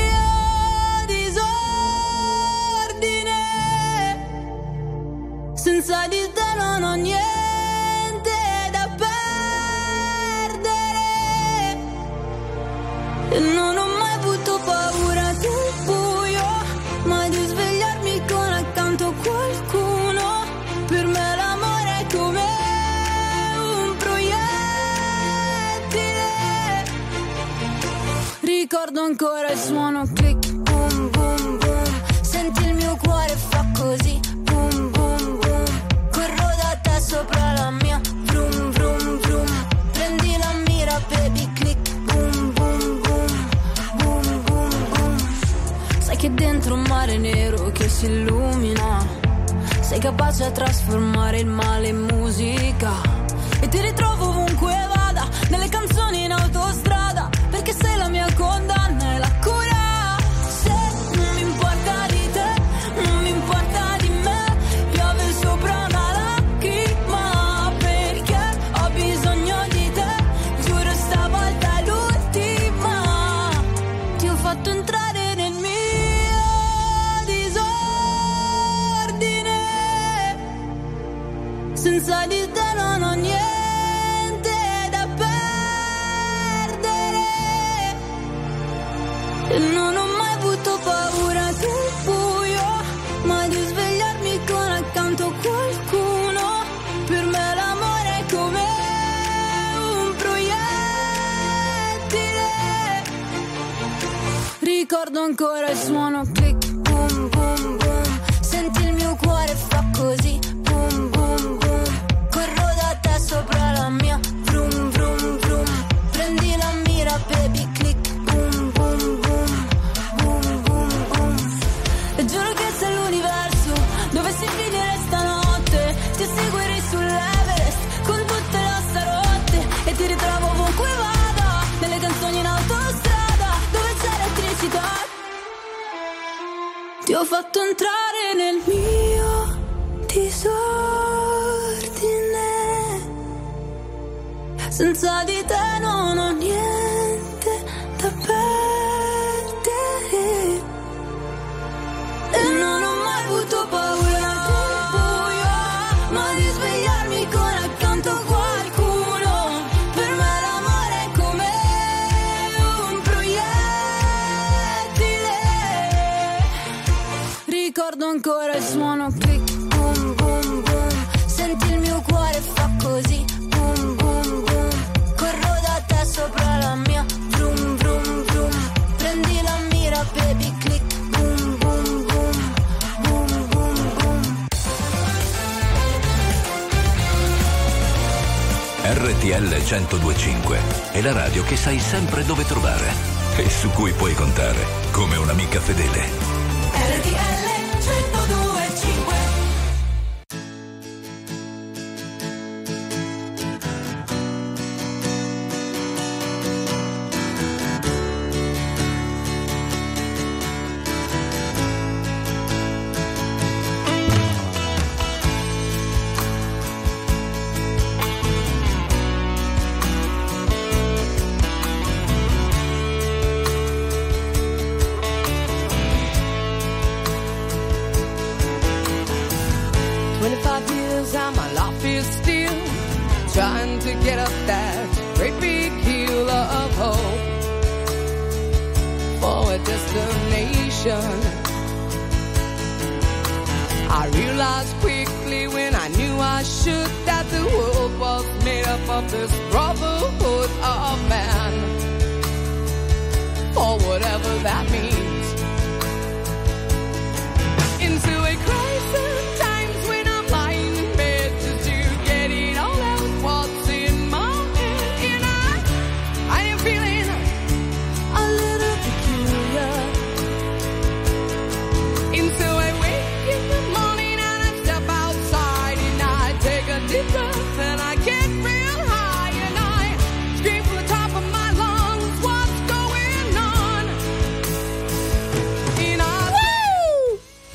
Speaker 22: disordine. Senza di te non ho niente da perdere. E non ho mai avuto paura del buio, mai di svegliarmi con accanto qualcuno. Per me l'amore è come un proiettile. Ricordo ancora il suono click, boom boom boom. Senti il mio cuore fa così, boom boom boom. Corro da te sopra la mia, vroom vroom vroom. Prendi la mira baby click, boom boom boom. Boom boom boom. Sai che dentro un mare nero che si illumina, sei capace a trasformare il male in musica. E ti ritrovo ovunque vada, nelle canzoni in autostrada, perché sei la mia condanna e la cura. Se non mi importa di te, non mi importa di me. Piove sopra una lacrima perché ho bisogno di te. Giuro stavolta è l'ultima. Ti ho fatto entrare nel mio disordine. Senza di te non ho niente da perdere. E non ho mai avuto paura del buio, mai di svegliarmi con accanto qualcuno. Per me l'amore è come un proiettile. Ricordo ancora il suono click, boom boom boom. Senti il mio cuore fa così, boom boom boom. Corro da te sopra la mia, vroom vroom vroom. Prendi la mira baby click, boom boom boom. Boom boom boom. E giuro che se l'universo dovessi finire stanotte, ti seguirei sull'Everest con tutte le ossa rotte. E ti ritrovo ovunque vada, nelle canzoni in autostrada, dove c'è elettricità. Ti ho fatto entrare nel mio disordine. Senza di te non ho niente da perdere. E non ho mai avuto paura del buio, ma di svegliarmi con accanto qualcuno. Per me l'amore è come un proiettile. Ricordo ancora il suono click, boom boom boom. Senti il mio cuore fa così, boom boom boom. Corro da te sopra la mia, vroom vroom vroom. Prendi la mira baby click, boom boom boom. Boom boom boom.
Speaker 12: R T L centodue e cinque è la radio che sai sempre dove trovare e su cui puoi contare come un'amica fedele.
Speaker 11: R T L centodue e cinque.
Speaker 18: twenty-five years and my life is still trying to get up that great big hill of hope for a destination. I realized quickly when I knew I should that the world was made up of this brotherhood of man, or whatever that means. Into a crisis times when I'm lying in bed just to get it all out what's in my head, and I, I am feeling a little peculiar. Into I wake in the morning and I step outside and I take a deep breath and I get real high and I scream from the top of my lungs, what's going on? And I woo!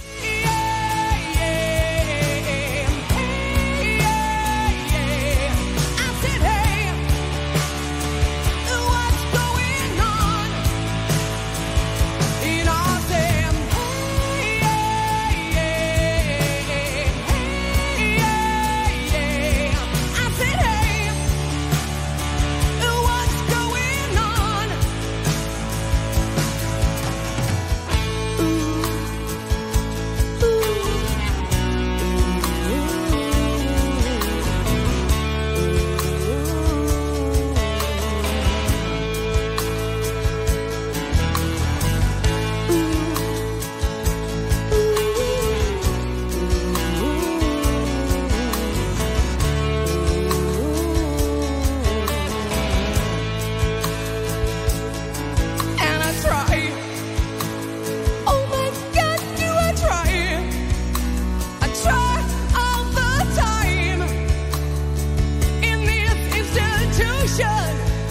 Speaker 18: And I try. Oh my God, do I try? I try all the time in this institution.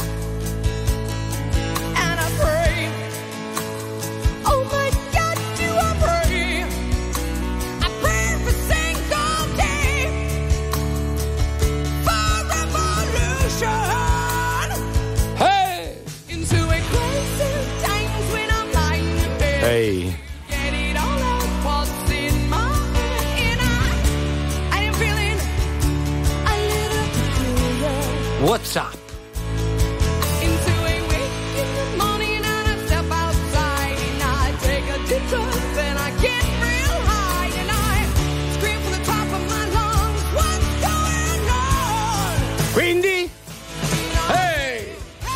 Speaker 18: And I pray. Oh my God, do I pray? I pray every single day for revolution.
Speaker 1: Hey!
Speaker 18: Into a crisis times when I'm lying in bed.
Speaker 1: Ehi,
Speaker 18: Get it all out what's in my head, and I, I am feeling a little peculiar.
Speaker 1: what's up?
Speaker 18: Into a wake in the morning and I step outside and I take a deep breath and I get real high and I scream from the top of my lungs, what's going on?
Speaker 1: Quindi? Hey!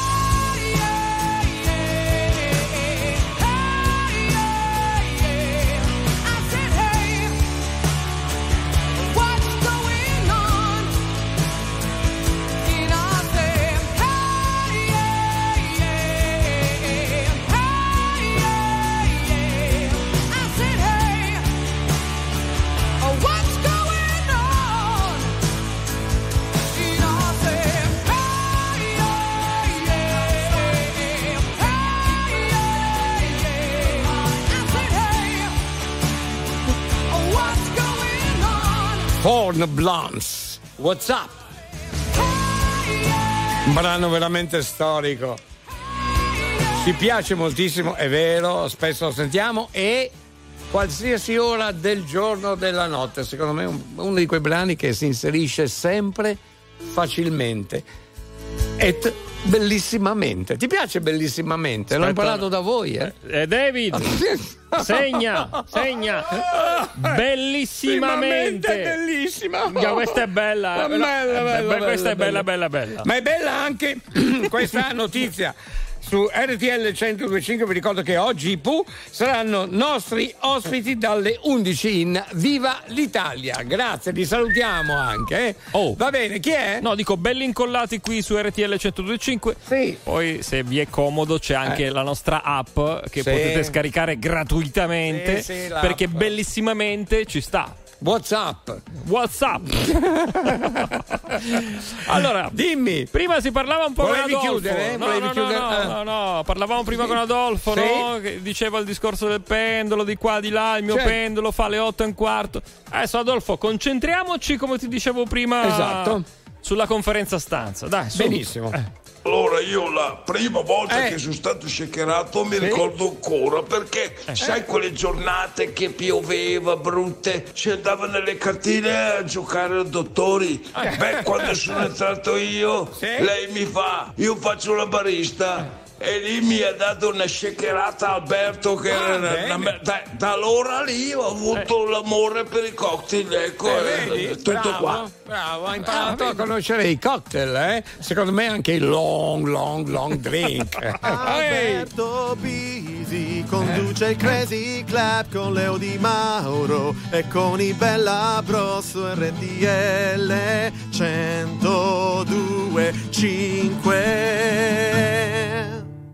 Speaker 18: I said, hey, what's going on? And I said, hey, hey, I said, hey, what's going on? And I said, what's going on?
Speaker 1: Porn Blondes, what's up? Un brano veramente storico. Ci piace moltissimo, è vero, spesso lo sentiamo e qualsiasi ora del giorno o della notte, secondo me è un- uno di quei brani che si inserisce sempre facilmente et bellissimamente. Ti piace bellissimamente? L'ho
Speaker 2: Aspetta.
Speaker 1: imparato da voi, eh?
Speaker 2: Eh, David, segna, segna. Bellissimamente.
Speaker 1: Bellissima.
Speaker 2: Già, questa è bella.
Speaker 1: Bella,
Speaker 2: No,
Speaker 1: bella,
Speaker 2: eh,
Speaker 1: bella,
Speaker 2: questa è
Speaker 1: bella,
Speaker 2: bella, bella, bella.
Speaker 1: Ma è bella anche questa notizia. su R T L centodue e cinque. Vi ricordo che oggi i Pooh saranno nostri ospiti dalle undici in Viva l'Italia. Grazie, li salutiamo anche.
Speaker 2: Oh.
Speaker 1: Va bene, chi è?
Speaker 2: No, dico belli incollati qui su R T L centodue e cinque.
Speaker 1: Sì.
Speaker 2: Poi se vi è comodo c'è anche
Speaker 1: Eh.
Speaker 2: la nostra app che
Speaker 1: Sì.
Speaker 2: potete scaricare gratuitamente,
Speaker 1: Sì, sì, l'app.
Speaker 2: perché bellissimamente ci sta.
Speaker 1: WhatsApp.
Speaker 2: WhatsApp. Allora,
Speaker 1: dimmi.
Speaker 2: Prima si parlava un po'
Speaker 1: Volevi
Speaker 2: con Adolfo.
Speaker 1: chiudere?
Speaker 2: No,
Speaker 1: Volevi
Speaker 2: no,
Speaker 1: chiudere?
Speaker 2: no,
Speaker 1: Ah.
Speaker 2: no, no, parlavamo prima con Adolfo,
Speaker 1: Sì.
Speaker 2: no? Che diceva il discorso del pendolo, di qua, di là, il mio
Speaker 1: Certo.
Speaker 2: pendolo fa le otto e un quarto. Adesso Adolfo, concentriamoci, come ti dicevo prima,
Speaker 1: Esatto.
Speaker 2: sulla conferenza stanza. Dai, su.
Speaker 1: Benissimo.
Speaker 2: Eh.
Speaker 8: Allora io la prima volta
Speaker 1: Eh.
Speaker 8: che sono stato shakerato mi
Speaker 1: Sì.
Speaker 8: ricordo ancora, perché sai quelle giornate che pioveva brutte, si andava nelle cantine a giocare ai dottori. Beh, quando sono entrato io,
Speaker 1: Sì.
Speaker 8: lei mi fa, io faccio la barista. E lì mi ha dato una shakerata Alberto che
Speaker 1: Ah,
Speaker 8: era una-
Speaker 1: bene.
Speaker 8: una- da, da allora lì ho avuto l'amore per i cocktail, ecco,
Speaker 1: Eh,
Speaker 8: eh,
Speaker 1: vedi?
Speaker 8: tutto
Speaker 1: Bravo,
Speaker 8: qua.
Speaker 1: Bravo, hai imparato a conoscere i cocktail, eh? Secondo me anche il long, long, long drink. Ehi.
Speaker 10: Alberto Bisi conduce il Crazy Club con Leo Di Mauro e con i Bella Bros su R T L centodue e cinque.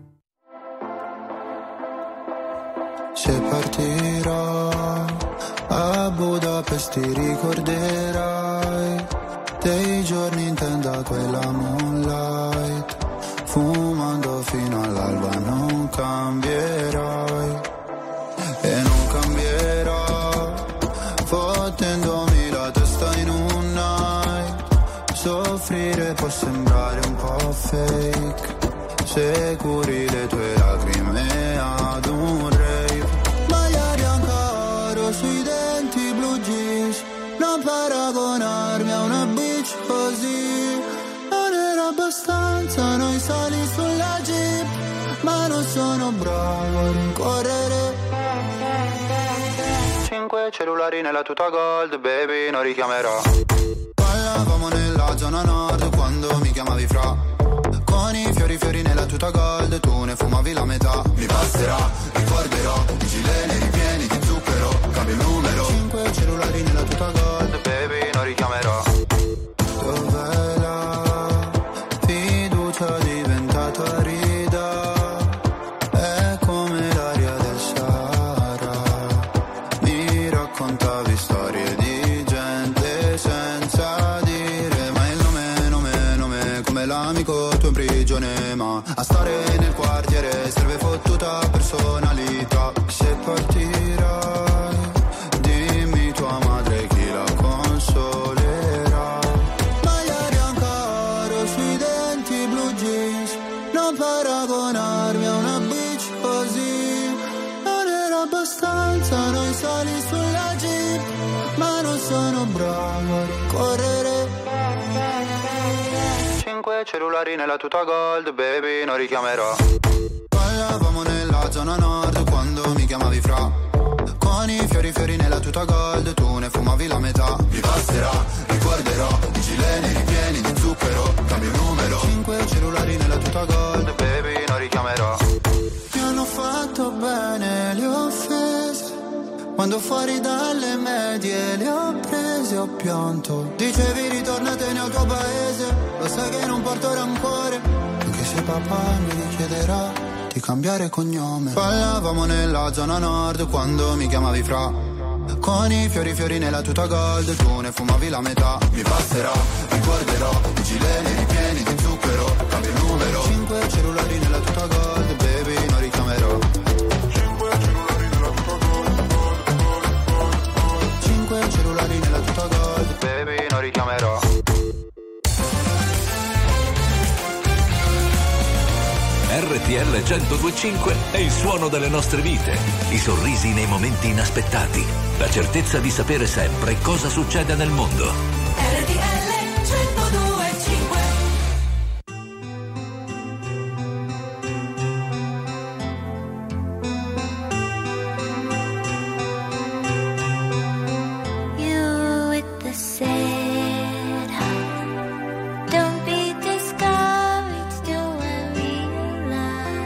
Speaker 20: Se partirò a Budapest ti ricorderai dei giorni in tenda quella moonlight, fumando fino all'alba non cambierai e non cambierò, fottendomi la testa in un night. Soffrire può sembrare un po' fake se curi le tue lacrime ad un rave. Magliari ancora sui denti blu jeans, non paragonarmi a una bitch così. Non era abbastanza noi sali sulla jeep, ma non sono bravo a rincorrere. Cinque cellulari nella tuta gold, baby, non richiamerò. Parlavamo nella zona nord quando mi chiamavi fra. Con i fiori fiori nella tuta gold, tu ne fumavi la metà. Mi passerà, ricorderò, i gileni ripieni di zucchero, cambio il numero. Cinque cellulari nella tuta gold, baby, non richiamerò. Dov'è la fiducia diventata rida? È come l'aria del Sahara. Mi raccontavi storie di gente senza dire mai il nome, nome, nome, come l'amico tuo in prigione, ma a stare nel quartiere serve fottuta personalità. Se partirai, dimmi tua madre chi la consolerà. Magliari ancora sui denti blu jeans, non paragonarmi a una bitch così. Non era abbastanza noi sali sulla jeep, ma non sono bravo a rincorrere. Cinque cellulari nella tuta gold, baby, non richiamerò. Parlavamo nella zona nord quando mi chiamavi fra. Con i fiori fiori nella tuta gold, tu ne fumavi la metà. Mi passerà, ricorderò, i gileni ripieni di zucchero, cambio il numero. Cinque cellulari nella tuta gold, baby, non richiamerò. Mi hanno fatto bene le offese, quando fuori dalle medie le ho prese, ho pianto. Dicevi ritornatene al tuo paese, lo sai che non porto rancore, anche se papà mi richiederà di cambiare cognome. Parlavamo nella zona nord quando mi chiamavi fra. Con i fiori fiori nella tuta gold, tu ne fumavi la metà. Mi passerà, ricorderò, i gileni ripieni di zucchero, cambio il numero. Cinque cellulari nella tuta gold, baby, non richiamerò. Cinque cellulari nella tuta gold, baby, non richiamerò.
Speaker 12: R T L centodue e cinque è il suono delle nostre vite, i sorrisi nei momenti inaspettati, la certezza di sapere sempre cosa succede nel mondo.
Speaker 18: R T L centodue e cinque.
Speaker 23: You with the sad heart. Don't be discouraged, do I realize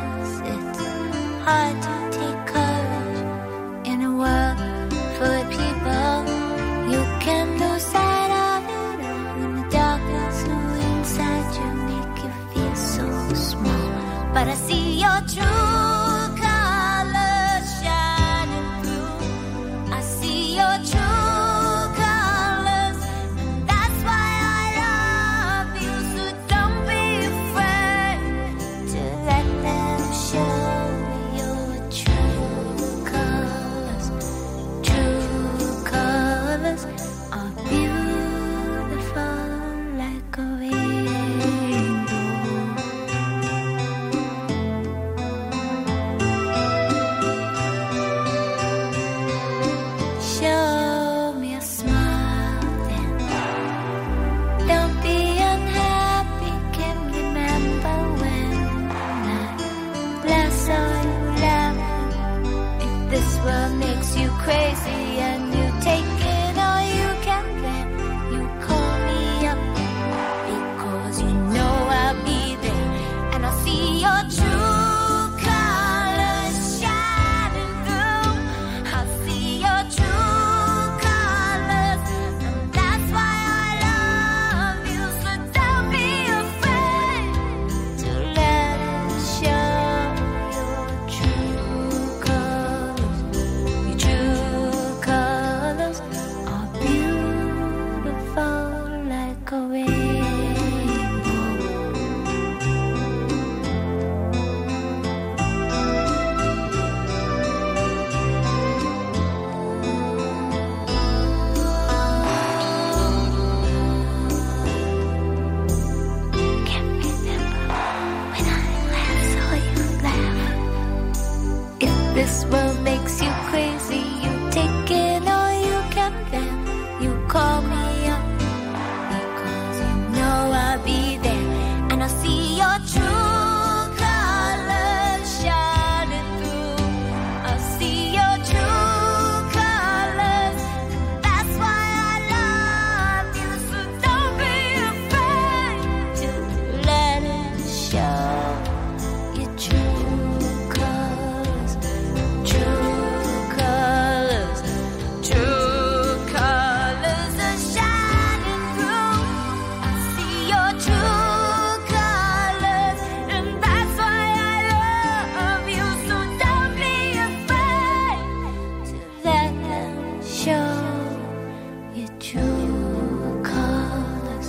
Speaker 23: this world makes you crazy, you take it all you can bear. You call me up because you know I'll be there, and I'll see your true colors shining through. I'll see your true colors. That's why I love you. So don't be afraid to let it show. Your true colors, true colors, true colors are shining through. I see your true colors, and that's why I love you. So don't be afraid to let them show. Your true colors,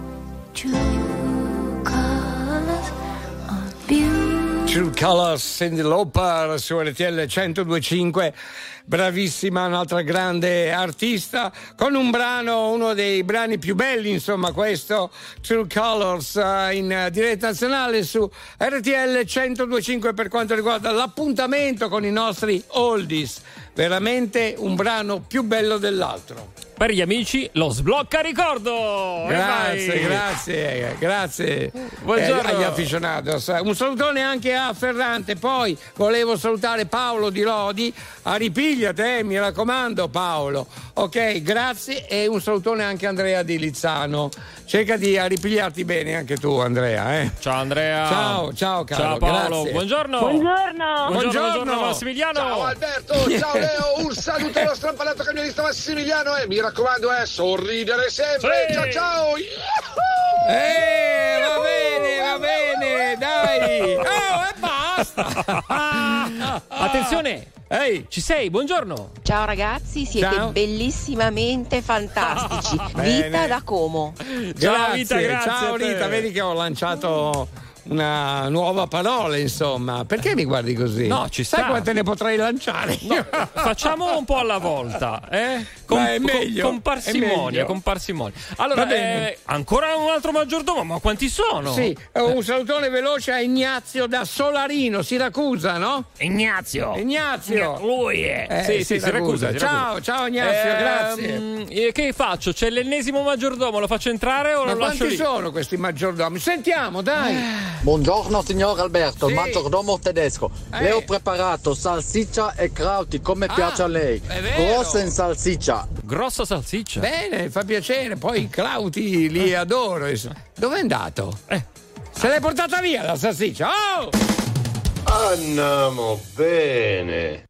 Speaker 23: true colors are beautiful.
Speaker 1: True Colors, Cyndi Lauper su R T L centodue e cinque, bravissima, un'altra grande artista, con un brano, uno dei brani più belli, insomma, questo True Colors uh, in diretta nazionale su R T L centodue e cinque per quanto riguarda l'appuntamento con i nostri oldies, veramente un brano più bello dell'altro.
Speaker 2: Per gli amici lo sblocca ricordo.
Speaker 1: Grazie, grazie, grazie.
Speaker 2: Buongiorno
Speaker 1: eh, agli afficionados. Un salutone anche a Ferrante. Poi volevo salutare Paolo di Lodi. A ripigliate, eh, mi raccomando, Paolo. Ok, grazie. E un salutone anche a Andrea di Lizzano. Cerca di ripigliarti bene anche tu, Andrea. Eh.
Speaker 2: Ciao Andrea.
Speaker 1: Ciao, ciao caro.
Speaker 2: Ciao Paolo.
Speaker 1: Grazie.
Speaker 2: Buongiorno.
Speaker 3: Buongiorno.
Speaker 2: Buongiorno, buongiorno Massimiliano.
Speaker 13: Ciao Alberto, ciao Leo, un saluto allo strampalato camionista Massimiliano e mi raccomando, eh, sorridere sempre.
Speaker 2: Sì.
Speaker 13: Ciao ciao.
Speaker 1: Eh, va bene, va bene, dai. Oh, e basta.
Speaker 2: Attenzione. Ehi, ci sei? Buongiorno.
Speaker 3: Ciao ragazzi, siete
Speaker 1: Ciao.
Speaker 3: bellissimamente fantastici.
Speaker 1: Bene.
Speaker 3: Vita da Como.
Speaker 1: Grazie,
Speaker 2: Ciao, Rita, grazie
Speaker 1: ciao
Speaker 2: a te.
Speaker 1: Rita, vedi che ho lanciato una nuova parola, insomma. Perché mi guardi così?
Speaker 2: No, ci
Speaker 1: Sai
Speaker 2: sta.
Speaker 1: quante ne potrei lanciare?
Speaker 2: No, facciamo un po' alla volta, eh?
Speaker 1: Ma è meglio,
Speaker 2: con parsimonia,
Speaker 1: è meglio.
Speaker 2: con parsimonia. Allora,
Speaker 1: Va bene.
Speaker 2: eh, ancora un altro maggiordomo, ma quanti sono?
Speaker 1: Sì, un salutone veloce a Ignazio da Solarino, Siracusa, no?
Speaker 2: Ignazio.
Speaker 1: Ignazio.
Speaker 2: Lui è.
Speaker 1: Eh,
Speaker 2: sì, sì,
Speaker 1: Siracusa.
Speaker 2: Siracusa.
Speaker 1: Ciao, ciao Ignazio,
Speaker 2: Ehm,
Speaker 1: grazie.
Speaker 2: eh, Che faccio? C'è l'ennesimo maggiordomo, lo faccio entrare o
Speaker 1: Ma
Speaker 2: lo lascio
Speaker 1: quanti
Speaker 2: lì?
Speaker 1: sono questi maggiordomi? Sentiamo, dai.
Speaker 19: Buongiorno signor Alberto,
Speaker 1: Sì.
Speaker 19: il maggiordomo tedesco.
Speaker 1: Eh.
Speaker 19: Le ho preparato salsiccia e crauti come
Speaker 1: Ah,
Speaker 19: piace a lei.
Speaker 1: è vero.
Speaker 19: Grossa in salsiccia.
Speaker 2: Grossa salsiccia.
Speaker 1: Bene, fa piacere. Poi i Clauti li adoro. Dove è andato?
Speaker 2: Eh.
Speaker 1: Se l'hai portata via la salsiccia. Oh!
Speaker 24: Andiamo bene.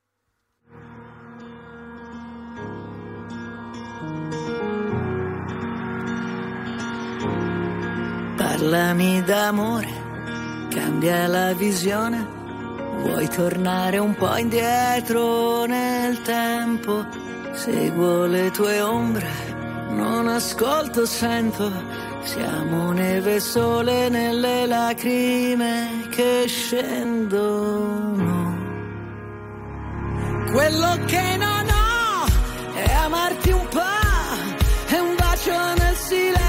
Speaker 11: Parlami d'amore, cambia la visione. Vuoi tornare un po' indietro nel tempo? Seguo le tue ombre, non ascolto, sento. Siamo neve e sole nelle lacrime che scendono. Quello che non ho è amarti un po', è un bacio nel silenzio.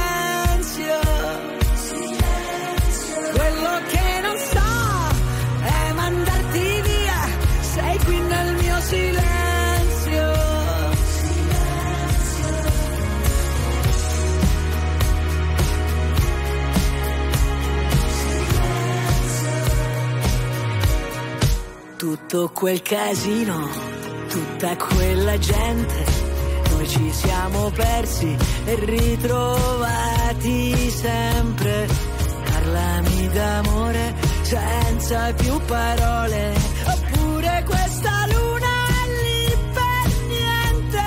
Speaker 11: Quello che non so è mandarti via, sei qui nel mio silenzio. Tutto quel casino, tutta quella gente, noi ci siamo persi e ritrovati sempre. Parlami d'amore senza più parole, oppure questa luna è lì per niente.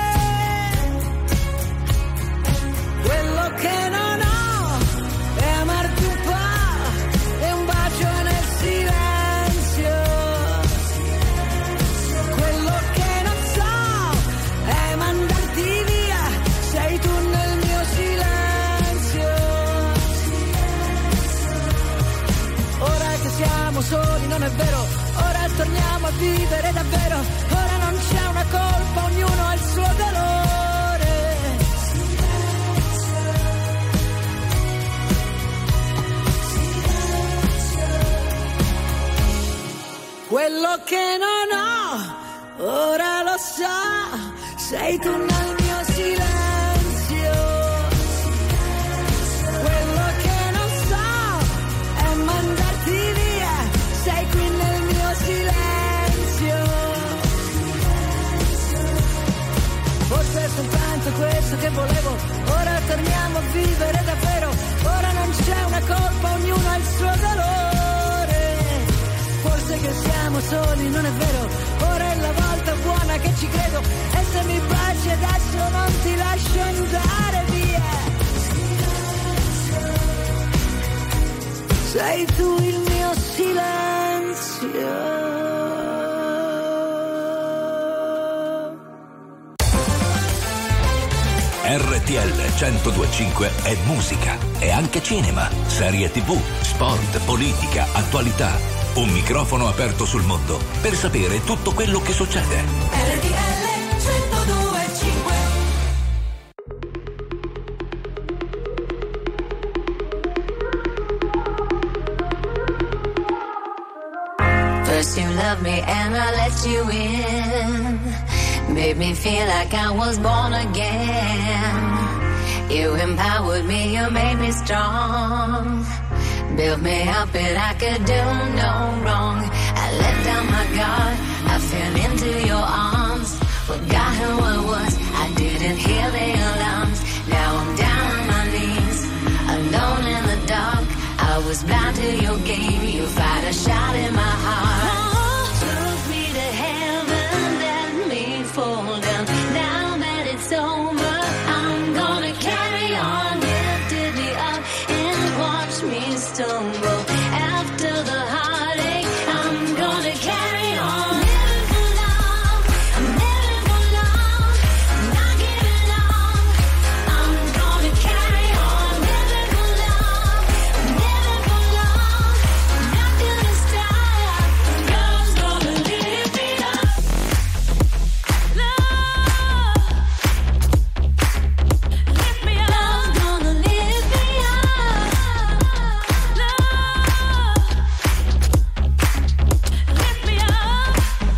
Speaker 11: Quello che non ho è amarti un po', è un bacio nel silenzio. Quello che non so è mandarti via, sei tu nel mio silenzio. Ora che siamo soli non è vero, ora torniamo a vivere davvero, ora non c'è una colpa, ognuno ha il suo dolore. Quello che non ho
Speaker 18: ora lo so, sei tu nel mio silenzio. Quello che non so è mandarti via, sei qui nel mio silenzio. Forse è soltanto questo che volevo, ora torniamo a vivere davvero, ora non c'è una colpa, ognuno ha il suo dolore. Forse che siamo soli, non è vero, ora è la volta buona che ci credo, e se mi baci adesso non ti lascio andare via. Sei tu il mio silenzio.
Speaker 12: R T L centodue e cinque è musica, è anche cinema, serie tivù, sport, politica, attualità. Un microfono aperto sul mondo per sapere tutto quello che succede.
Speaker 18: R T L centodue e cinque.
Speaker 22: First you loved me and I let you in. Made me feel like I was born again. You empowered me, you made me strong. Built me up and I could do no wrong. I let down my guard, I fell into your arms. Forgot who I was, I didn't hear the alarms. Now I'm down on my knees, alone in the dark. I was blind to your game, you fired a shot in my heart. Took me to heaven, let me fall down. Now that it's over, I'm gonna carry on. Lifted me up and watch me stumble. After the heartache, I'm gonna carry on. Living for love, I'm living for love. I'm not giving up, I'm gonna carry on. Living for love, I'm living for love. I'm not gonna stop, love's gonna lift me up. Love, lift me up. Love's gonna lift me up. Love, lift me up.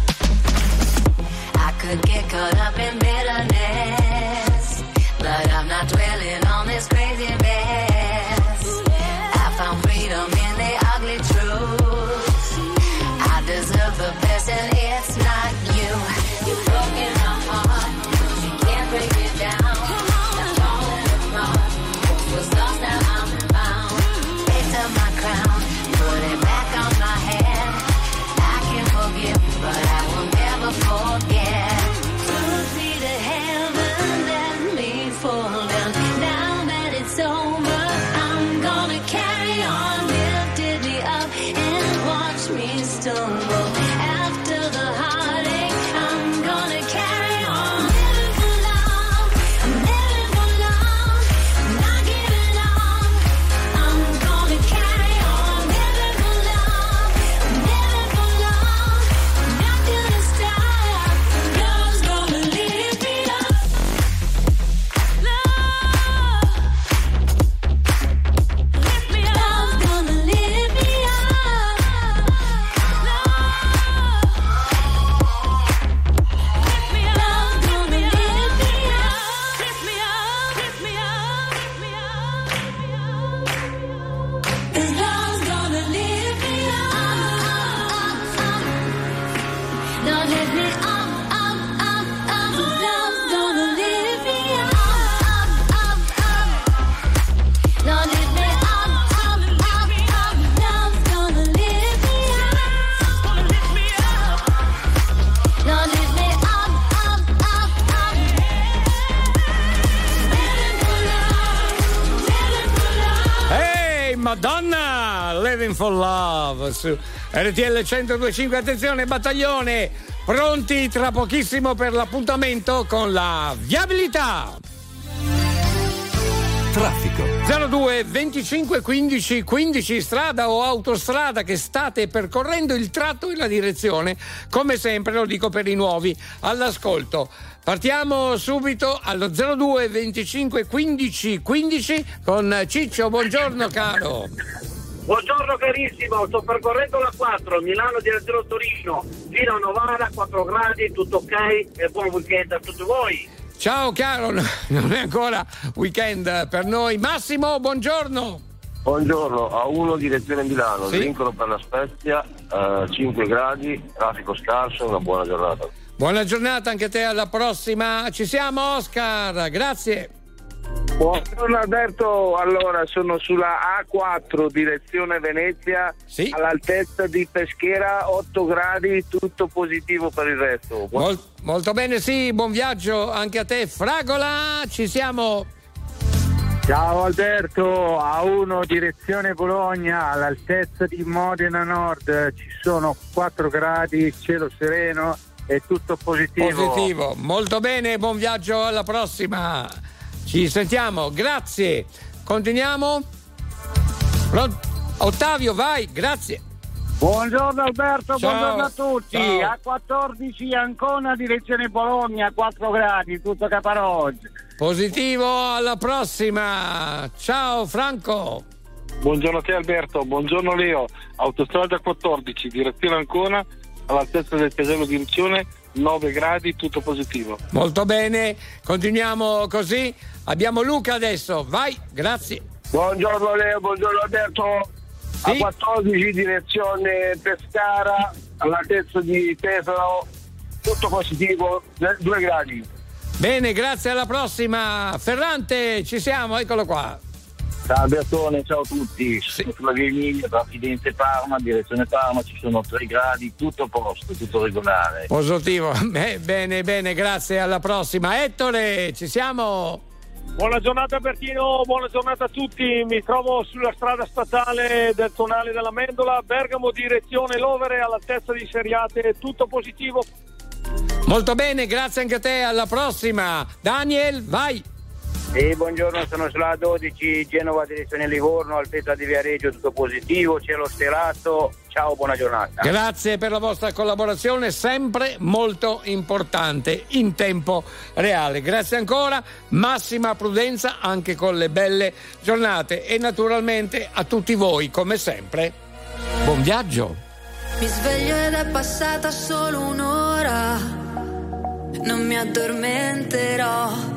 Speaker 22: I could get caught up in bitterness, but I'm not dwelling on this crazy mess. I found freedom in the ugly truth. I deserve the best and it's not you. You've broken my heart, you can't break it down. I'm falling apart, what was lost now I'm found. Picked up my crown, put it back on my head. I can forgive, but I will never forget. Took me to heaven, let me fall down. Now that it's over, I'm gonna carry on. Lifted me up and watch me stumble. After the heartache, I'm gonna carry on. Living for love, I'm living for love. I'm not giving up, I'm gonna carry on. Living for love, I'm living for love. I'm not gonna stop, love's gonna lift me up. Love, lift me up. Love's gonna lift me up. Love, lift me up. Love's gonna lift me up. Lift me up, lift me up, lift me up, lift me up. 'Cause love's gonna lift me up. Don't lift me up, up, up, up. Love's gonna lift me up, up, up. Don't lift me up, up, up, up. Love's gonna lift me up, gonna lift me up. Don't lift me up, up, up, up. Living for love, living for love.
Speaker 1: Ehi, Madonna! Living for Love su R T L centodue e cinque. Attenzione, battaglione! Pronti tra pochissimo per l'appuntamento con la viabilità.
Speaker 12: Traffico.
Speaker 1: zero due venticinque quindici quindici, strada o autostrada che state percorrendo il tratto e la direzione, come sempre lo dico per i nuovi all'ascolto. Partiamo subito allo zero due venticinque quindici quindici con Ciccio. Buongiorno caro.
Speaker 7: Buongiorno carissimo, sto percorrendo la quattro, Milano direzione Torino, fino a Novara, quattro gradi, tutto ok e buon weekend a tutti voi.
Speaker 1: Ciao caro, non è ancora weekend per noi. Massimo, buongiorno.
Speaker 9: Buongiorno, a uno direzione Milano,
Speaker 1: Sì.
Speaker 9: vincolo per la Spezia, eh, cinque gradi, traffico scarso, una buona giornata.
Speaker 1: Buona giornata anche a te, alla prossima. Ci siamo Oscar, grazie.
Speaker 5: Buongiorno Alberto, allora sono sulla A quattro direzione Venezia, all'altezza di Peschiera, otto gradi, tutto positivo per il resto. Buon-
Speaker 1: Mol- molto bene, sì, buon viaggio anche a te. Fragola, ci siamo.
Speaker 17: Ciao Alberto, A uno direzione Bologna, all'altezza di Modena Nord, ci sono quattro gradi, cielo sereno e tutto positivo.
Speaker 1: Positivo, molto bene, buon viaggio, alla prossima. Ci sentiamo, grazie. Continuiamo. Pro- Ottavio, vai, grazie.
Speaker 17: Buongiorno Alberto,
Speaker 1: Ciao.
Speaker 17: buongiorno a tutti.
Speaker 1: Ciao.
Speaker 17: A quattordici Ancona, direzione Bologna, quattro gradi, tutto caparoggi.
Speaker 1: Positivo, alla prossima. Ciao Franco.
Speaker 5: Buongiorno a te Alberto, buongiorno Leo, autostrada quattordici, direzione Ancona, all'altezza del casello di Riccione, nove gradi, tutto positivo.
Speaker 1: Molto bene, continuiamo così. Abbiamo Luca adesso, vai, grazie.
Speaker 5: Buongiorno Leo, buongiorno Alberto. A quattordici direzione Pescara, all'altezza di Pesaro, tutto positivo, due gradi.
Speaker 1: Bene, grazie, alla prossima. Ferrante, ci siamo, eccolo qua.
Speaker 24: Ciao Albertone, ciao a tutti. Sono sulla via Emilia, tra Fidenza e Parma, direzione Parma, ci sono tre gradi, tutto a posto, tutto regolare.
Speaker 1: Positivo, eh, bene, bene, grazie, alla prossima. Ettore, ci siamo.
Speaker 25: Buona giornata Bertino, buona giornata a tutti. Mi trovo sulla strada statale del Tonale della Mendola, Bergamo direzione Lovere, all'altezza di Seriate, tutto positivo.
Speaker 1: Molto bene, grazie anche a te, alla prossima. Daniel, vai.
Speaker 26: Sì, buongiorno, sono sulla dodici, Genova direzione Livorno, altezza di Viareggio, tutto positivo, cielo stelato, ciao, buona giornata.
Speaker 1: Grazie per la vostra collaborazione, sempre molto importante, in tempo reale. Grazie ancora, massima prudenza anche con le belle giornate e naturalmente a tutti voi, come sempre, buon viaggio.
Speaker 22: Mi sveglio ed è passata solo un'ora, non mi addormenterò.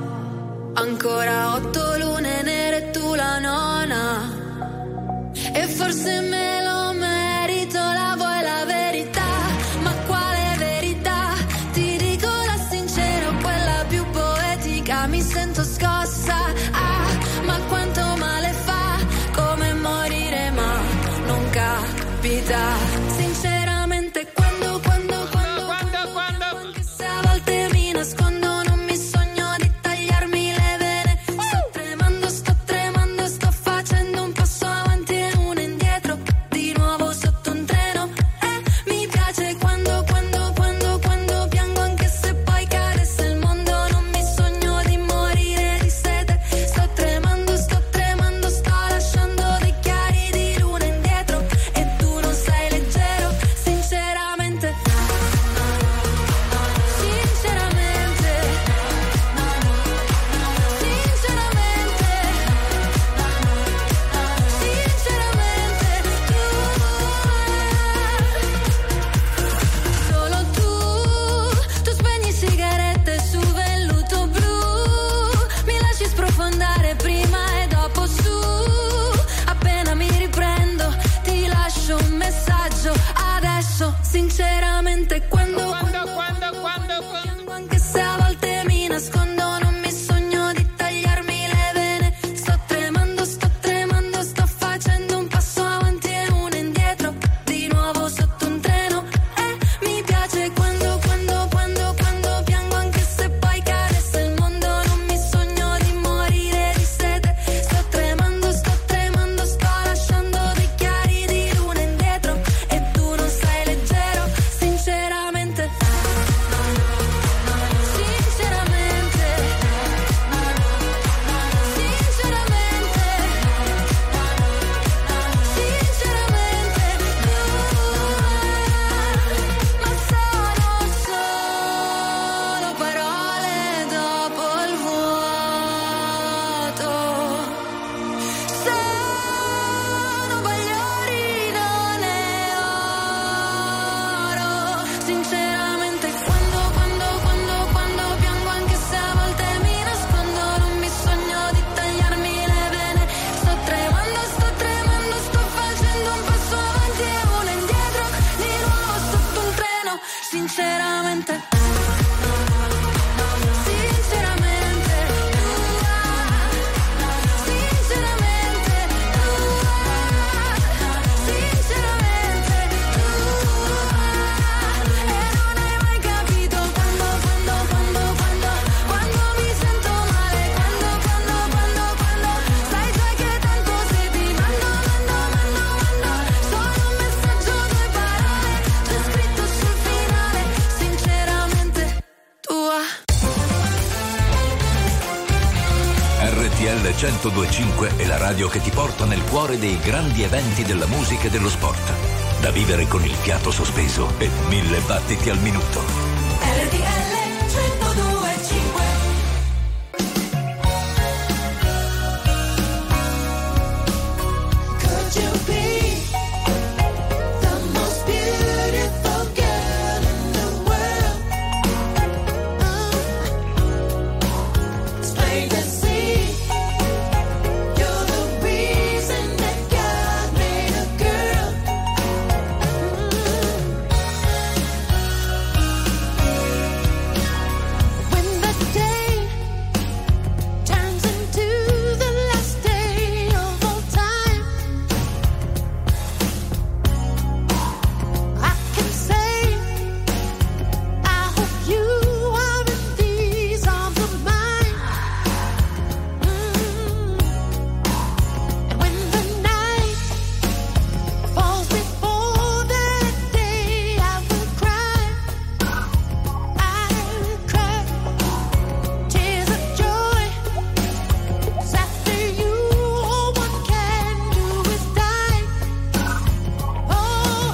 Speaker 22: Ancora otto lune nere e tu la nona, e forse me lo merito, la vuoi la verità? Ma quale verità? Ti dico la sincera, quella più poetica, mi sento scossa, ah, ma quanto male fa, come morire ma non capita. Sinceramente quando, quando, quando, quando, quando, anche se a volte mi nascondo, non mi sogno di tagliarmi le vene. Sto tremando, sto tremando, sto facendo un passo avanti e uno indietro, di nuovo sotto un treno. E mi piace quando, quando, quando, quando piango, anche se poi cadesse il mondo, non mi sogno di morire di sete. Sto tremando, sto tremando, sto lasciando dei chiari di luna indietro, e tu non sei leggero.
Speaker 12: centodue e cinque è la radio che ti porta nel cuore dei grandi eventi della musica e dello sport. Da vivere con il fiato sospeso e mille battiti al minuto.
Speaker 18: R T L centodue e cinque. Could you be the most beautiful girl in the world? It's plain to see you're the reason that God made a girl. When the day turns into the last day of all time, I can say I hope you are in these arms of mine. Mm. And when the night falls before that day, I will cry. I will cry tears of joy. 'Cause after you, all one can do is die. Oh, oh,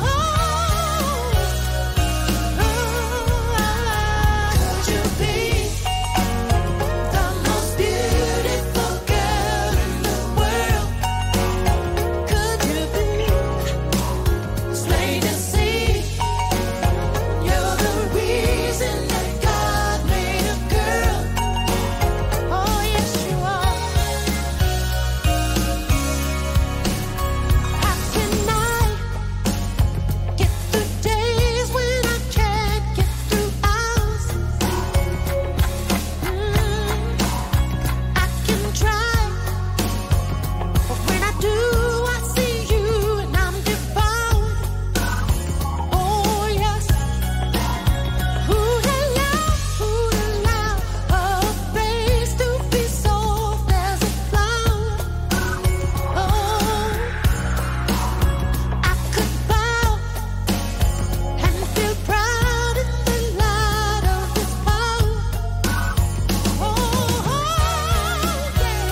Speaker 18: could you be the most beautiful girl in the world? Could you be? It's plain to see you're the reason that God made a girl. Oh, yes, you are. How can I get through days when I can't get through hours? Mm, I can try, but when I do, I see you and I'm devoured. Oh, yes. Who'd allow, who'd allow a face to be soft as a flower? Oh, I could bow and feel proud in the light of His power. Oh, yeah.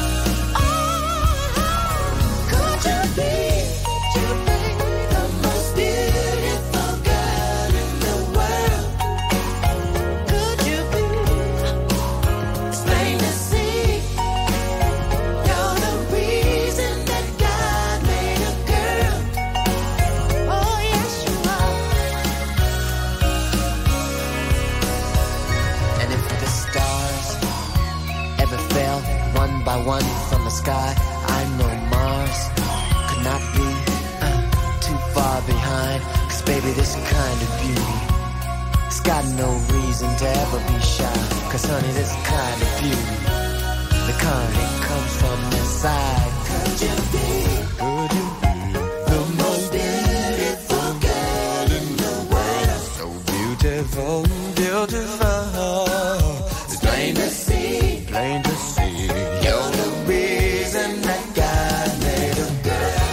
Speaker 18: Oh, could you be, could you be the most beautiful girl in the world? Could you be? It's plain to see you're the reason that God made a girl. Oh, yes, you are.
Speaker 4: And if the stars ever fell one by one from the sky, I know Mars could not be uh, too far behind. 'Cause baby, this kind of beauty, it's got no reason to ever be shy. 'Cause honey, this kind of beauty, the kind that comes from inside.
Speaker 18: Could you be,
Speaker 4: Could you be
Speaker 18: the most beautiful girl in the world?
Speaker 4: so beautiful, beautiful?
Speaker 18: It's plain to see
Speaker 4: Plain to see
Speaker 18: you're the reason that God made a girl.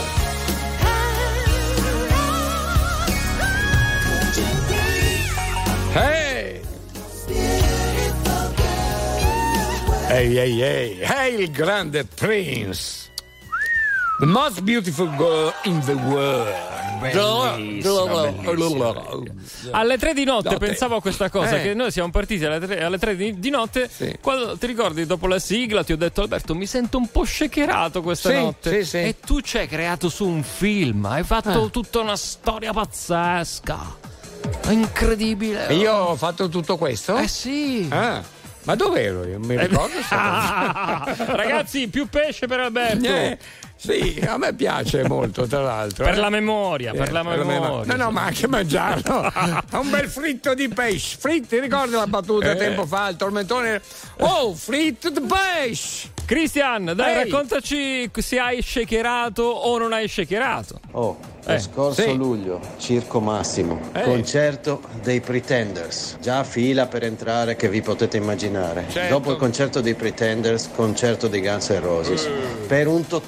Speaker 18: Could you be
Speaker 1: Hey!
Speaker 18: beautiful girl in the world?
Speaker 1: Ehi, ehi, ehi, ehi, il grande Prince. The most beautiful girl in the world. Bellissima, bellissima.
Speaker 2: Alle tre di notte
Speaker 1: Notte.
Speaker 2: pensavo a questa cosa,
Speaker 1: Eh.
Speaker 2: che noi siamo partiti alle tre, alle tre di, di notte. Quando ti ricordi, dopo la sigla, ti ho detto: Alberto, mi sento un po' shakerato questa
Speaker 1: Sì,
Speaker 2: notte.
Speaker 1: sì, sì.
Speaker 2: E tu ci hai creato su un film, hai fatto
Speaker 1: Ah.
Speaker 2: tutta una storia pazzesca, incredibile.
Speaker 1: E io ho fatto tutto questo?
Speaker 2: Eh sì.
Speaker 1: Ah, ma dove ero io? Mi ricordo.
Speaker 2: Ragazzi, più pesce per Alberto.
Speaker 1: Eh, sì, a me piace molto, tra l'altro.
Speaker 2: Per
Speaker 1: eh.
Speaker 2: la memoria, per
Speaker 1: Eh,
Speaker 2: la
Speaker 1: per la
Speaker 2: memoria.
Speaker 1: memoria. No, no, ma anche mangiarlo. Un bel fritto di pesce. Fritti, ricordi la battuta
Speaker 2: Eh.
Speaker 1: tempo fa? Il tormentone. Oh, fritto di pesce!
Speaker 2: Cristian, dai,
Speaker 1: Ehi.
Speaker 2: raccontaci se hai shakerato o non hai shakerato.
Speaker 10: Oh, lo
Speaker 2: Eh,
Speaker 10: scorso
Speaker 2: sì.
Speaker 10: luglio, Circo Massimo,
Speaker 2: Eh.
Speaker 10: concerto dei Pretenders. Già fila per entrare che vi potete immaginare.
Speaker 1: Certo.
Speaker 10: Dopo il concerto dei Pretenders, concerto dei Guns N' Roses. Per un totale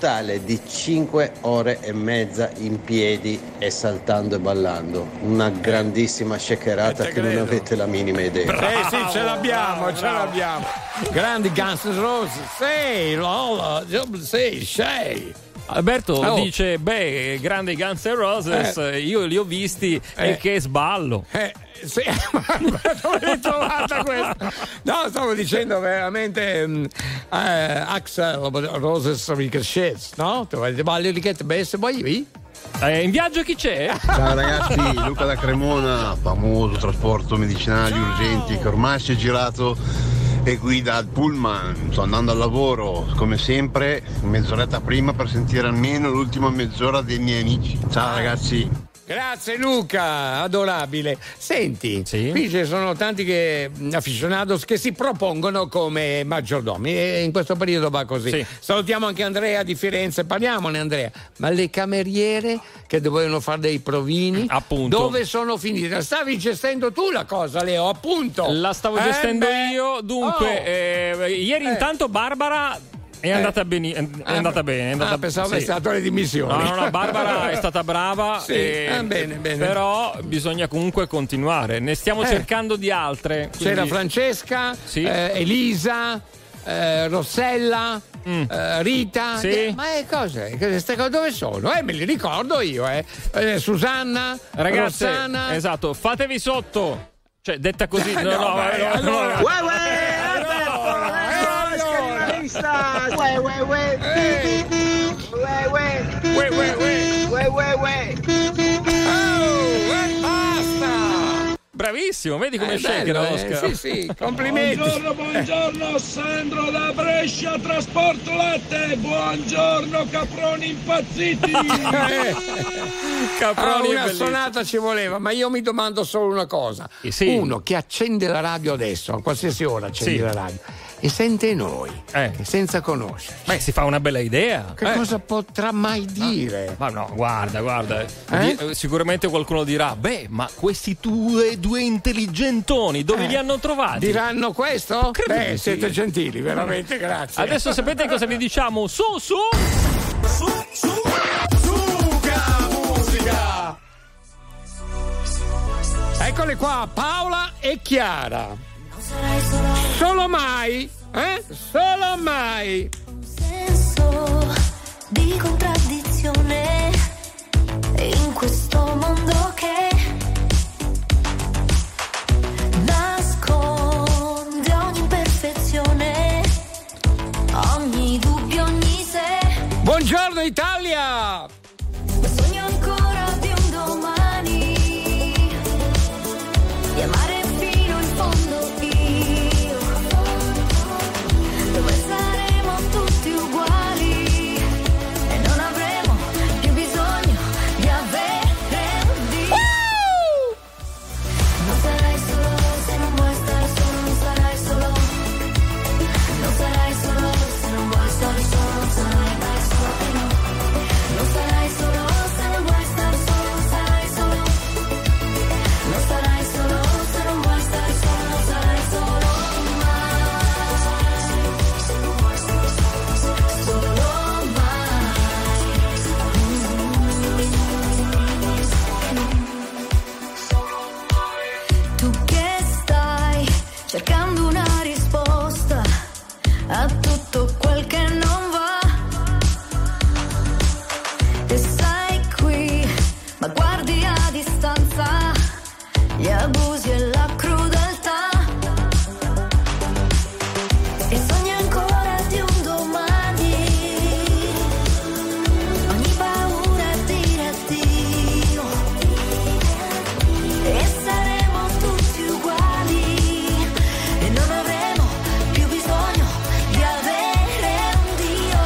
Speaker 6: di cinque ore e mezza in piedi e saltando e ballando. Una grandissima shakerata
Speaker 1: Eh, te
Speaker 6: che non
Speaker 1: credo.
Speaker 6: avete la minima idea.
Speaker 1: Eh sì, ce l'abbiamo, ce l'abbiamo. Grandi Guns N' Roses. Sei, Lola, sei, sei.
Speaker 2: Alberto
Speaker 1: Oh.
Speaker 2: dice, beh, grandi Guns N' Roses,
Speaker 1: Eh.
Speaker 2: io li ho visti
Speaker 1: Eh.
Speaker 2: e che sballo.
Speaker 1: Eh, sì, ma dove l'hai trovata questa? No, stavo dicendo veramente um, eh, Axel Roses Ricochets, no? Tu balli lì che te besse, poi
Speaker 2: Eh, in viaggio chi c'è?
Speaker 8: Ciao ragazzi, Luca da Cremona, famoso trasporto medicinali urgenti che ormai si è girato e guida il pullman. Sto andando al lavoro, come sempre, mezz'oretta prima per sentire almeno l'ultima mezz'ora dei miei amici. Ciao ragazzi.
Speaker 1: Grazie Luca, adorabile. Senti, qui ci sono tanti che, aficionados che si propongono come maggiordomi e in questo periodo va così.
Speaker 2: Sì.
Speaker 1: Salutiamo anche Andrea di Firenze, parliamone Andrea. Ma le cameriere che dovevano fare dei provini,
Speaker 2: appunto,
Speaker 1: dove sono finite? Stavi gestendo tu la cosa, Leo, appunto.
Speaker 2: La stavo
Speaker 1: Eh,
Speaker 2: gestendo
Speaker 1: beh.
Speaker 2: io, dunque,
Speaker 1: Oh.
Speaker 2: eh, ieri
Speaker 1: Eh.
Speaker 2: intanto Barbara è andata, bene, è
Speaker 1: Ah,
Speaker 2: andata bene. È andata,
Speaker 1: ah, pensavo
Speaker 2: sì.
Speaker 1: avessi dato le dimissioni.
Speaker 2: No, no, no, Barbara è stata brava.
Speaker 1: Sì,
Speaker 2: e-
Speaker 1: ah, bene, bene.
Speaker 2: Però bisogna comunque continuare. Ne stiamo
Speaker 1: Eh.
Speaker 2: cercando di altre.
Speaker 1: C'era
Speaker 2: quindi-
Speaker 1: Francesca,
Speaker 2: Sì.
Speaker 1: eh, Elisa, eh, Rossella, eh, Rita.
Speaker 2: Sì.
Speaker 1: Eh, ma è cose, queste cose dove sono? Eh, me li ricordo io, eh. Eh, Susanna,
Speaker 2: Ragazze,
Speaker 1: Rossana.
Speaker 2: esatto, fatevi sotto. Cioè, detta così, no,
Speaker 1: No,
Speaker 2: no,
Speaker 1: vai,
Speaker 2: no, no,
Speaker 1: allora.
Speaker 2: no.
Speaker 1: Uè, uè,
Speaker 11: Uè, uè, uè. Uè, uè.
Speaker 1: Uè, uè, uè.
Speaker 11: Uè, uè, uè.
Speaker 1: Oh, eh, basta!
Speaker 2: Bravissimo, vedi come
Speaker 1: Eh,
Speaker 2: shaker
Speaker 1: bello, eh,
Speaker 2: Oscar.
Speaker 1: sì, sì, complimenti.
Speaker 14: Buongiorno, buongiorno, Sandro da Brescia, trasporto latte. Buongiorno, caproni impazziti.
Speaker 2: Caproni
Speaker 1: Ah,
Speaker 2: è
Speaker 1: una
Speaker 2: bellissimo.
Speaker 1: sonata ci voleva, ma io mi domando solo una cosa.
Speaker 2: Eh, sì.
Speaker 1: Uno che accende la radio adesso, a qualsiasi ora accende
Speaker 2: Sì.
Speaker 1: la radio, e sente noi,
Speaker 2: Eh.
Speaker 1: senza conoscere.
Speaker 2: Beh, si fa una bella idea.
Speaker 1: Che
Speaker 2: Eh.
Speaker 1: cosa potrà mai dire?
Speaker 2: Ma no, guarda, guarda.
Speaker 1: Eh?
Speaker 2: Di- sicuramente qualcuno dirà: beh, ma questi due, due intelligentoni dove
Speaker 1: Eh.
Speaker 2: li hanno trovati?
Speaker 1: Diranno questo?
Speaker 2: Credo
Speaker 1: Beh,
Speaker 2: di sì.
Speaker 1: siete gentili, veramente, grazie.
Speaker 2: Adesso sapete cosa vi diciamo? Su, su!
Speaker 1: Su, su, Suga musica! Eccole qua, Paola e Chiara. Solo mai, eh? Solo mai.
Speaker 23: senso di contraddizione in questo mondo che nasconde ogni imperfezione, ogni dubbio, ogni se.
Speaker 1: Buongiorno Italia!
Speaker 23: Sogno ancora di un domani, di amare fino in fondo io, dove saremo tutti uguali e non avremo più bisogno di avere un Dio. Non sarai solo se non vuoi stare solo, non sarai solo, non sarai solo se non vuoi stare solo, non sarai mai solo e no. Non sarai solo se non vuoi stare solo, non sarai solo, non sarai solo se non vuoi stare solo, non sarai solo mai, solo mai. Tu che stai cercando una risposta a tutto quel che non va e sei qui, ma guardi a distanza gli abusi e la crudeltà e sogni ancora di un domani, ogni paura è dire addio e saremo tutti uguali e non avremo più bisogno di avere un Dio.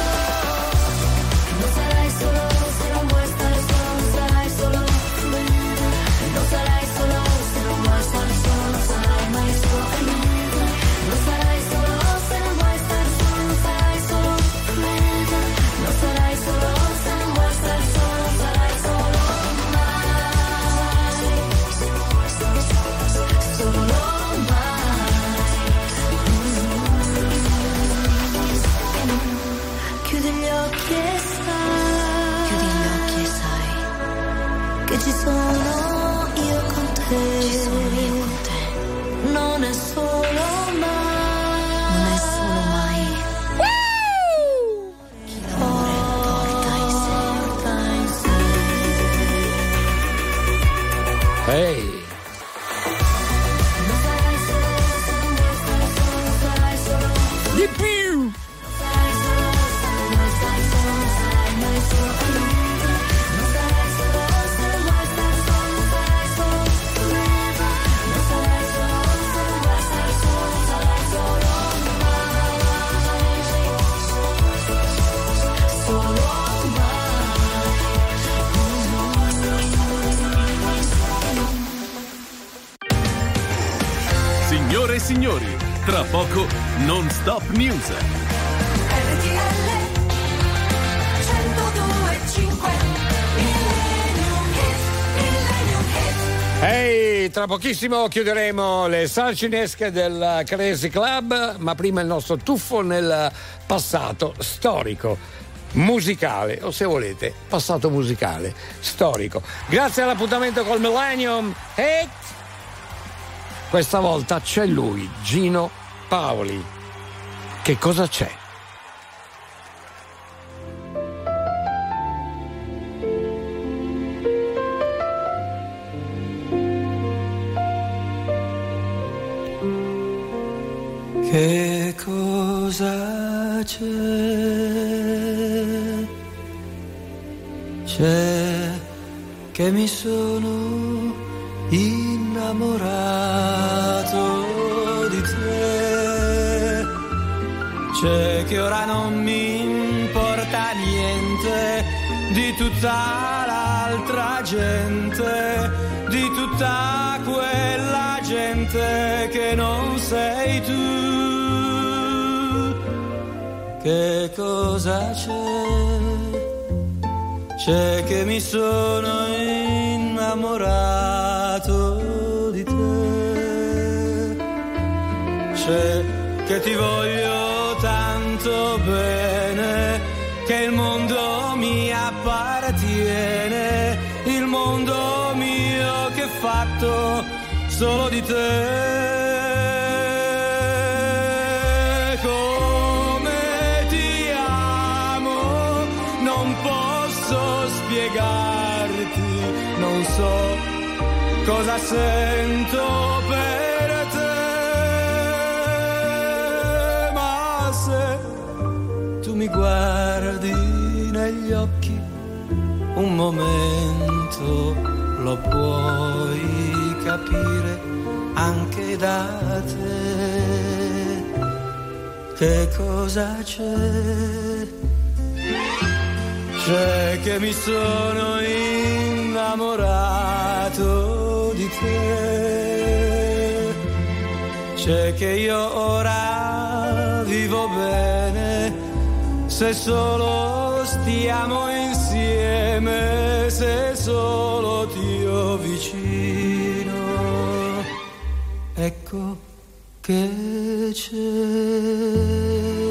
Speaker 23: Non sarai solo se non vuoi stare solo, non sarai solo, non sarai solo se non
Speaker 22: Ci sono io con te. Ci sono io con te. Non è solo mai. Non è solo mai. Chi l'amore porta in sé. Porta in sé.
Speaker 1: Ehi. Di più.
Speaker 3: Signore e signori, tra poco Non Stop News.
Speaker 1: Ehi, tra pochissimo chiuderemo le salcinesche del Crazy Club, ma prima il nostro tuffo nel passato storico, musicale, o se volete, passato musicale, storico. Grazie all'appuntamento col Millennium Hit. Questa volta c'è lui, Gino Paoli. Che cosa c'è?
Speaker 11: Che cosa c'è? C'è che mi sono innamorato di te. C'è che ora non mi importa niente di tutta l'altra gente, di tutta quella gente che non sei tu. Che cosa c'è? C'è che mi sono innamorato di te. C'è che ti voglio tanto bene, che il mondo mi appartiene, il mondo mio che è fatto solo di te. Come ti amo, non posso spiegarti, non so cosa sento per te, ma se tu mi guardi negli occhi un momento lo puoi capire anche da te. Che cosa c'è? C'è che mi sono innamorato di te. C'è che io ora vivo bene se solo stiamo insieme, se solo ti ho vicino. Ecco che c'è.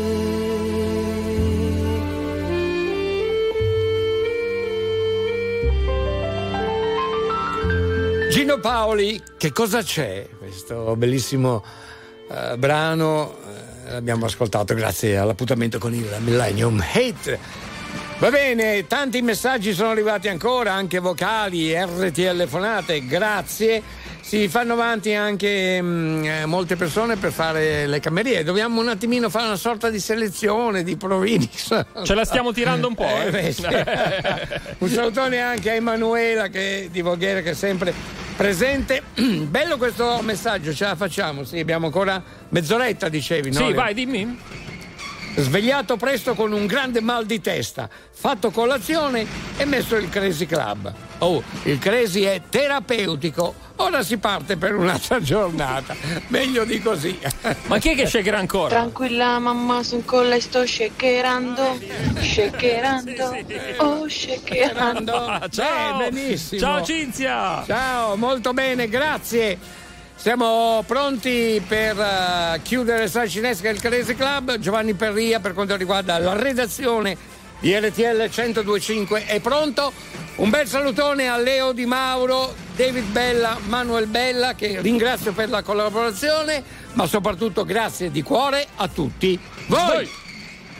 Speaker 1: Gino Paoli, che cosa c'è? Questo bellissimo uh, brano uh, l'abbiamo ascoltato grazie all'appuntamento con il Millennium Hit. Va bene, tanti messaggi sono arrivati ancora, anche vocali, R T L fonate, grazie. Si fanno avanti anche mh, molte persone per fare le cameriere. Dobbiamo un attimino fare una sorta di selezione di provincia.
Speaker 2: Ce la stiamo tirando un po', eh?
Speaker 1: eh beh, sì. Un salutone anche a Emanuela che, di Voghera, che è sempre presente. Bello questo messaggio, ce la facciamo? Sì, abbiamo ancora mezz'oretta, dicevi, no?
Speaker 2: Sì, vai, dimmi.
Speaker 1: Svegliato presto con un grande mal di testa, fatto colazione e messo il Crazy Club. Oh, il Crazy è terapeutico. Ora si parte per un'altra giornata. Meglio di così.
Speaker 2: Ma chi è che shakerà ancora?
Speaker 22: Tranquilla mamma, son colla e sto shakerando. Shakerando. Oh, shakerando.
Speaker 2: Ciao.
Speaker 1: Beh, benissimo.
Speaker 2: Ciao Cinzia.
Speaker 1: Ciao, molto bene, grazie. Siamo pronti per uh, chiudere Salcinesca e il Crazy Club. Giovanni Perria per quanto riguarda la redazione di R T L centodue e cinque è pronto. Un bel salutone a Leo Di Mauro, David Bella, Manuel Bella, che ringrazio per la collaborazione, ma soprattutto grazie di cuore a tutti voi. voi.